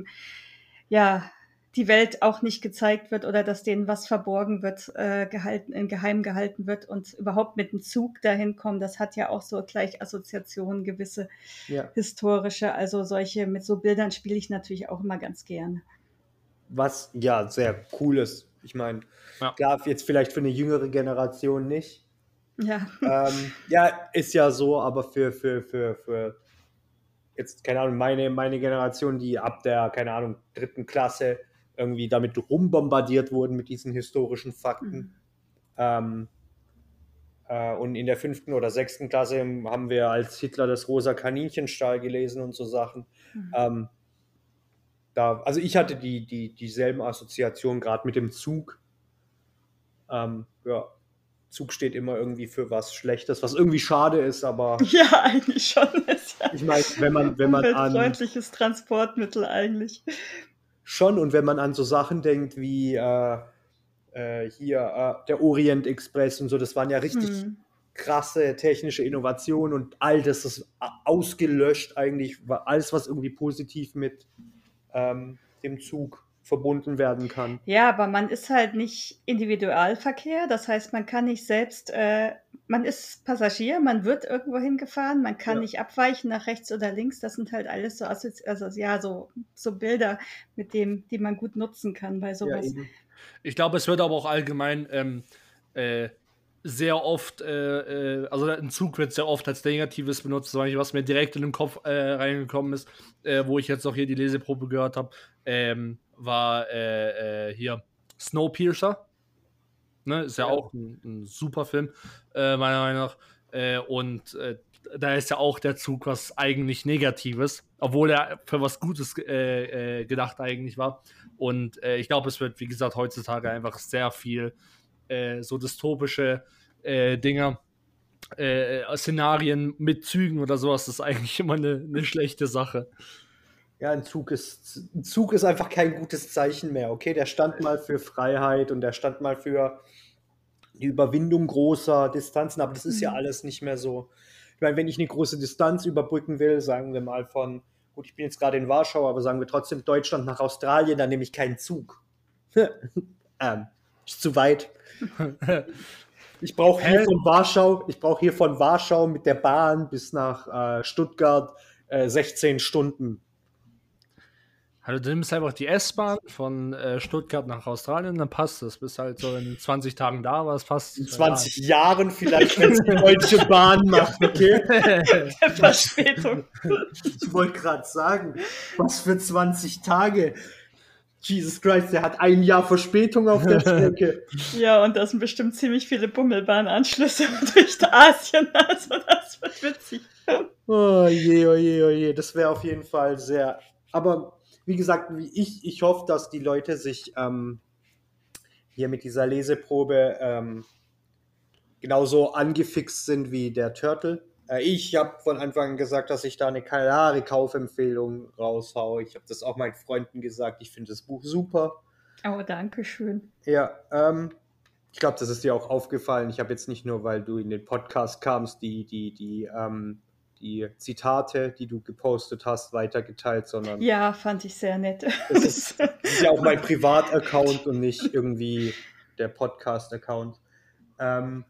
S4: ja, die Welt auch nicht gezeigt wird oder dass denen was verborgen wird, äh, gehalten, in geheim gehalten wird und überhaupt mit dem Zug dahin kommen. Das hat ja auch so gleich Assoziationen, gewisse
S3: Ja.
S4: historische. Also solche, mit so Bildern spiele ich natürlich auch immer ganz gerne.
S3: Was ja sehr cool ist. Ich meine,
S2: Ja.
S3: klar, jetzt vielleicht für eine jüngere Generation nicht.
S4: Ja.
S3: ähm, ja, ist ja so, aber für, für, für, für jetzt, keine Ahnung, meine, meine Generation, die ab der, keine Ahnung, dritten Klasse irgendwie damit rumbombardiert wurden mit diesen historischen Fakten.
S4: Mhm.
S3: Ähm, äh, und in der fünften oder sechsten Klasse haben wir als Hitler das rosa Kaninchenstahl gelesen und so Sachen.
S4: Mhm.
S3: Ähm, da, also ich hatte die, die, dieselben Assoziationen gerade mit dem Zug. Ähm, ja, Zug steht immer irgendwie für was Schlechtes, was irgendwie schade ist, aber
S4: Ja, eigentlich schon. Ist ja
S3: ich meine, wenn man, wenn man an
S4: umweltfreundliches Transportmittel eigentlich.
S3: schon und wenn man an so Sachen denkt wie äh, äh, hier äh, der Orient Express und so, das waren ja richtig
S4: Hm.
S3: krasse technische Innovationen und all das ist ausgelöscht eigentlich, war alles, was irgendwie positiv mit ähm, dem Zug verbunden werden kann.
S4: Ja, aber man ist halt nicht Individualverkehr. Das heißt, man kann nicht selbst äh, man ist Passagier, man wird irgendwo hingefahren, man kann
S3: Ja.
S4: nicht abweichen nach rechts oder links. Das sind halt alles so, Assozi also ja, so, so Bilder, mit dem, die man gut nutzen kann bei
S3: Ja,
S4: sowas.
S3: eben.
S2: Ich glaube, es wird aber auch allgemein ähm, äh, sehr oft, äh, äh, also ein Zug wird sehr oft als Negatives benutzt, zum Beispiel, was mir direkt in den Kopf äh, reingekommen ist, äh, wo ich jetzt auch hier die Leseprobe gehört habe, ähm, war äh, äh, hier Snowpiercer. Ne, ist ja,
S3: Ja.
S2: auch ein, ein super Film, äh, meiner Meinung nach. Äh, und äh, da ist ja auch der Zug was eigentlich Negatives, obwohl er für was Gutes äh, äh, gedacht eigentlich war. Und äh, ich glaube, es wird, wie gesagt, heutzutage einfach sehr viel äh, so dystopische äh, Dinger, äh, Szenarien mit Zügen oder sowas, das ist eigentlich immer eine, eine schlechte Sache.
S3: Ja, ein Zug ist, ein Zug ist einfach kein gutes Zeichen mehr, okay? Der stand mal für Freiheit und der stand mal für die Überwindung großer Distanzen, aber das ist ja
S4: Mhm.
S3: alles nicht mehr so. Ich meine, wenn ich eine große Distanz überbrücken will, sagen wir mal von, gut, ich bin jetzt gerade in Warschau, aber sagen wir trotzdem Deutschland nach Australien, dann nehme ich keinen Zug. ähm, ist zu weit. Ich brauche hier
S2: Hä?
S3: von Warschau, ich brauche hier von Warschau mit der Bahn bis nach äh, Stuttgart äh, sechzehn Stunden.
S2: Also du nimmst einfach die S-Bahn von äh, Stuttgart nach Australien, dann passt das. Bist halt so in zwanzig Tagen da, aber es passt.
S3: In zwanzig Jahren vielleicht, wenn es die Deutsche Bahn macht, okay?
S4: Verspätung.
S3: Ich wollte gerade sagen, was für zwanzig Tage. Jesus Christ, der hat ein Jahr Verspätung auf der Strecke.
S4: Ja, und da sind bestimmt ziemlich viele Bummelbahnanschlüsse durch Asien. Also das wird witzig.
S3: Oh je, oh je, oh je. Das wäre auf jeden Fall sehr. Aber wie gesagt, wie ich, ich hoffe, dass die Leute sich ähm, hier mit dieser Leseprobe ähm, genauso angefixt sind wie der Turtle. Äh, ich habe von Anfang an gesagt, dass ich da eine klare Kaufempfehlung raushaue. Ich habe das auch meinen Freunden gesagt. Ich finde das Buch super.
S4: Oh, danke schön.
S3: Ja, ähm, ich glaube, das ist dir auch aufgefallen. Ich habe jetzt nicht nur, weil du in den Podcast kamst, die, die, die, ähm, die Zitate, die du gepostet hast, weitergeteilt, sondern
S4: Ja, fand ich sehr nett.
S3: das ist, das ist ja auch mein Privataccount und nicht irgendwie der Podcast-Account. Ähm,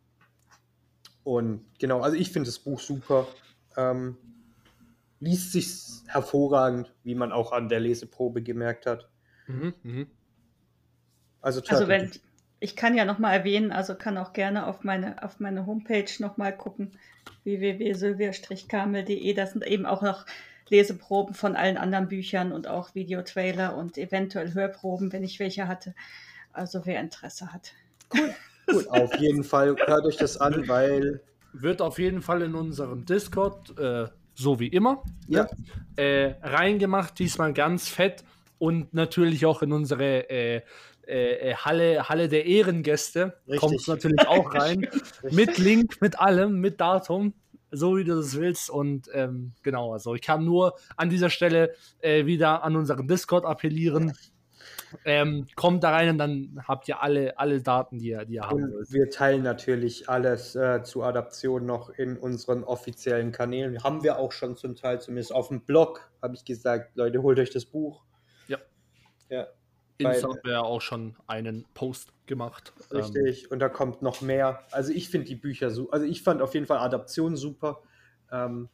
S3: und genau, also ich finde das Buch super. Ähm, liest sich hervorragend, wie man auch an der Leseprobe gemerkt hat.
S2: Mhm, mhm.
S3: Also,
S4: Also
S3: Turtle,
S4: wenn, ich kann ja nochmal erwähnen, also kann auch gerne auf meine, auf meine Homepage nochmal gucken, w w w punkt sylvia kamel punkt de. Da sind eben auch noch Leseproben von allen anderen Büchern und auch Videotrailer und eventuell Hörproben, wenn ich welche hatte. Also wer Interesse hat.
S3: gut, auf jeden Fall hört euch das an, weil
S2: Wird auf jeden Fall in unserem Discord, äh, so wie immer,
S3: ja,
S2: äh, reingemacht, diesmal ganz fett und natürlich auch in unsere äh, äh, Halle, Halle der Ehrengäste
S3: Richtig.
S2: kommt es natürlich auch rein. Mit Link, mit allem, mit Datum, so wie du das willst. Und ähm, genau, also ich kann nur an dieser Stelle äh, wieder an unseren Discord appellieren. Ähm, kommt da rein und dann habt ihr alle, alle Daten, die ihr, die ihr haben
S3: und
S2: wollt.
S3: wir teilen natürlich alles äh, zu Adaption noch in unseren offiziellen Kanälen. Haben wir auch schon zum Teil, zumindest auf dem Blog, habe ich gesagt, Leute, holt euch das Buch.
S2: Ja.
S3: Ja,
S2: Insta
S3: weil-
S2: haben wir ja auch schon einen Post gemacht. Ähm,
S3: richtig. Und da kommt noch mehr. Also ich finde die Bücher so, also ich fand auf jeden Fall Adaption super. Ähm,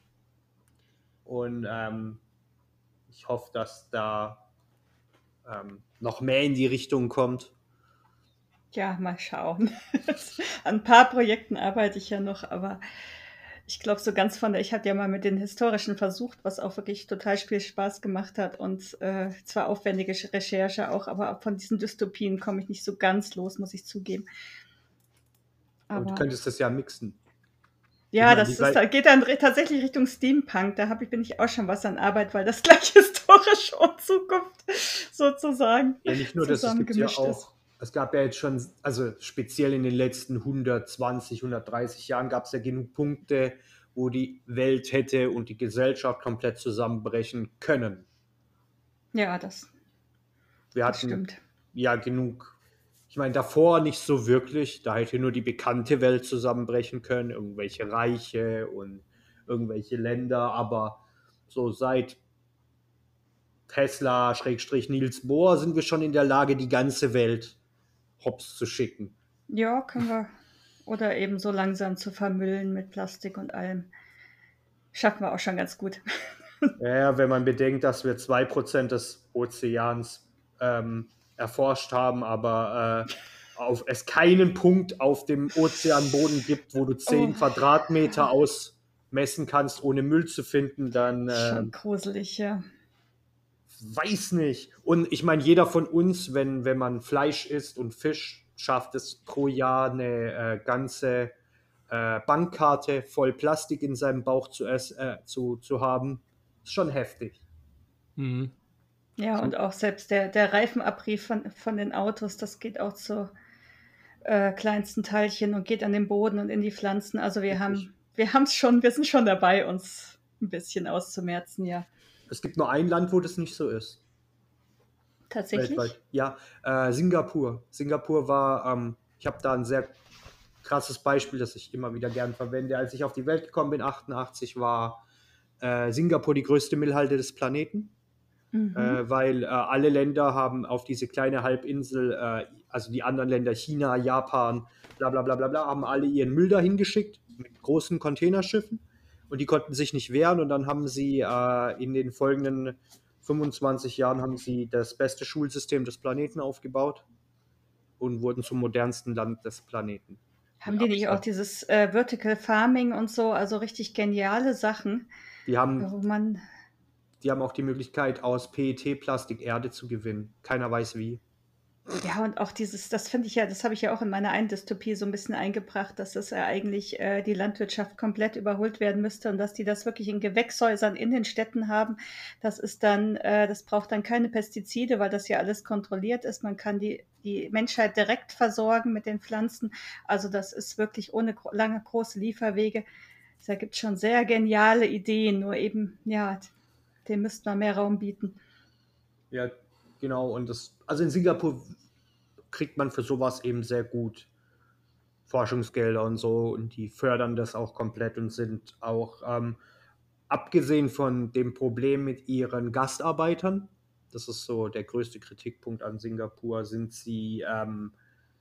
S3: und ähm, ich hoffe, dass da ähm, noch mehr in die Richtung kommt.
S4: Ja, mal schauen. An ein paar Projekten arbeite ich ja noch, aber ich glaube, so ganz von der, ich hatte ja mal mit den historischen versucht, was auch wirklich total viel Spaß gemacht hat und äh, zwar aufwendige Recherche auch, aber von diesen Dystopien komme ich nicht so ganz los, muss ich zugeben.
S3: Und du
S4: Aber
S3: könntest das ja mixen.
S4: ja,
S3: ich meine,
S4: das
S3: die
S4: ist,
S3: Welt-
S4: da geht dann re- tatsächlich Richtung Steampunk. Da hab ich, bin ich auch schon was an Arbeit, weil das gleich historisch und Zukunft sozusagen
S3: Ja, nicht nur das, es gibt ja
S4: zusammengemischt ist.
S3: auch, es gab ja jetzt schon, also speziell in den letzten hundertzwanzig, hundertdreißig Jahren gab es ja genug Punkte, wo die Welt hätte und die Gesellschaft komplett zusammenbrechen können.
S4: Ja, das,
S3: Wir
S4: das
S3: hatten
S4: stimmt.
S3: ja genug, ich meine, davor nicht so wirklich, da hätte nur die bekannte Welt zusammenbrechen können, irgendwelche Reiche und irgendwelche Länder, aber so seit Tesla, Schrägstrich Niels Bohr, sind wir schon in der Lage, die ganze Welt hops zu schicken.
S4: Ja, können wir, oder eben so langsam zu vermüllen mit Plastik und allem. Schaffen wir auch schon ganz gut.
S3: Ja, wenn man bedenkt, dass wir zwei Prozent des Ozeans ähm, erforscht haben, aber äh, auf, es keinen Punkt auf dem Ozeanboden gibt, wo du zehn
S4: Oh,
S3: Quadratmeter
S4: ja.
S3: ausmessen kannst, ohne Müll zu finden, dann äh,
S4: Schon gruselig, ja.
S3: weiß nicht. Und ich meine, jeder von uns, wenn, wenn man Fleisch isst und Fisch, schafft es pro Jahr eine äh, ganze äh, Bankkarte voll Plastik in seinem Bauch zu, ess, äh, zu, zu haben. Ist schon heftig.
S2: Mhm.
S4: Ja, und auch selbst der, der Reifenabrieb von, von den Autos, das geht auch zu äh, kleinsten Teilchen und geht an den Boden und in die Pflanzen. Also wir haben wir haben es schon, wir sind schon dabei, uns ein bisschen auszumerzen, ja.
S3: Es gibt nur ein Land, wo das nicht so ist.
S4: Tatsächlich?
S3: Weltweit. Ja, äh, Singapur. Singapur war, ähm, ich habe da ein sehr krasses Beispiel, das ich immer wieder gern verwende. Als ich auf die Welt gekommen bin, achtundachtzig, war äh, Singapur die größte Müllhalde des Planeten.
S4: Mhm.
S3: Äh, weil äh, alle Länder haben auf diese kleine Halbinsel, äh, also die anderen Länder, China, Japan, bla bla bla bla bla, haben alle ihren Müll dahin geschickt mit großen Containerschiffen und die konnten sich nicht wehren und dann haben sie äh, in den folgenden fünfundzwanzig Jahren haben sie das beste Schulsystem des Planeten aufgebaut und wurden zum modernsten Land des Planeten.
S4: Haben die nicht auch dieses äh, Vertical Farming und so, also richtig geniale Sachen,
S3: Die haben,
S4: wo man,
S3: die haben auch die Möglichkeit, aus P E T-Plastik Erde zu gewinnen. Keiner weiß wie.
S4: ja, und auch dieses, das finde ich ja, das habe ich ja auch in meiner einen Dystopie so ein bisschen eingebracht, dass das ja eigentlich äh, die Landwirtschaft komplett überholt werden müsste und dass die das wirklich in Gewächshäusern in den Städten haben. Das ist dann, äh, das braucht dann keine Pestizide, weil das ja alles kontrolliert ist. Man kann die, die Menschheit direkt versorgen mit den Pflanzen. Also das ist wirklich ohne gro- lange große Lieferwege. Da gibt es schon sehr geniale Ideen, nur eben, ja, dem müsste man mehr Raum bieten.
S3: Ja, genau. Und das, also in Singapur kriegt man für sowas eben sehr gut Forschungsgelder und so und die fördern das auch komplett und sind auch, ähm, abgesehen von dem Problem mit ihren Gastarbeitern, das ist so der größte Kritikpunkt an Singapur, sind sie ähm,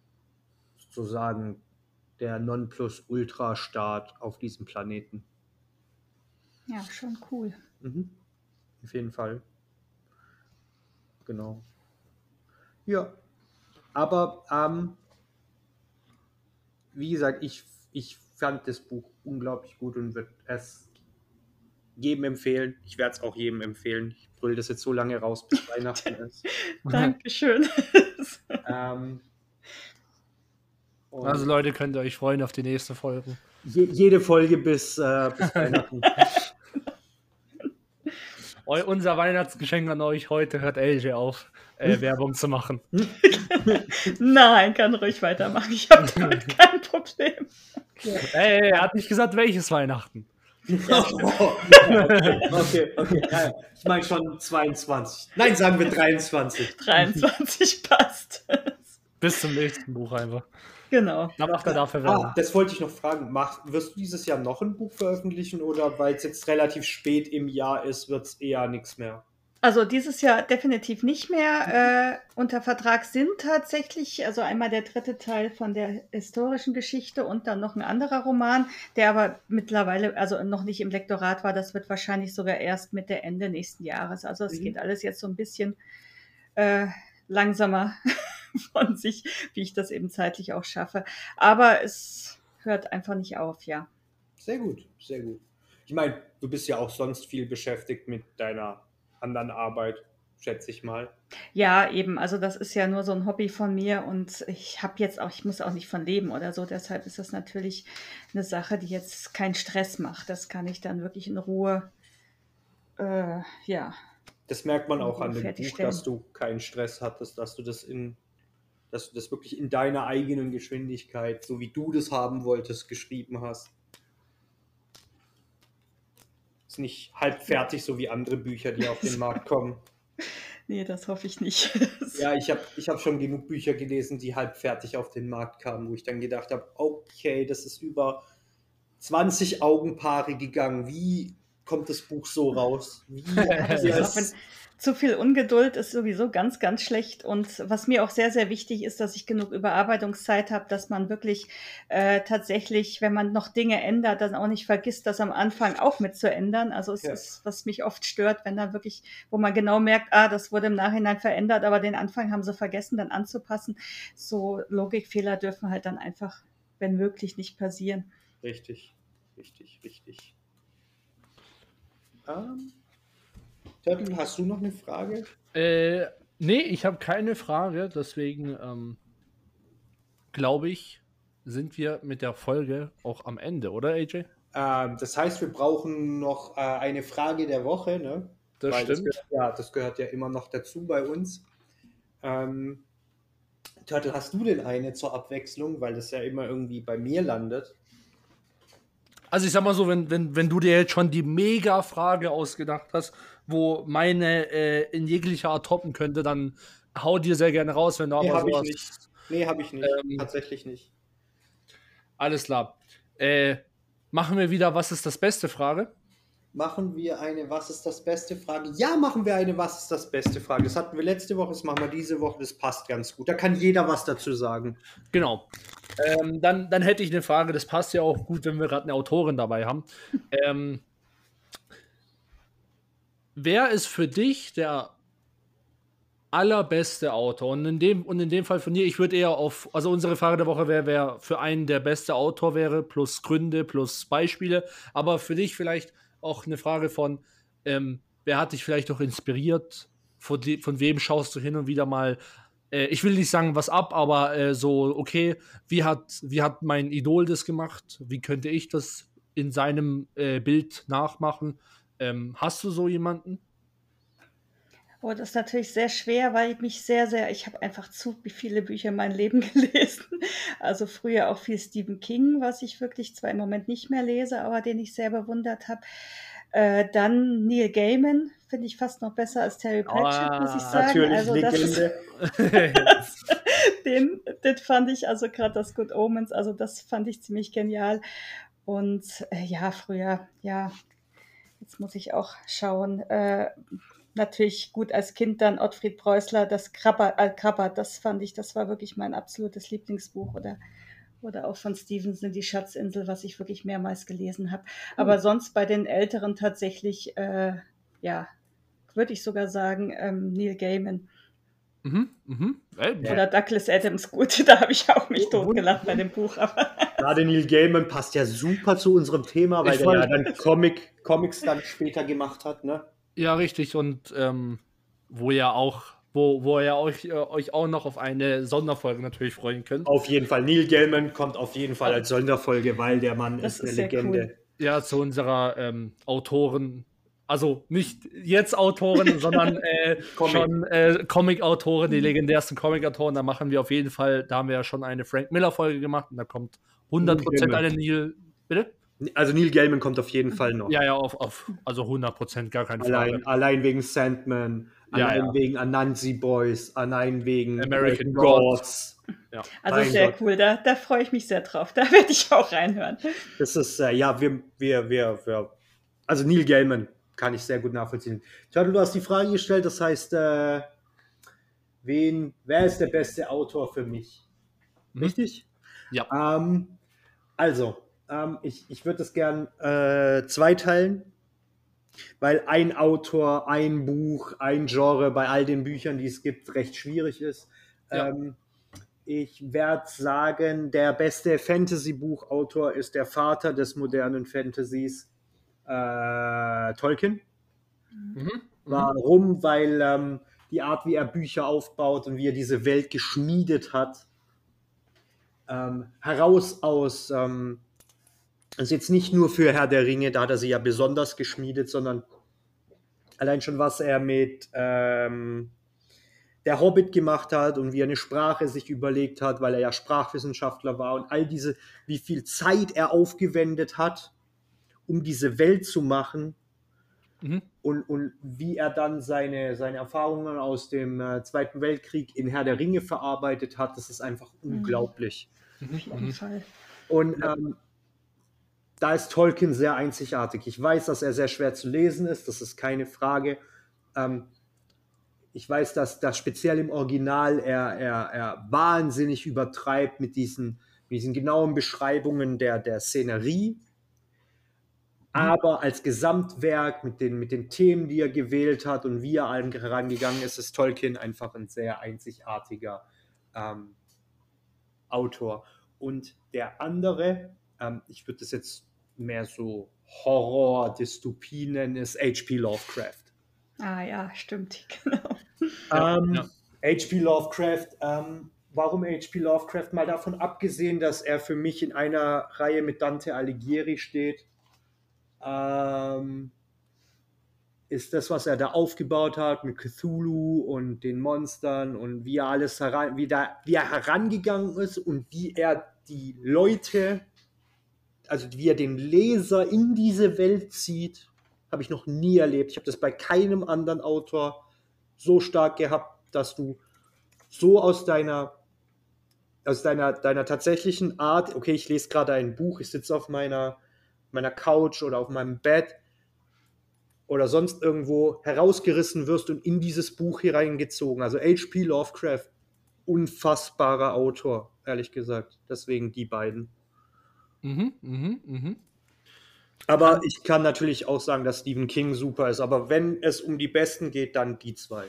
S3: sozusagen der Nonplusultra-Staat auf diesem Planeten.
S4: Ja, schon cool.
S3: Mhm. Auf jeden Fall. Genau. Ja. Aber ähm, wie gesagt, ich, ich fand das Buch unglaublich gut und würde es jedem empfehlen. Ich werde es auch jedem empfehlen. Ich brülle das jetzt so lange raus, bis Weihnachten ist.
S4: Dankeschön.
S3: Ähm, und
S2: Also Leute, könnt ihr euch freuen auf die nächste Folge.
S3: je, jede Folge bis, äh, bis Weihnachten.
S2: Eu unser Weihnachtsgeschenk an euch heute, hört L J auf, äh, Werbung zu machen.
S4: Nein, kann ruhig weitermachen. Ich habe damit kein Problem.
S2: Ey, er hat nicht gesagt, welches Weihnachten.
S3: okay, okay, okay. Ja, ich meine schon zweiundzwanzig. Nein, sagen wir dreiundzwanzig.
S4: dreiundzwanzig passt.
S2: Bis zum nächsten Buch einfach.
S4: Genau.
S2: Da macht er dafür Werbung.
S3: Ah, das wollte ich noch fragen. Mach, wirst du dieses Jahr noch ein Buch veröffentlichen oder weil es jetzt relativ spät im Jahr ist, wird es eher nichts mehr?
S4: Also dieses Jahr definitiv nicht mehr. Äh, unter Vertrag sind tatsächlich, also einmal der dritte Teil von der historischen Geschichte und dann noch ein anderer Roman, der aber mittlerweile, also noch nicht im Lektorat war. Das wird wahrscheinlich sogar erst Mitte, Ende nächsten Jahres. Also es
S3: Mhm.
S4: geht alles jetzt so ein bisschen äh, langsamer von sich, wie ich das eben zeitlich auch schaffe. Aber es hört einfach nicht auf, ja.
S3: Sehr gut, sehr gut. Ich meine, du bist ja auch sonst viel beschäftigt mit deiner anderen Arbeit, schätze ich mal.
S4: Ja, eben. Also das ist ja nur so ein Hobby von mir und ich habe jetzt auch, ich muss auch nicht von leben oder so. Deshalb ist das natürlich eine Sache, die jetzt keinen Stress macht. Das kann ich dann wirklich in Ruhe, äh, ja.
S3: Das merkt man auch an dem Buch,
S4: Fertigstellen.
S3: dass du keinen Stress hattest, dass du das in, dass du das wirklich in deiner eigenen Geschwindigkeit, so wie du das haben wolltest, geschrieben hast. Ist nicht halb fertig, so wie andere Bücher, die auf den Markt kommen.
S4: Nee, das hoffe ich nicht.
S3: Ja, ich habe ich hab schon genug Bücher gelesen, die halb fertig auf den Markt kamen, wo ich dann gedacht habe, okay, das ist über zwanzig Augenpaare gegangen. Wie kommt das Buch so raus. Wie
S4: Das ist auch, wenn zu viel Ungeduld ist sowieso ganz, ganz schlecht. Und was mir auch sehr, sehr wichtig ist, dass ich genug Überarbeitungszeit habe, dass man wirklich äh, tatsächlich, wenn man noch Dinge ändert, dann auch nicht vergisst, das am Anfang auch mit zu ändern. Also es
S3: Ja.
S4: ist, was mich oft stört, wenn da wirklich, wo man genau merkt, ah, das wurde im Nachhinein verändert, aber den Anfang haben sie vergessen, dann anzupassen. So Logikfehler dürfen halt dann einfach, wenn möglich, nicht passieren.
S3: Richtig, richtig, richtig. Ähm, Turtle, hast du noch eine Frage?
S2: Äh, nee, ich habe keine Frage, deswegen ähm, glaube ich, sind wir mit der Folge auch am Ende, oder A J?
S3: Ähm, das heißt, wir brauchen noch äh, eine Frage der Woche, ne?
S2: Das
S3: Weil
S2: stimmt.
S3: Das gehört, ja, das gehört ja immer noch dazu bei uns. Ähm, Turtle, hast du denn eine zur Abwechslung, weil das ja immer irgendwie bei mir landet?
S2: Also ich sag mal so, wenn, wenn, wenn du dir jetzt schon die Mega-Frage ausgedacht hast, wo meine äh, in jeglicher Art toppen könnte, dann hau dir sehr gerne raus, wenn du
S3: Nee,
S2: aber
S3: habe ich
S2: sowas...
S3: nicht. Nee, habe ich nicht.
S2: Ähm,
S3: Tatsächlich nicht.
S2: Alles klar. Äh, machen wir wieder, was ist das Beste Frage?
S3: Machen wir eine Was ist das Beste Frage? Ja, machen wir eine Was ist das Beste Frage. Das hatten wir letzte Woche, das machen wir diese Woche, das passt ganz gut. Da kann jeder was dazu sagen.
S2: Genau. Ähm, dann, dann hätte ich eine Frage, das passt ja auch gut, wenn wir gerade eine Autorin dabei haben. Ähm, wer ist für dich der allerbeste Autor? Und in dem, und in dem Fall von dir, ich würde eher auf, also unsere Frage der Woche wäre, wer für einen der beste Autor wäre, plus Gründe, plus Beispiele. Aber für dich vielleicht auch eine Frage von, ähm, wer hat dich vielleicht auch inspiriert? Von, die, von wem schaust du hin und wieder mal, äh, ich will nicht sagen, was ab, aber äh, so, okay, wie hat, wie hat mein Idol das gemacht? Wie könnte ich das in seinem äh, Bild nachmachen? Ähm, hast du so jemanden?
S4: Oh, das ist natürlich sehr schwer, weil ich mich sehr, sehr, ich habe einfach zu viele Bücher in meinem Leben gelesen. Also früher auch viel Stephen King, was ich wirklich zwar im Moment nicht mehr lese, aber den ich sehr bewundert habe. Äh, dann Neil Gaiman, finde ich fast noch besser als Terry Pratchett, muss ich
S2: Ah,
S4: sagen.
S3: Natürlich,
S4: Also das ist,
S3: Legende.
S4: das, den, den fand ich, also gerade das Good Omens, also das fand ich ziemlich genial. Und äh, ja, früher, ja, jetzt muss ich auch schauen, äh, natürlich gut als Kind dann Ottfried Preußler, das Krabbert, äh, Krabbert, das fand ich, das war wirklich mein absolutes Lieblingsbuch. Oder, oder auch von Stevenson, die Schatzinsel, was ich wirklich mehrmals gelesen habe. Aber sonst bei den Älteren tatsächlich, äh, ja, würde ich sogar sagen, ähm, Neil Gaiman.
S2: Mhm, mhm. Ey,
S4: Oder Douglas Adams, gut, da habe ich auch mich
S3: Oh,
S4: totgelacht bei dem Buch. Aber
S3: Gerade Neil Gaiman passt ja super zu unserem Thema, weil
S2: Ich
S3: der ja
S2: wollte-
S3: dann Comic, Comics dann später gemacht hat, ne?
S2: Ja, richtig. Und ähm, wo ja auch, wo, wo ihr euch, äh, euch auch noch auf eine Sonderfolge natürlich freuen könnt.
S3: Auf jeden Fall. Neil Gaiman kommt auf jeden Fall als Sonderfolge, weil der Mann
S4: Das
S3: ist eine
S4: ist sehr
S3: Legende.
S4: cool.
S2: Ja, zu unserer ähm, Autorin, also nicht jetzt Autorin, sondern äh,
S3: Comic.
S2: schon äh, Comic-Autorin, die legendärsten Comic-Autoren. Da machen wir auf jeden Fall, da haben wir ja schon eine Frank Miller-Folge gemacht und da kommt hundert Prozent
S3: Gaiman.
S2: eine Neil. Bitte?
S3: Also Neil Gaiman kommt auf jeden Fall noch.
S2: Ja, ja, auf, auf also hundert Prozent, gar keine Frage.
S3: Allein, allein wegen Sandman,
S2: Ja,
S3: allein
S2: ja.
S3: wegen Anansi Boys, allein wegen
S2: American
S3: Gods.
S2: Ja.
S4: Also
S3: Mein
S4: sehr
S3: Gott.
S4: cool, da, da freue ich mich sehr drauf. Da werde ich auch reinhören.
S3: Das ist, äh, ja, wir, wir, wir, wir, also Neil Gaiman kann ich sehr gut nachvollziehen. Turtle, du hast die Frage gestellt, das heißt, äh, wen, wer ist der beste Autor für mich?
S2: Mhm.
S3: Richtig?
S2: Ja.
S3: Ähm, also, ähm, ich, ich würde das gern äh, zweiteilen, weil ein Autor, ein Buch, ein Genre bei all den Büchern, die es gibt, recht schwierig ist.
S2: Ja.
S3: Ähm, ich werde sagen, der beste Fantasy-Buchautor ist der Vater des modernen Fantasies, äh, Tolkien.
S2: Mhm. Mhm.
S3: Warum? Weil ähm, die Art, wie er Bücher aufbaut und wie er diese Welt geschmiedet hat, ähm, heraus aus, ähm, also jetzt nicht nur für Herr der Ringe, da hat er sie ja besonders geschmiedet, sondern allein schon, was er mit ähm, der Hobbit gemacht hat und wie er eine Sprache sich überlegt hat, weil er ja Sprachwissenschaftler war und all diese, wie viel Zeit er aufgewendet hat, um diese Welt zu machen.
S2: Mhm.
S3: Und, und wie er dann seine, seine Erfahrungen aus dem äh, Zweiten Weltkrieg in Herr der Ringe verarbeitet hat, das ist einfach unglaublich.
S4: Auf jeden Fall.
S3: Und ähm, da ist Tolkien sehr einzigartig. Ich weiß, dass er sehr schwer zu lesen ist, das ist keine Frage. Ähm, ich weiß, dass das speziell im Original er, er, er wahnsinnig übertreibt mit diesen, mit diesen genauen Beschreibungen der, der Szenerie. Aber als Gesamtwerk mit den, mit den Themen, die er gewählt hat und wie er allem herangegangen ist, ist Tolkien einfach ein sehr einzigartiger ähm, Autor. Und der andere, ähm, ich würde das jetzt mehr so Horror, Dystopie nennen, ist H P Lovecraft.
S4: Ah ja, stimmt, genau.
S3: Ähm,
S2: ja.
S3: H P Lovecraft, ähm, warum H P Lovecraft? Mal davon abgesehen, dass er für mich in einer Reihe mit Dante Alighieri steht, ähm, ist das, was er da aufgebaut hat mit Cthulhu und den Monstern und wie er alles heran, wie, da, wie er herangegangen ist und wie er die Leute, also wie er den Leser in diese Welt zieht, habe ich noch nie erlebt. Ich habe das bei keinem anderen Autor so stark gehabt, dass du so aus deiner aus deiner, deiner tatsächlichen Art, okay, ich lese gerade ein Buch, ich sitze auf meiner, meiner Couch oder auf meinem Bett oder sonst irgendwo herausgerissen wirst und in dieses Buch hier reingezogen. Also H P Lovecraft, unfassbarer Autor, ehrlich gesagt. Deswegen die beiden.
S2: Mhm, mhm, mhm.
S3: Aber ich kann natürlich auch sagen, dass Stephen King super ist. Aber wenn es um die Besten geht, dann die zwei.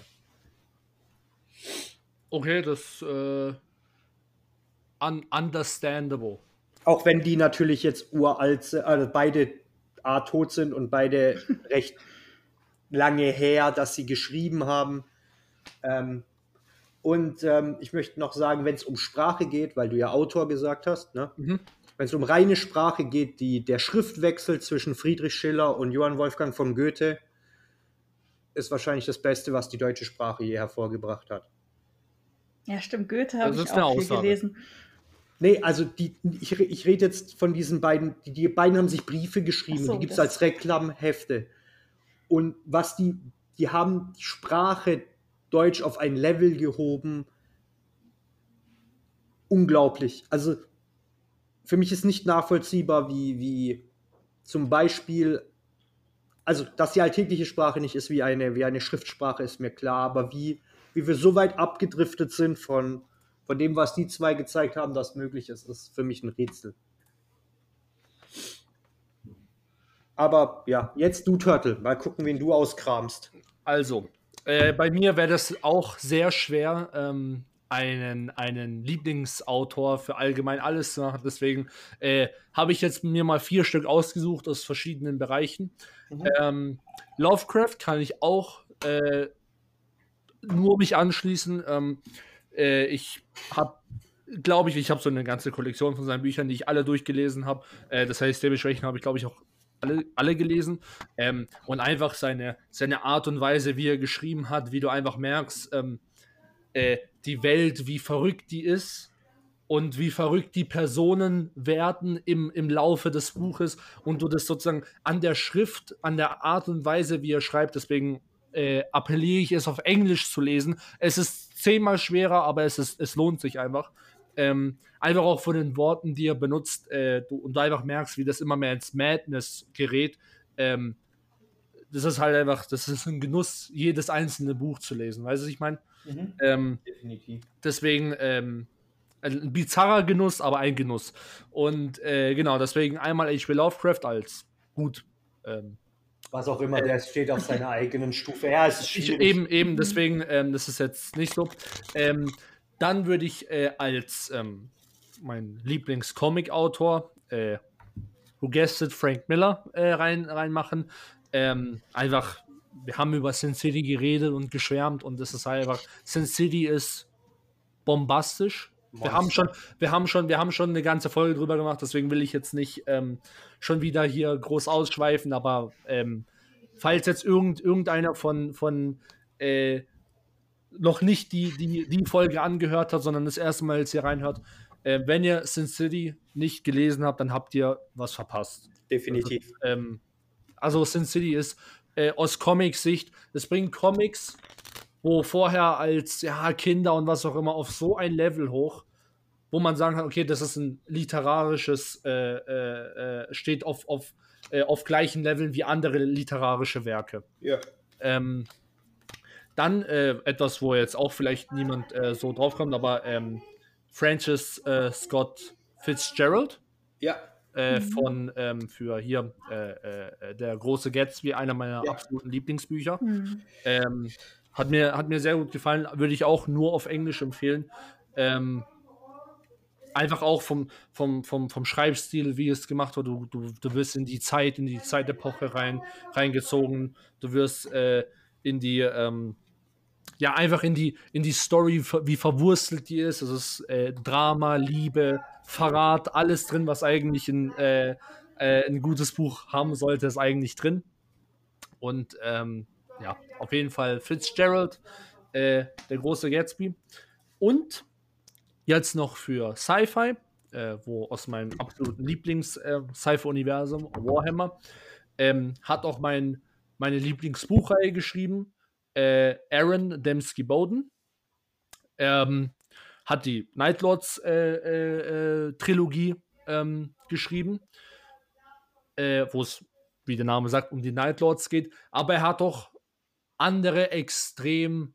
S2: Okay, das äh, un understandable.
S3: Auch wenn die natürlich jetzt uralt sind, also beide A, tot sind und beide recht lange her, dass sie geschrieben haben. Ähm, und ähm, ich möchte noch sagen, wenn es um Sprache geht, weil du ja Autor gesagt hast, ne?
S2: Mhm.
S3: Wenn es um reine Sprache geht, die, der Schriftwechsel zwischen Friedrich Schiller und Johann Wolfgang von Goethe ist wahrscheinlich das Beste, was die deutsche Sprache je hervorgebracht hat.
S4: Ja, stimmt, Goethe habe
S2: Das
S4: ich
S2: ist eine
S4: auch viel
S2: Aussage.
S4: gelesen.
S3: Nee, also die, ich, ich rede jetzt von diesen beiden, die, die beiden haben sich Briefe geschrieben,
S4: Ach so,
S3: die gibt es
S4: das-
S3: als Reklamhefte. Und was die, die haben die Sprache Deutsch auf ein Level gehoben, unglaublich. Also für mich ist nicht nachvollziehbar, wie, wie zum Beispiel, also dass die alltägliche Sprache nicht ist wie eine, wie eine Schriftsprache, ist mir klar, aber wie, wie wir so weit abgedriftet sind von, von dem, was die zwei gezeigt haben, dass möglich ist, ist für mich ein Rätsel. Aber ja, jetzt du, Turtle. Mal gucken, wen du auskramst.
S2: Also, äh, bei mir wäre das auch sehr schwer, ähm, einen, einen Lieblingsautor für allgemein alles zu machen. Deswegen äh, habe ich jetzt mir mal vier Stück ausgesucht aus verschiedenen Bereichen.
S3: Mhm.
S2: Ähm, Lovecraft kann ich auch äh, nur mich anschließen. Ähm, äh, ich habe, glaube ich, ich habe so eine ganze Kollektion von seinen Büchern, die ich alle durchgelesen habe. Äh, das heißt, dementsprechend habe ich, glaube ich, auch alle, alle gelesen. Ähm, und einfach seine, seine Art und Weise, wie er geschrieben hat, wie du einfach merkst, ähm, äh, die Welt, wie verrückt die ist und wie verrückt die Personen werden im, im Laufe des Buches und du das sozusagen an der Schrift, an der Art und Weise, wie er schreibt, deswegen äh, appelliere ich es auf Englisch zu lesen. Es ist zehnmal schwerer, aber es, ist, es lohnt sich einfach. Ähm, einfach auch von den Worten, die er benutzt äh, du, und du einfach merkst, wie das immer mehr ins Madness gerät. Ähm, das ist halt einfach, das ist ein Genuss, jedes einzelne Buch zu lesen. Weißt du, was ich meine?
S3: Mhm.
S2: Ähm,
S3: Definitiv.
S2: deswegen ähm, ein bizarrer Genuss, aber ein Genuss. Und äh, genau, deswegen einmal H P Lovecraft als gut. Ähm,
S3: Was auch immer, der steht auf seiner eigenen Stufe. Ja, es ist
S2: ich,
S3: schwierig.
S2: eben, eben, deswegen, ähm, das ist jetzt nicht so. Ähm, dann würde ich äh, als ähm, mein Lieblings-Comic-Autor, äh, who guessed it, Frank Miller, äh, rein, reinmachen. Ähm, einfach, wir haben über Sin City geredet und geschwärmt und das ist halt einfach, Sin City ist bombastisch. Wir haben, schon, wir, haben schon, wir haben schon eine ganze Folge drüber gemacht, deswegen will ich jetzt nicht ähm, schon wieder hier groß ausschweifen, aber ähm, falls jetzt irgend, irgendeiner von, von äh, noch nicht die, die, die Folge angehört hat, sondern das erste Mal jetzt hier reinhört, äh, wenn ihr Sin City nicht gelesen habt, dann habt ihr was verpasst.
S3: Definitiv.
S2: Also, ähm, also Sin City ist äh, aus Comic-Sicht, es bringt Comics, wo vorher als ja, Kinder und was auch immer auf so ein Level hoch, wo man sagen kann, okay, das ist ein literarisches, äh, äh, äh, steht auf, auf, äh, auf gleichen Leveln wie andere literarische Werke.
S3: Ja.
S2: Ähm, dann äh, etwas, wo jetzt auch vielleicht niemand äh, so draufkommt, aber ähm, Francis äh, Scott Fitzgerald
S3: Ja.
S2: äh, von ähm, für hier äh, äh, Der große Gatsby, einer meiner
S3: Ja.
S2: absoluten Lieblingsbücher.
S4: Mhm.
S2: Ähm, hat, mir, hat mir sehr gut gefallen, würde ich auch nur auf Englisch empfehlen. Ähm, einfach auch vom, vom, vom, vom Schreibstil, wie es gemacht wird. Du, du, du wirst in die Zeit, in die Zeitepoche rein, reingezogen. Du wirst äh, in die, ähm, ja, einfach in die, in die Story, wie verwurstelt die ist. Es ist äh, Drama, Liebe, Verrat, alles drin, was eigentlich ein, äh, äh, ein gutes Buch haben sollte, ist eigentlich drin. Und ähm, ja, auf jeden Fall Fitzgerald, äh, der große Gatsby. Und jetzt noch für Sci-Fi, äh, wo aus meinem absoluten Lieblings-Sci-Fi-Universum, Warhammer, ähm, hat auch mein, meine Lieblingsbuchreihe geschrieben, äh, Aaron Dembski Bowden. Ähm, hat die Nightlords-Trilogie äh, äh, ähm, geschrieben, äh, wo es, wie der Name sagt, um die Nightlords geht. Aber er hat auch andere extrem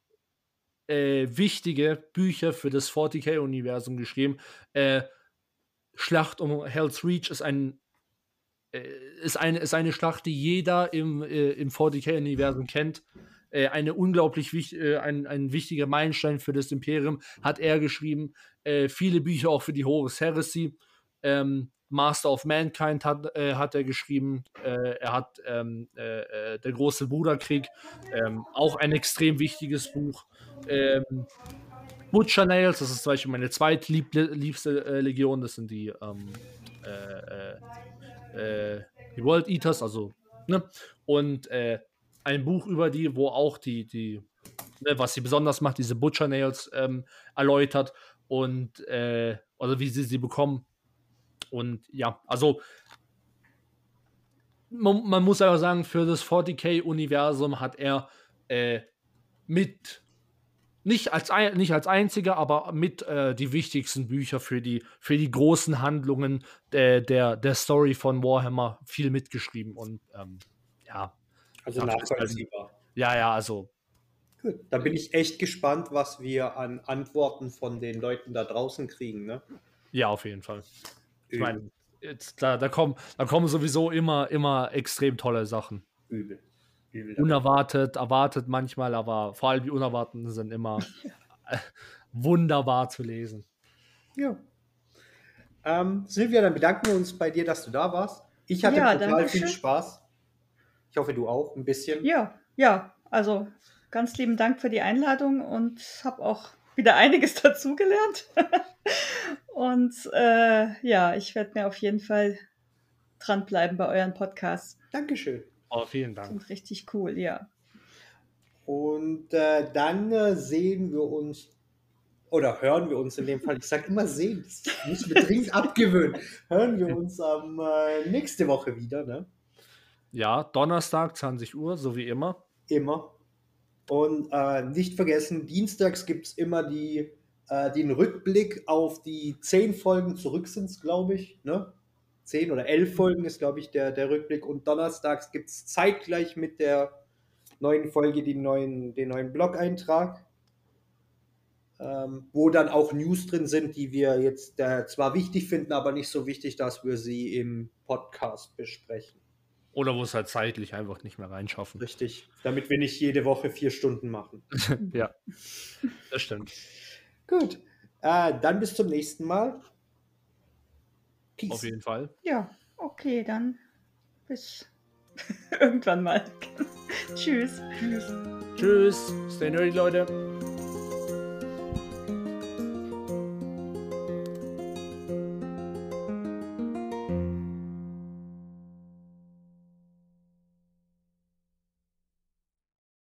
S2: Äh, wichtige Bücher für das forty K-Universum geschrieben. Äh, Schlacht um Hell's Reach ist, ein, äh, ist, eine, ist eine Schlacht, die jeder im, äh, im forty K-Universum kennt. Äh, eine unglaublich wichtig, äh, ein, ein wichtiger Meilenstein für das Imperium hat er geschrieben. Äh, viele Bücher auch für die Horus Heresy. Ähm, Master of Mankind hat, äh, hat er geschrieben. Äh, er hat ähm, äh, äh, Der große Bruderkrieg, ähm, auch ein extrem wichtiges Buch. Ähm, Butcher Nails, das ist zum Beispiel meine zweitliebste äh, Legion, das sind die, ähm, äh, äh, die World Eaters, also, ne? Und äh, ein Buch über die, wo auch die, die ne, was sie besonders macht, diese Butcher Nails ähm, erläutert und äh, also wie sie sie bekommen. Und ja, also man, man muss aber sagen, für das forty K-Universum hat er äh, mit Nicht als, nicht als einziger, aber mit äh, die wichtigsten Bücher für die, für die großen Handlungen der, der, der Story von Warhammer viel mitgeschrieben. Und ähm, ja.
S3: Also
S2: ja,
S3: nachvollziehbar.
S2: Ja, ja, also.
S3: Gut, da bin ich echt gespannt, was wir an Antworten von den Leuten da draußen kriegen, ne?
S2: Ja, auf jeden Fall. Ich meine, da, da, kommen, da kommen sowieso immer, immer extrem tolle Sachen.
S3: Übel. Übel.
S2: Unerwartet, erwartet manchmal, aber vor allem die Unerwarteten sind immer wunderbar zu lesen.
S3: Ja. Ähm, Silvia, dann bedanken wir uns bei dir, dass du da warst. Ich hatte
S4: Ja,
S3: total
S4: danke
S3: viel
S4: schön.
S3: Spaß. Ich hoffe, du auch ein bisschen.
S4: Ja, ja, also ganz lieben Dank für die Einladung und habe auch wieder einiges dazugelernt. Und äh, ja, ich werde mir auf jeden Fall dranbleiben bei euren Podcasts.
S3: Dankeschön.
S2: Oh, vielen Dank.
S4: Sind richtig cool, ja.
S3: Und äh, dann äh, sehen wir uns, oder hören wir uns in dem Fall, ich sage immer sehen, das müssen wir dringend abgewöhnen, hören wir uns am äh, nächste Woche wieder, ne?
S2: Ja, Donnerstag, zwanzig Uhr, so wie immer.
S3: Immer. Und äh, nicht vergessen, dienstags gibt es immer die, äh, den Rückblick auf die zehn Folgen zurück sind es, glaube ich, ne? Zehn oder elf Folgen ist, glaube ich, der, der Rückblick. Und donnerstags gibt es zeitgleich mit der neuen Folge die neuen, den neuen Blog-Eintrag, ähm, wo dann auch News drin sind, die wir jetzt äh, zwar wichtig finden, aber nicht so wichtig, dass wir sie im Podcast besprechen.
S2: Oder wo es halt zeitlich einfach nicht mehr reinschaffen.
S3: Richtig, damit wir nicht jede Woche vier Stunden machen.
S2: Ja, das stimmt.
S3: Gut, äh, dann bis zum nächsten Mal. Peace.
S2: Auf jeden Fall.
S4: Ja, okay, dann bis irgendwann mal. Tschüss.
S3: Tschüss.
S2: Tschüss. Stay nerdy, Leute.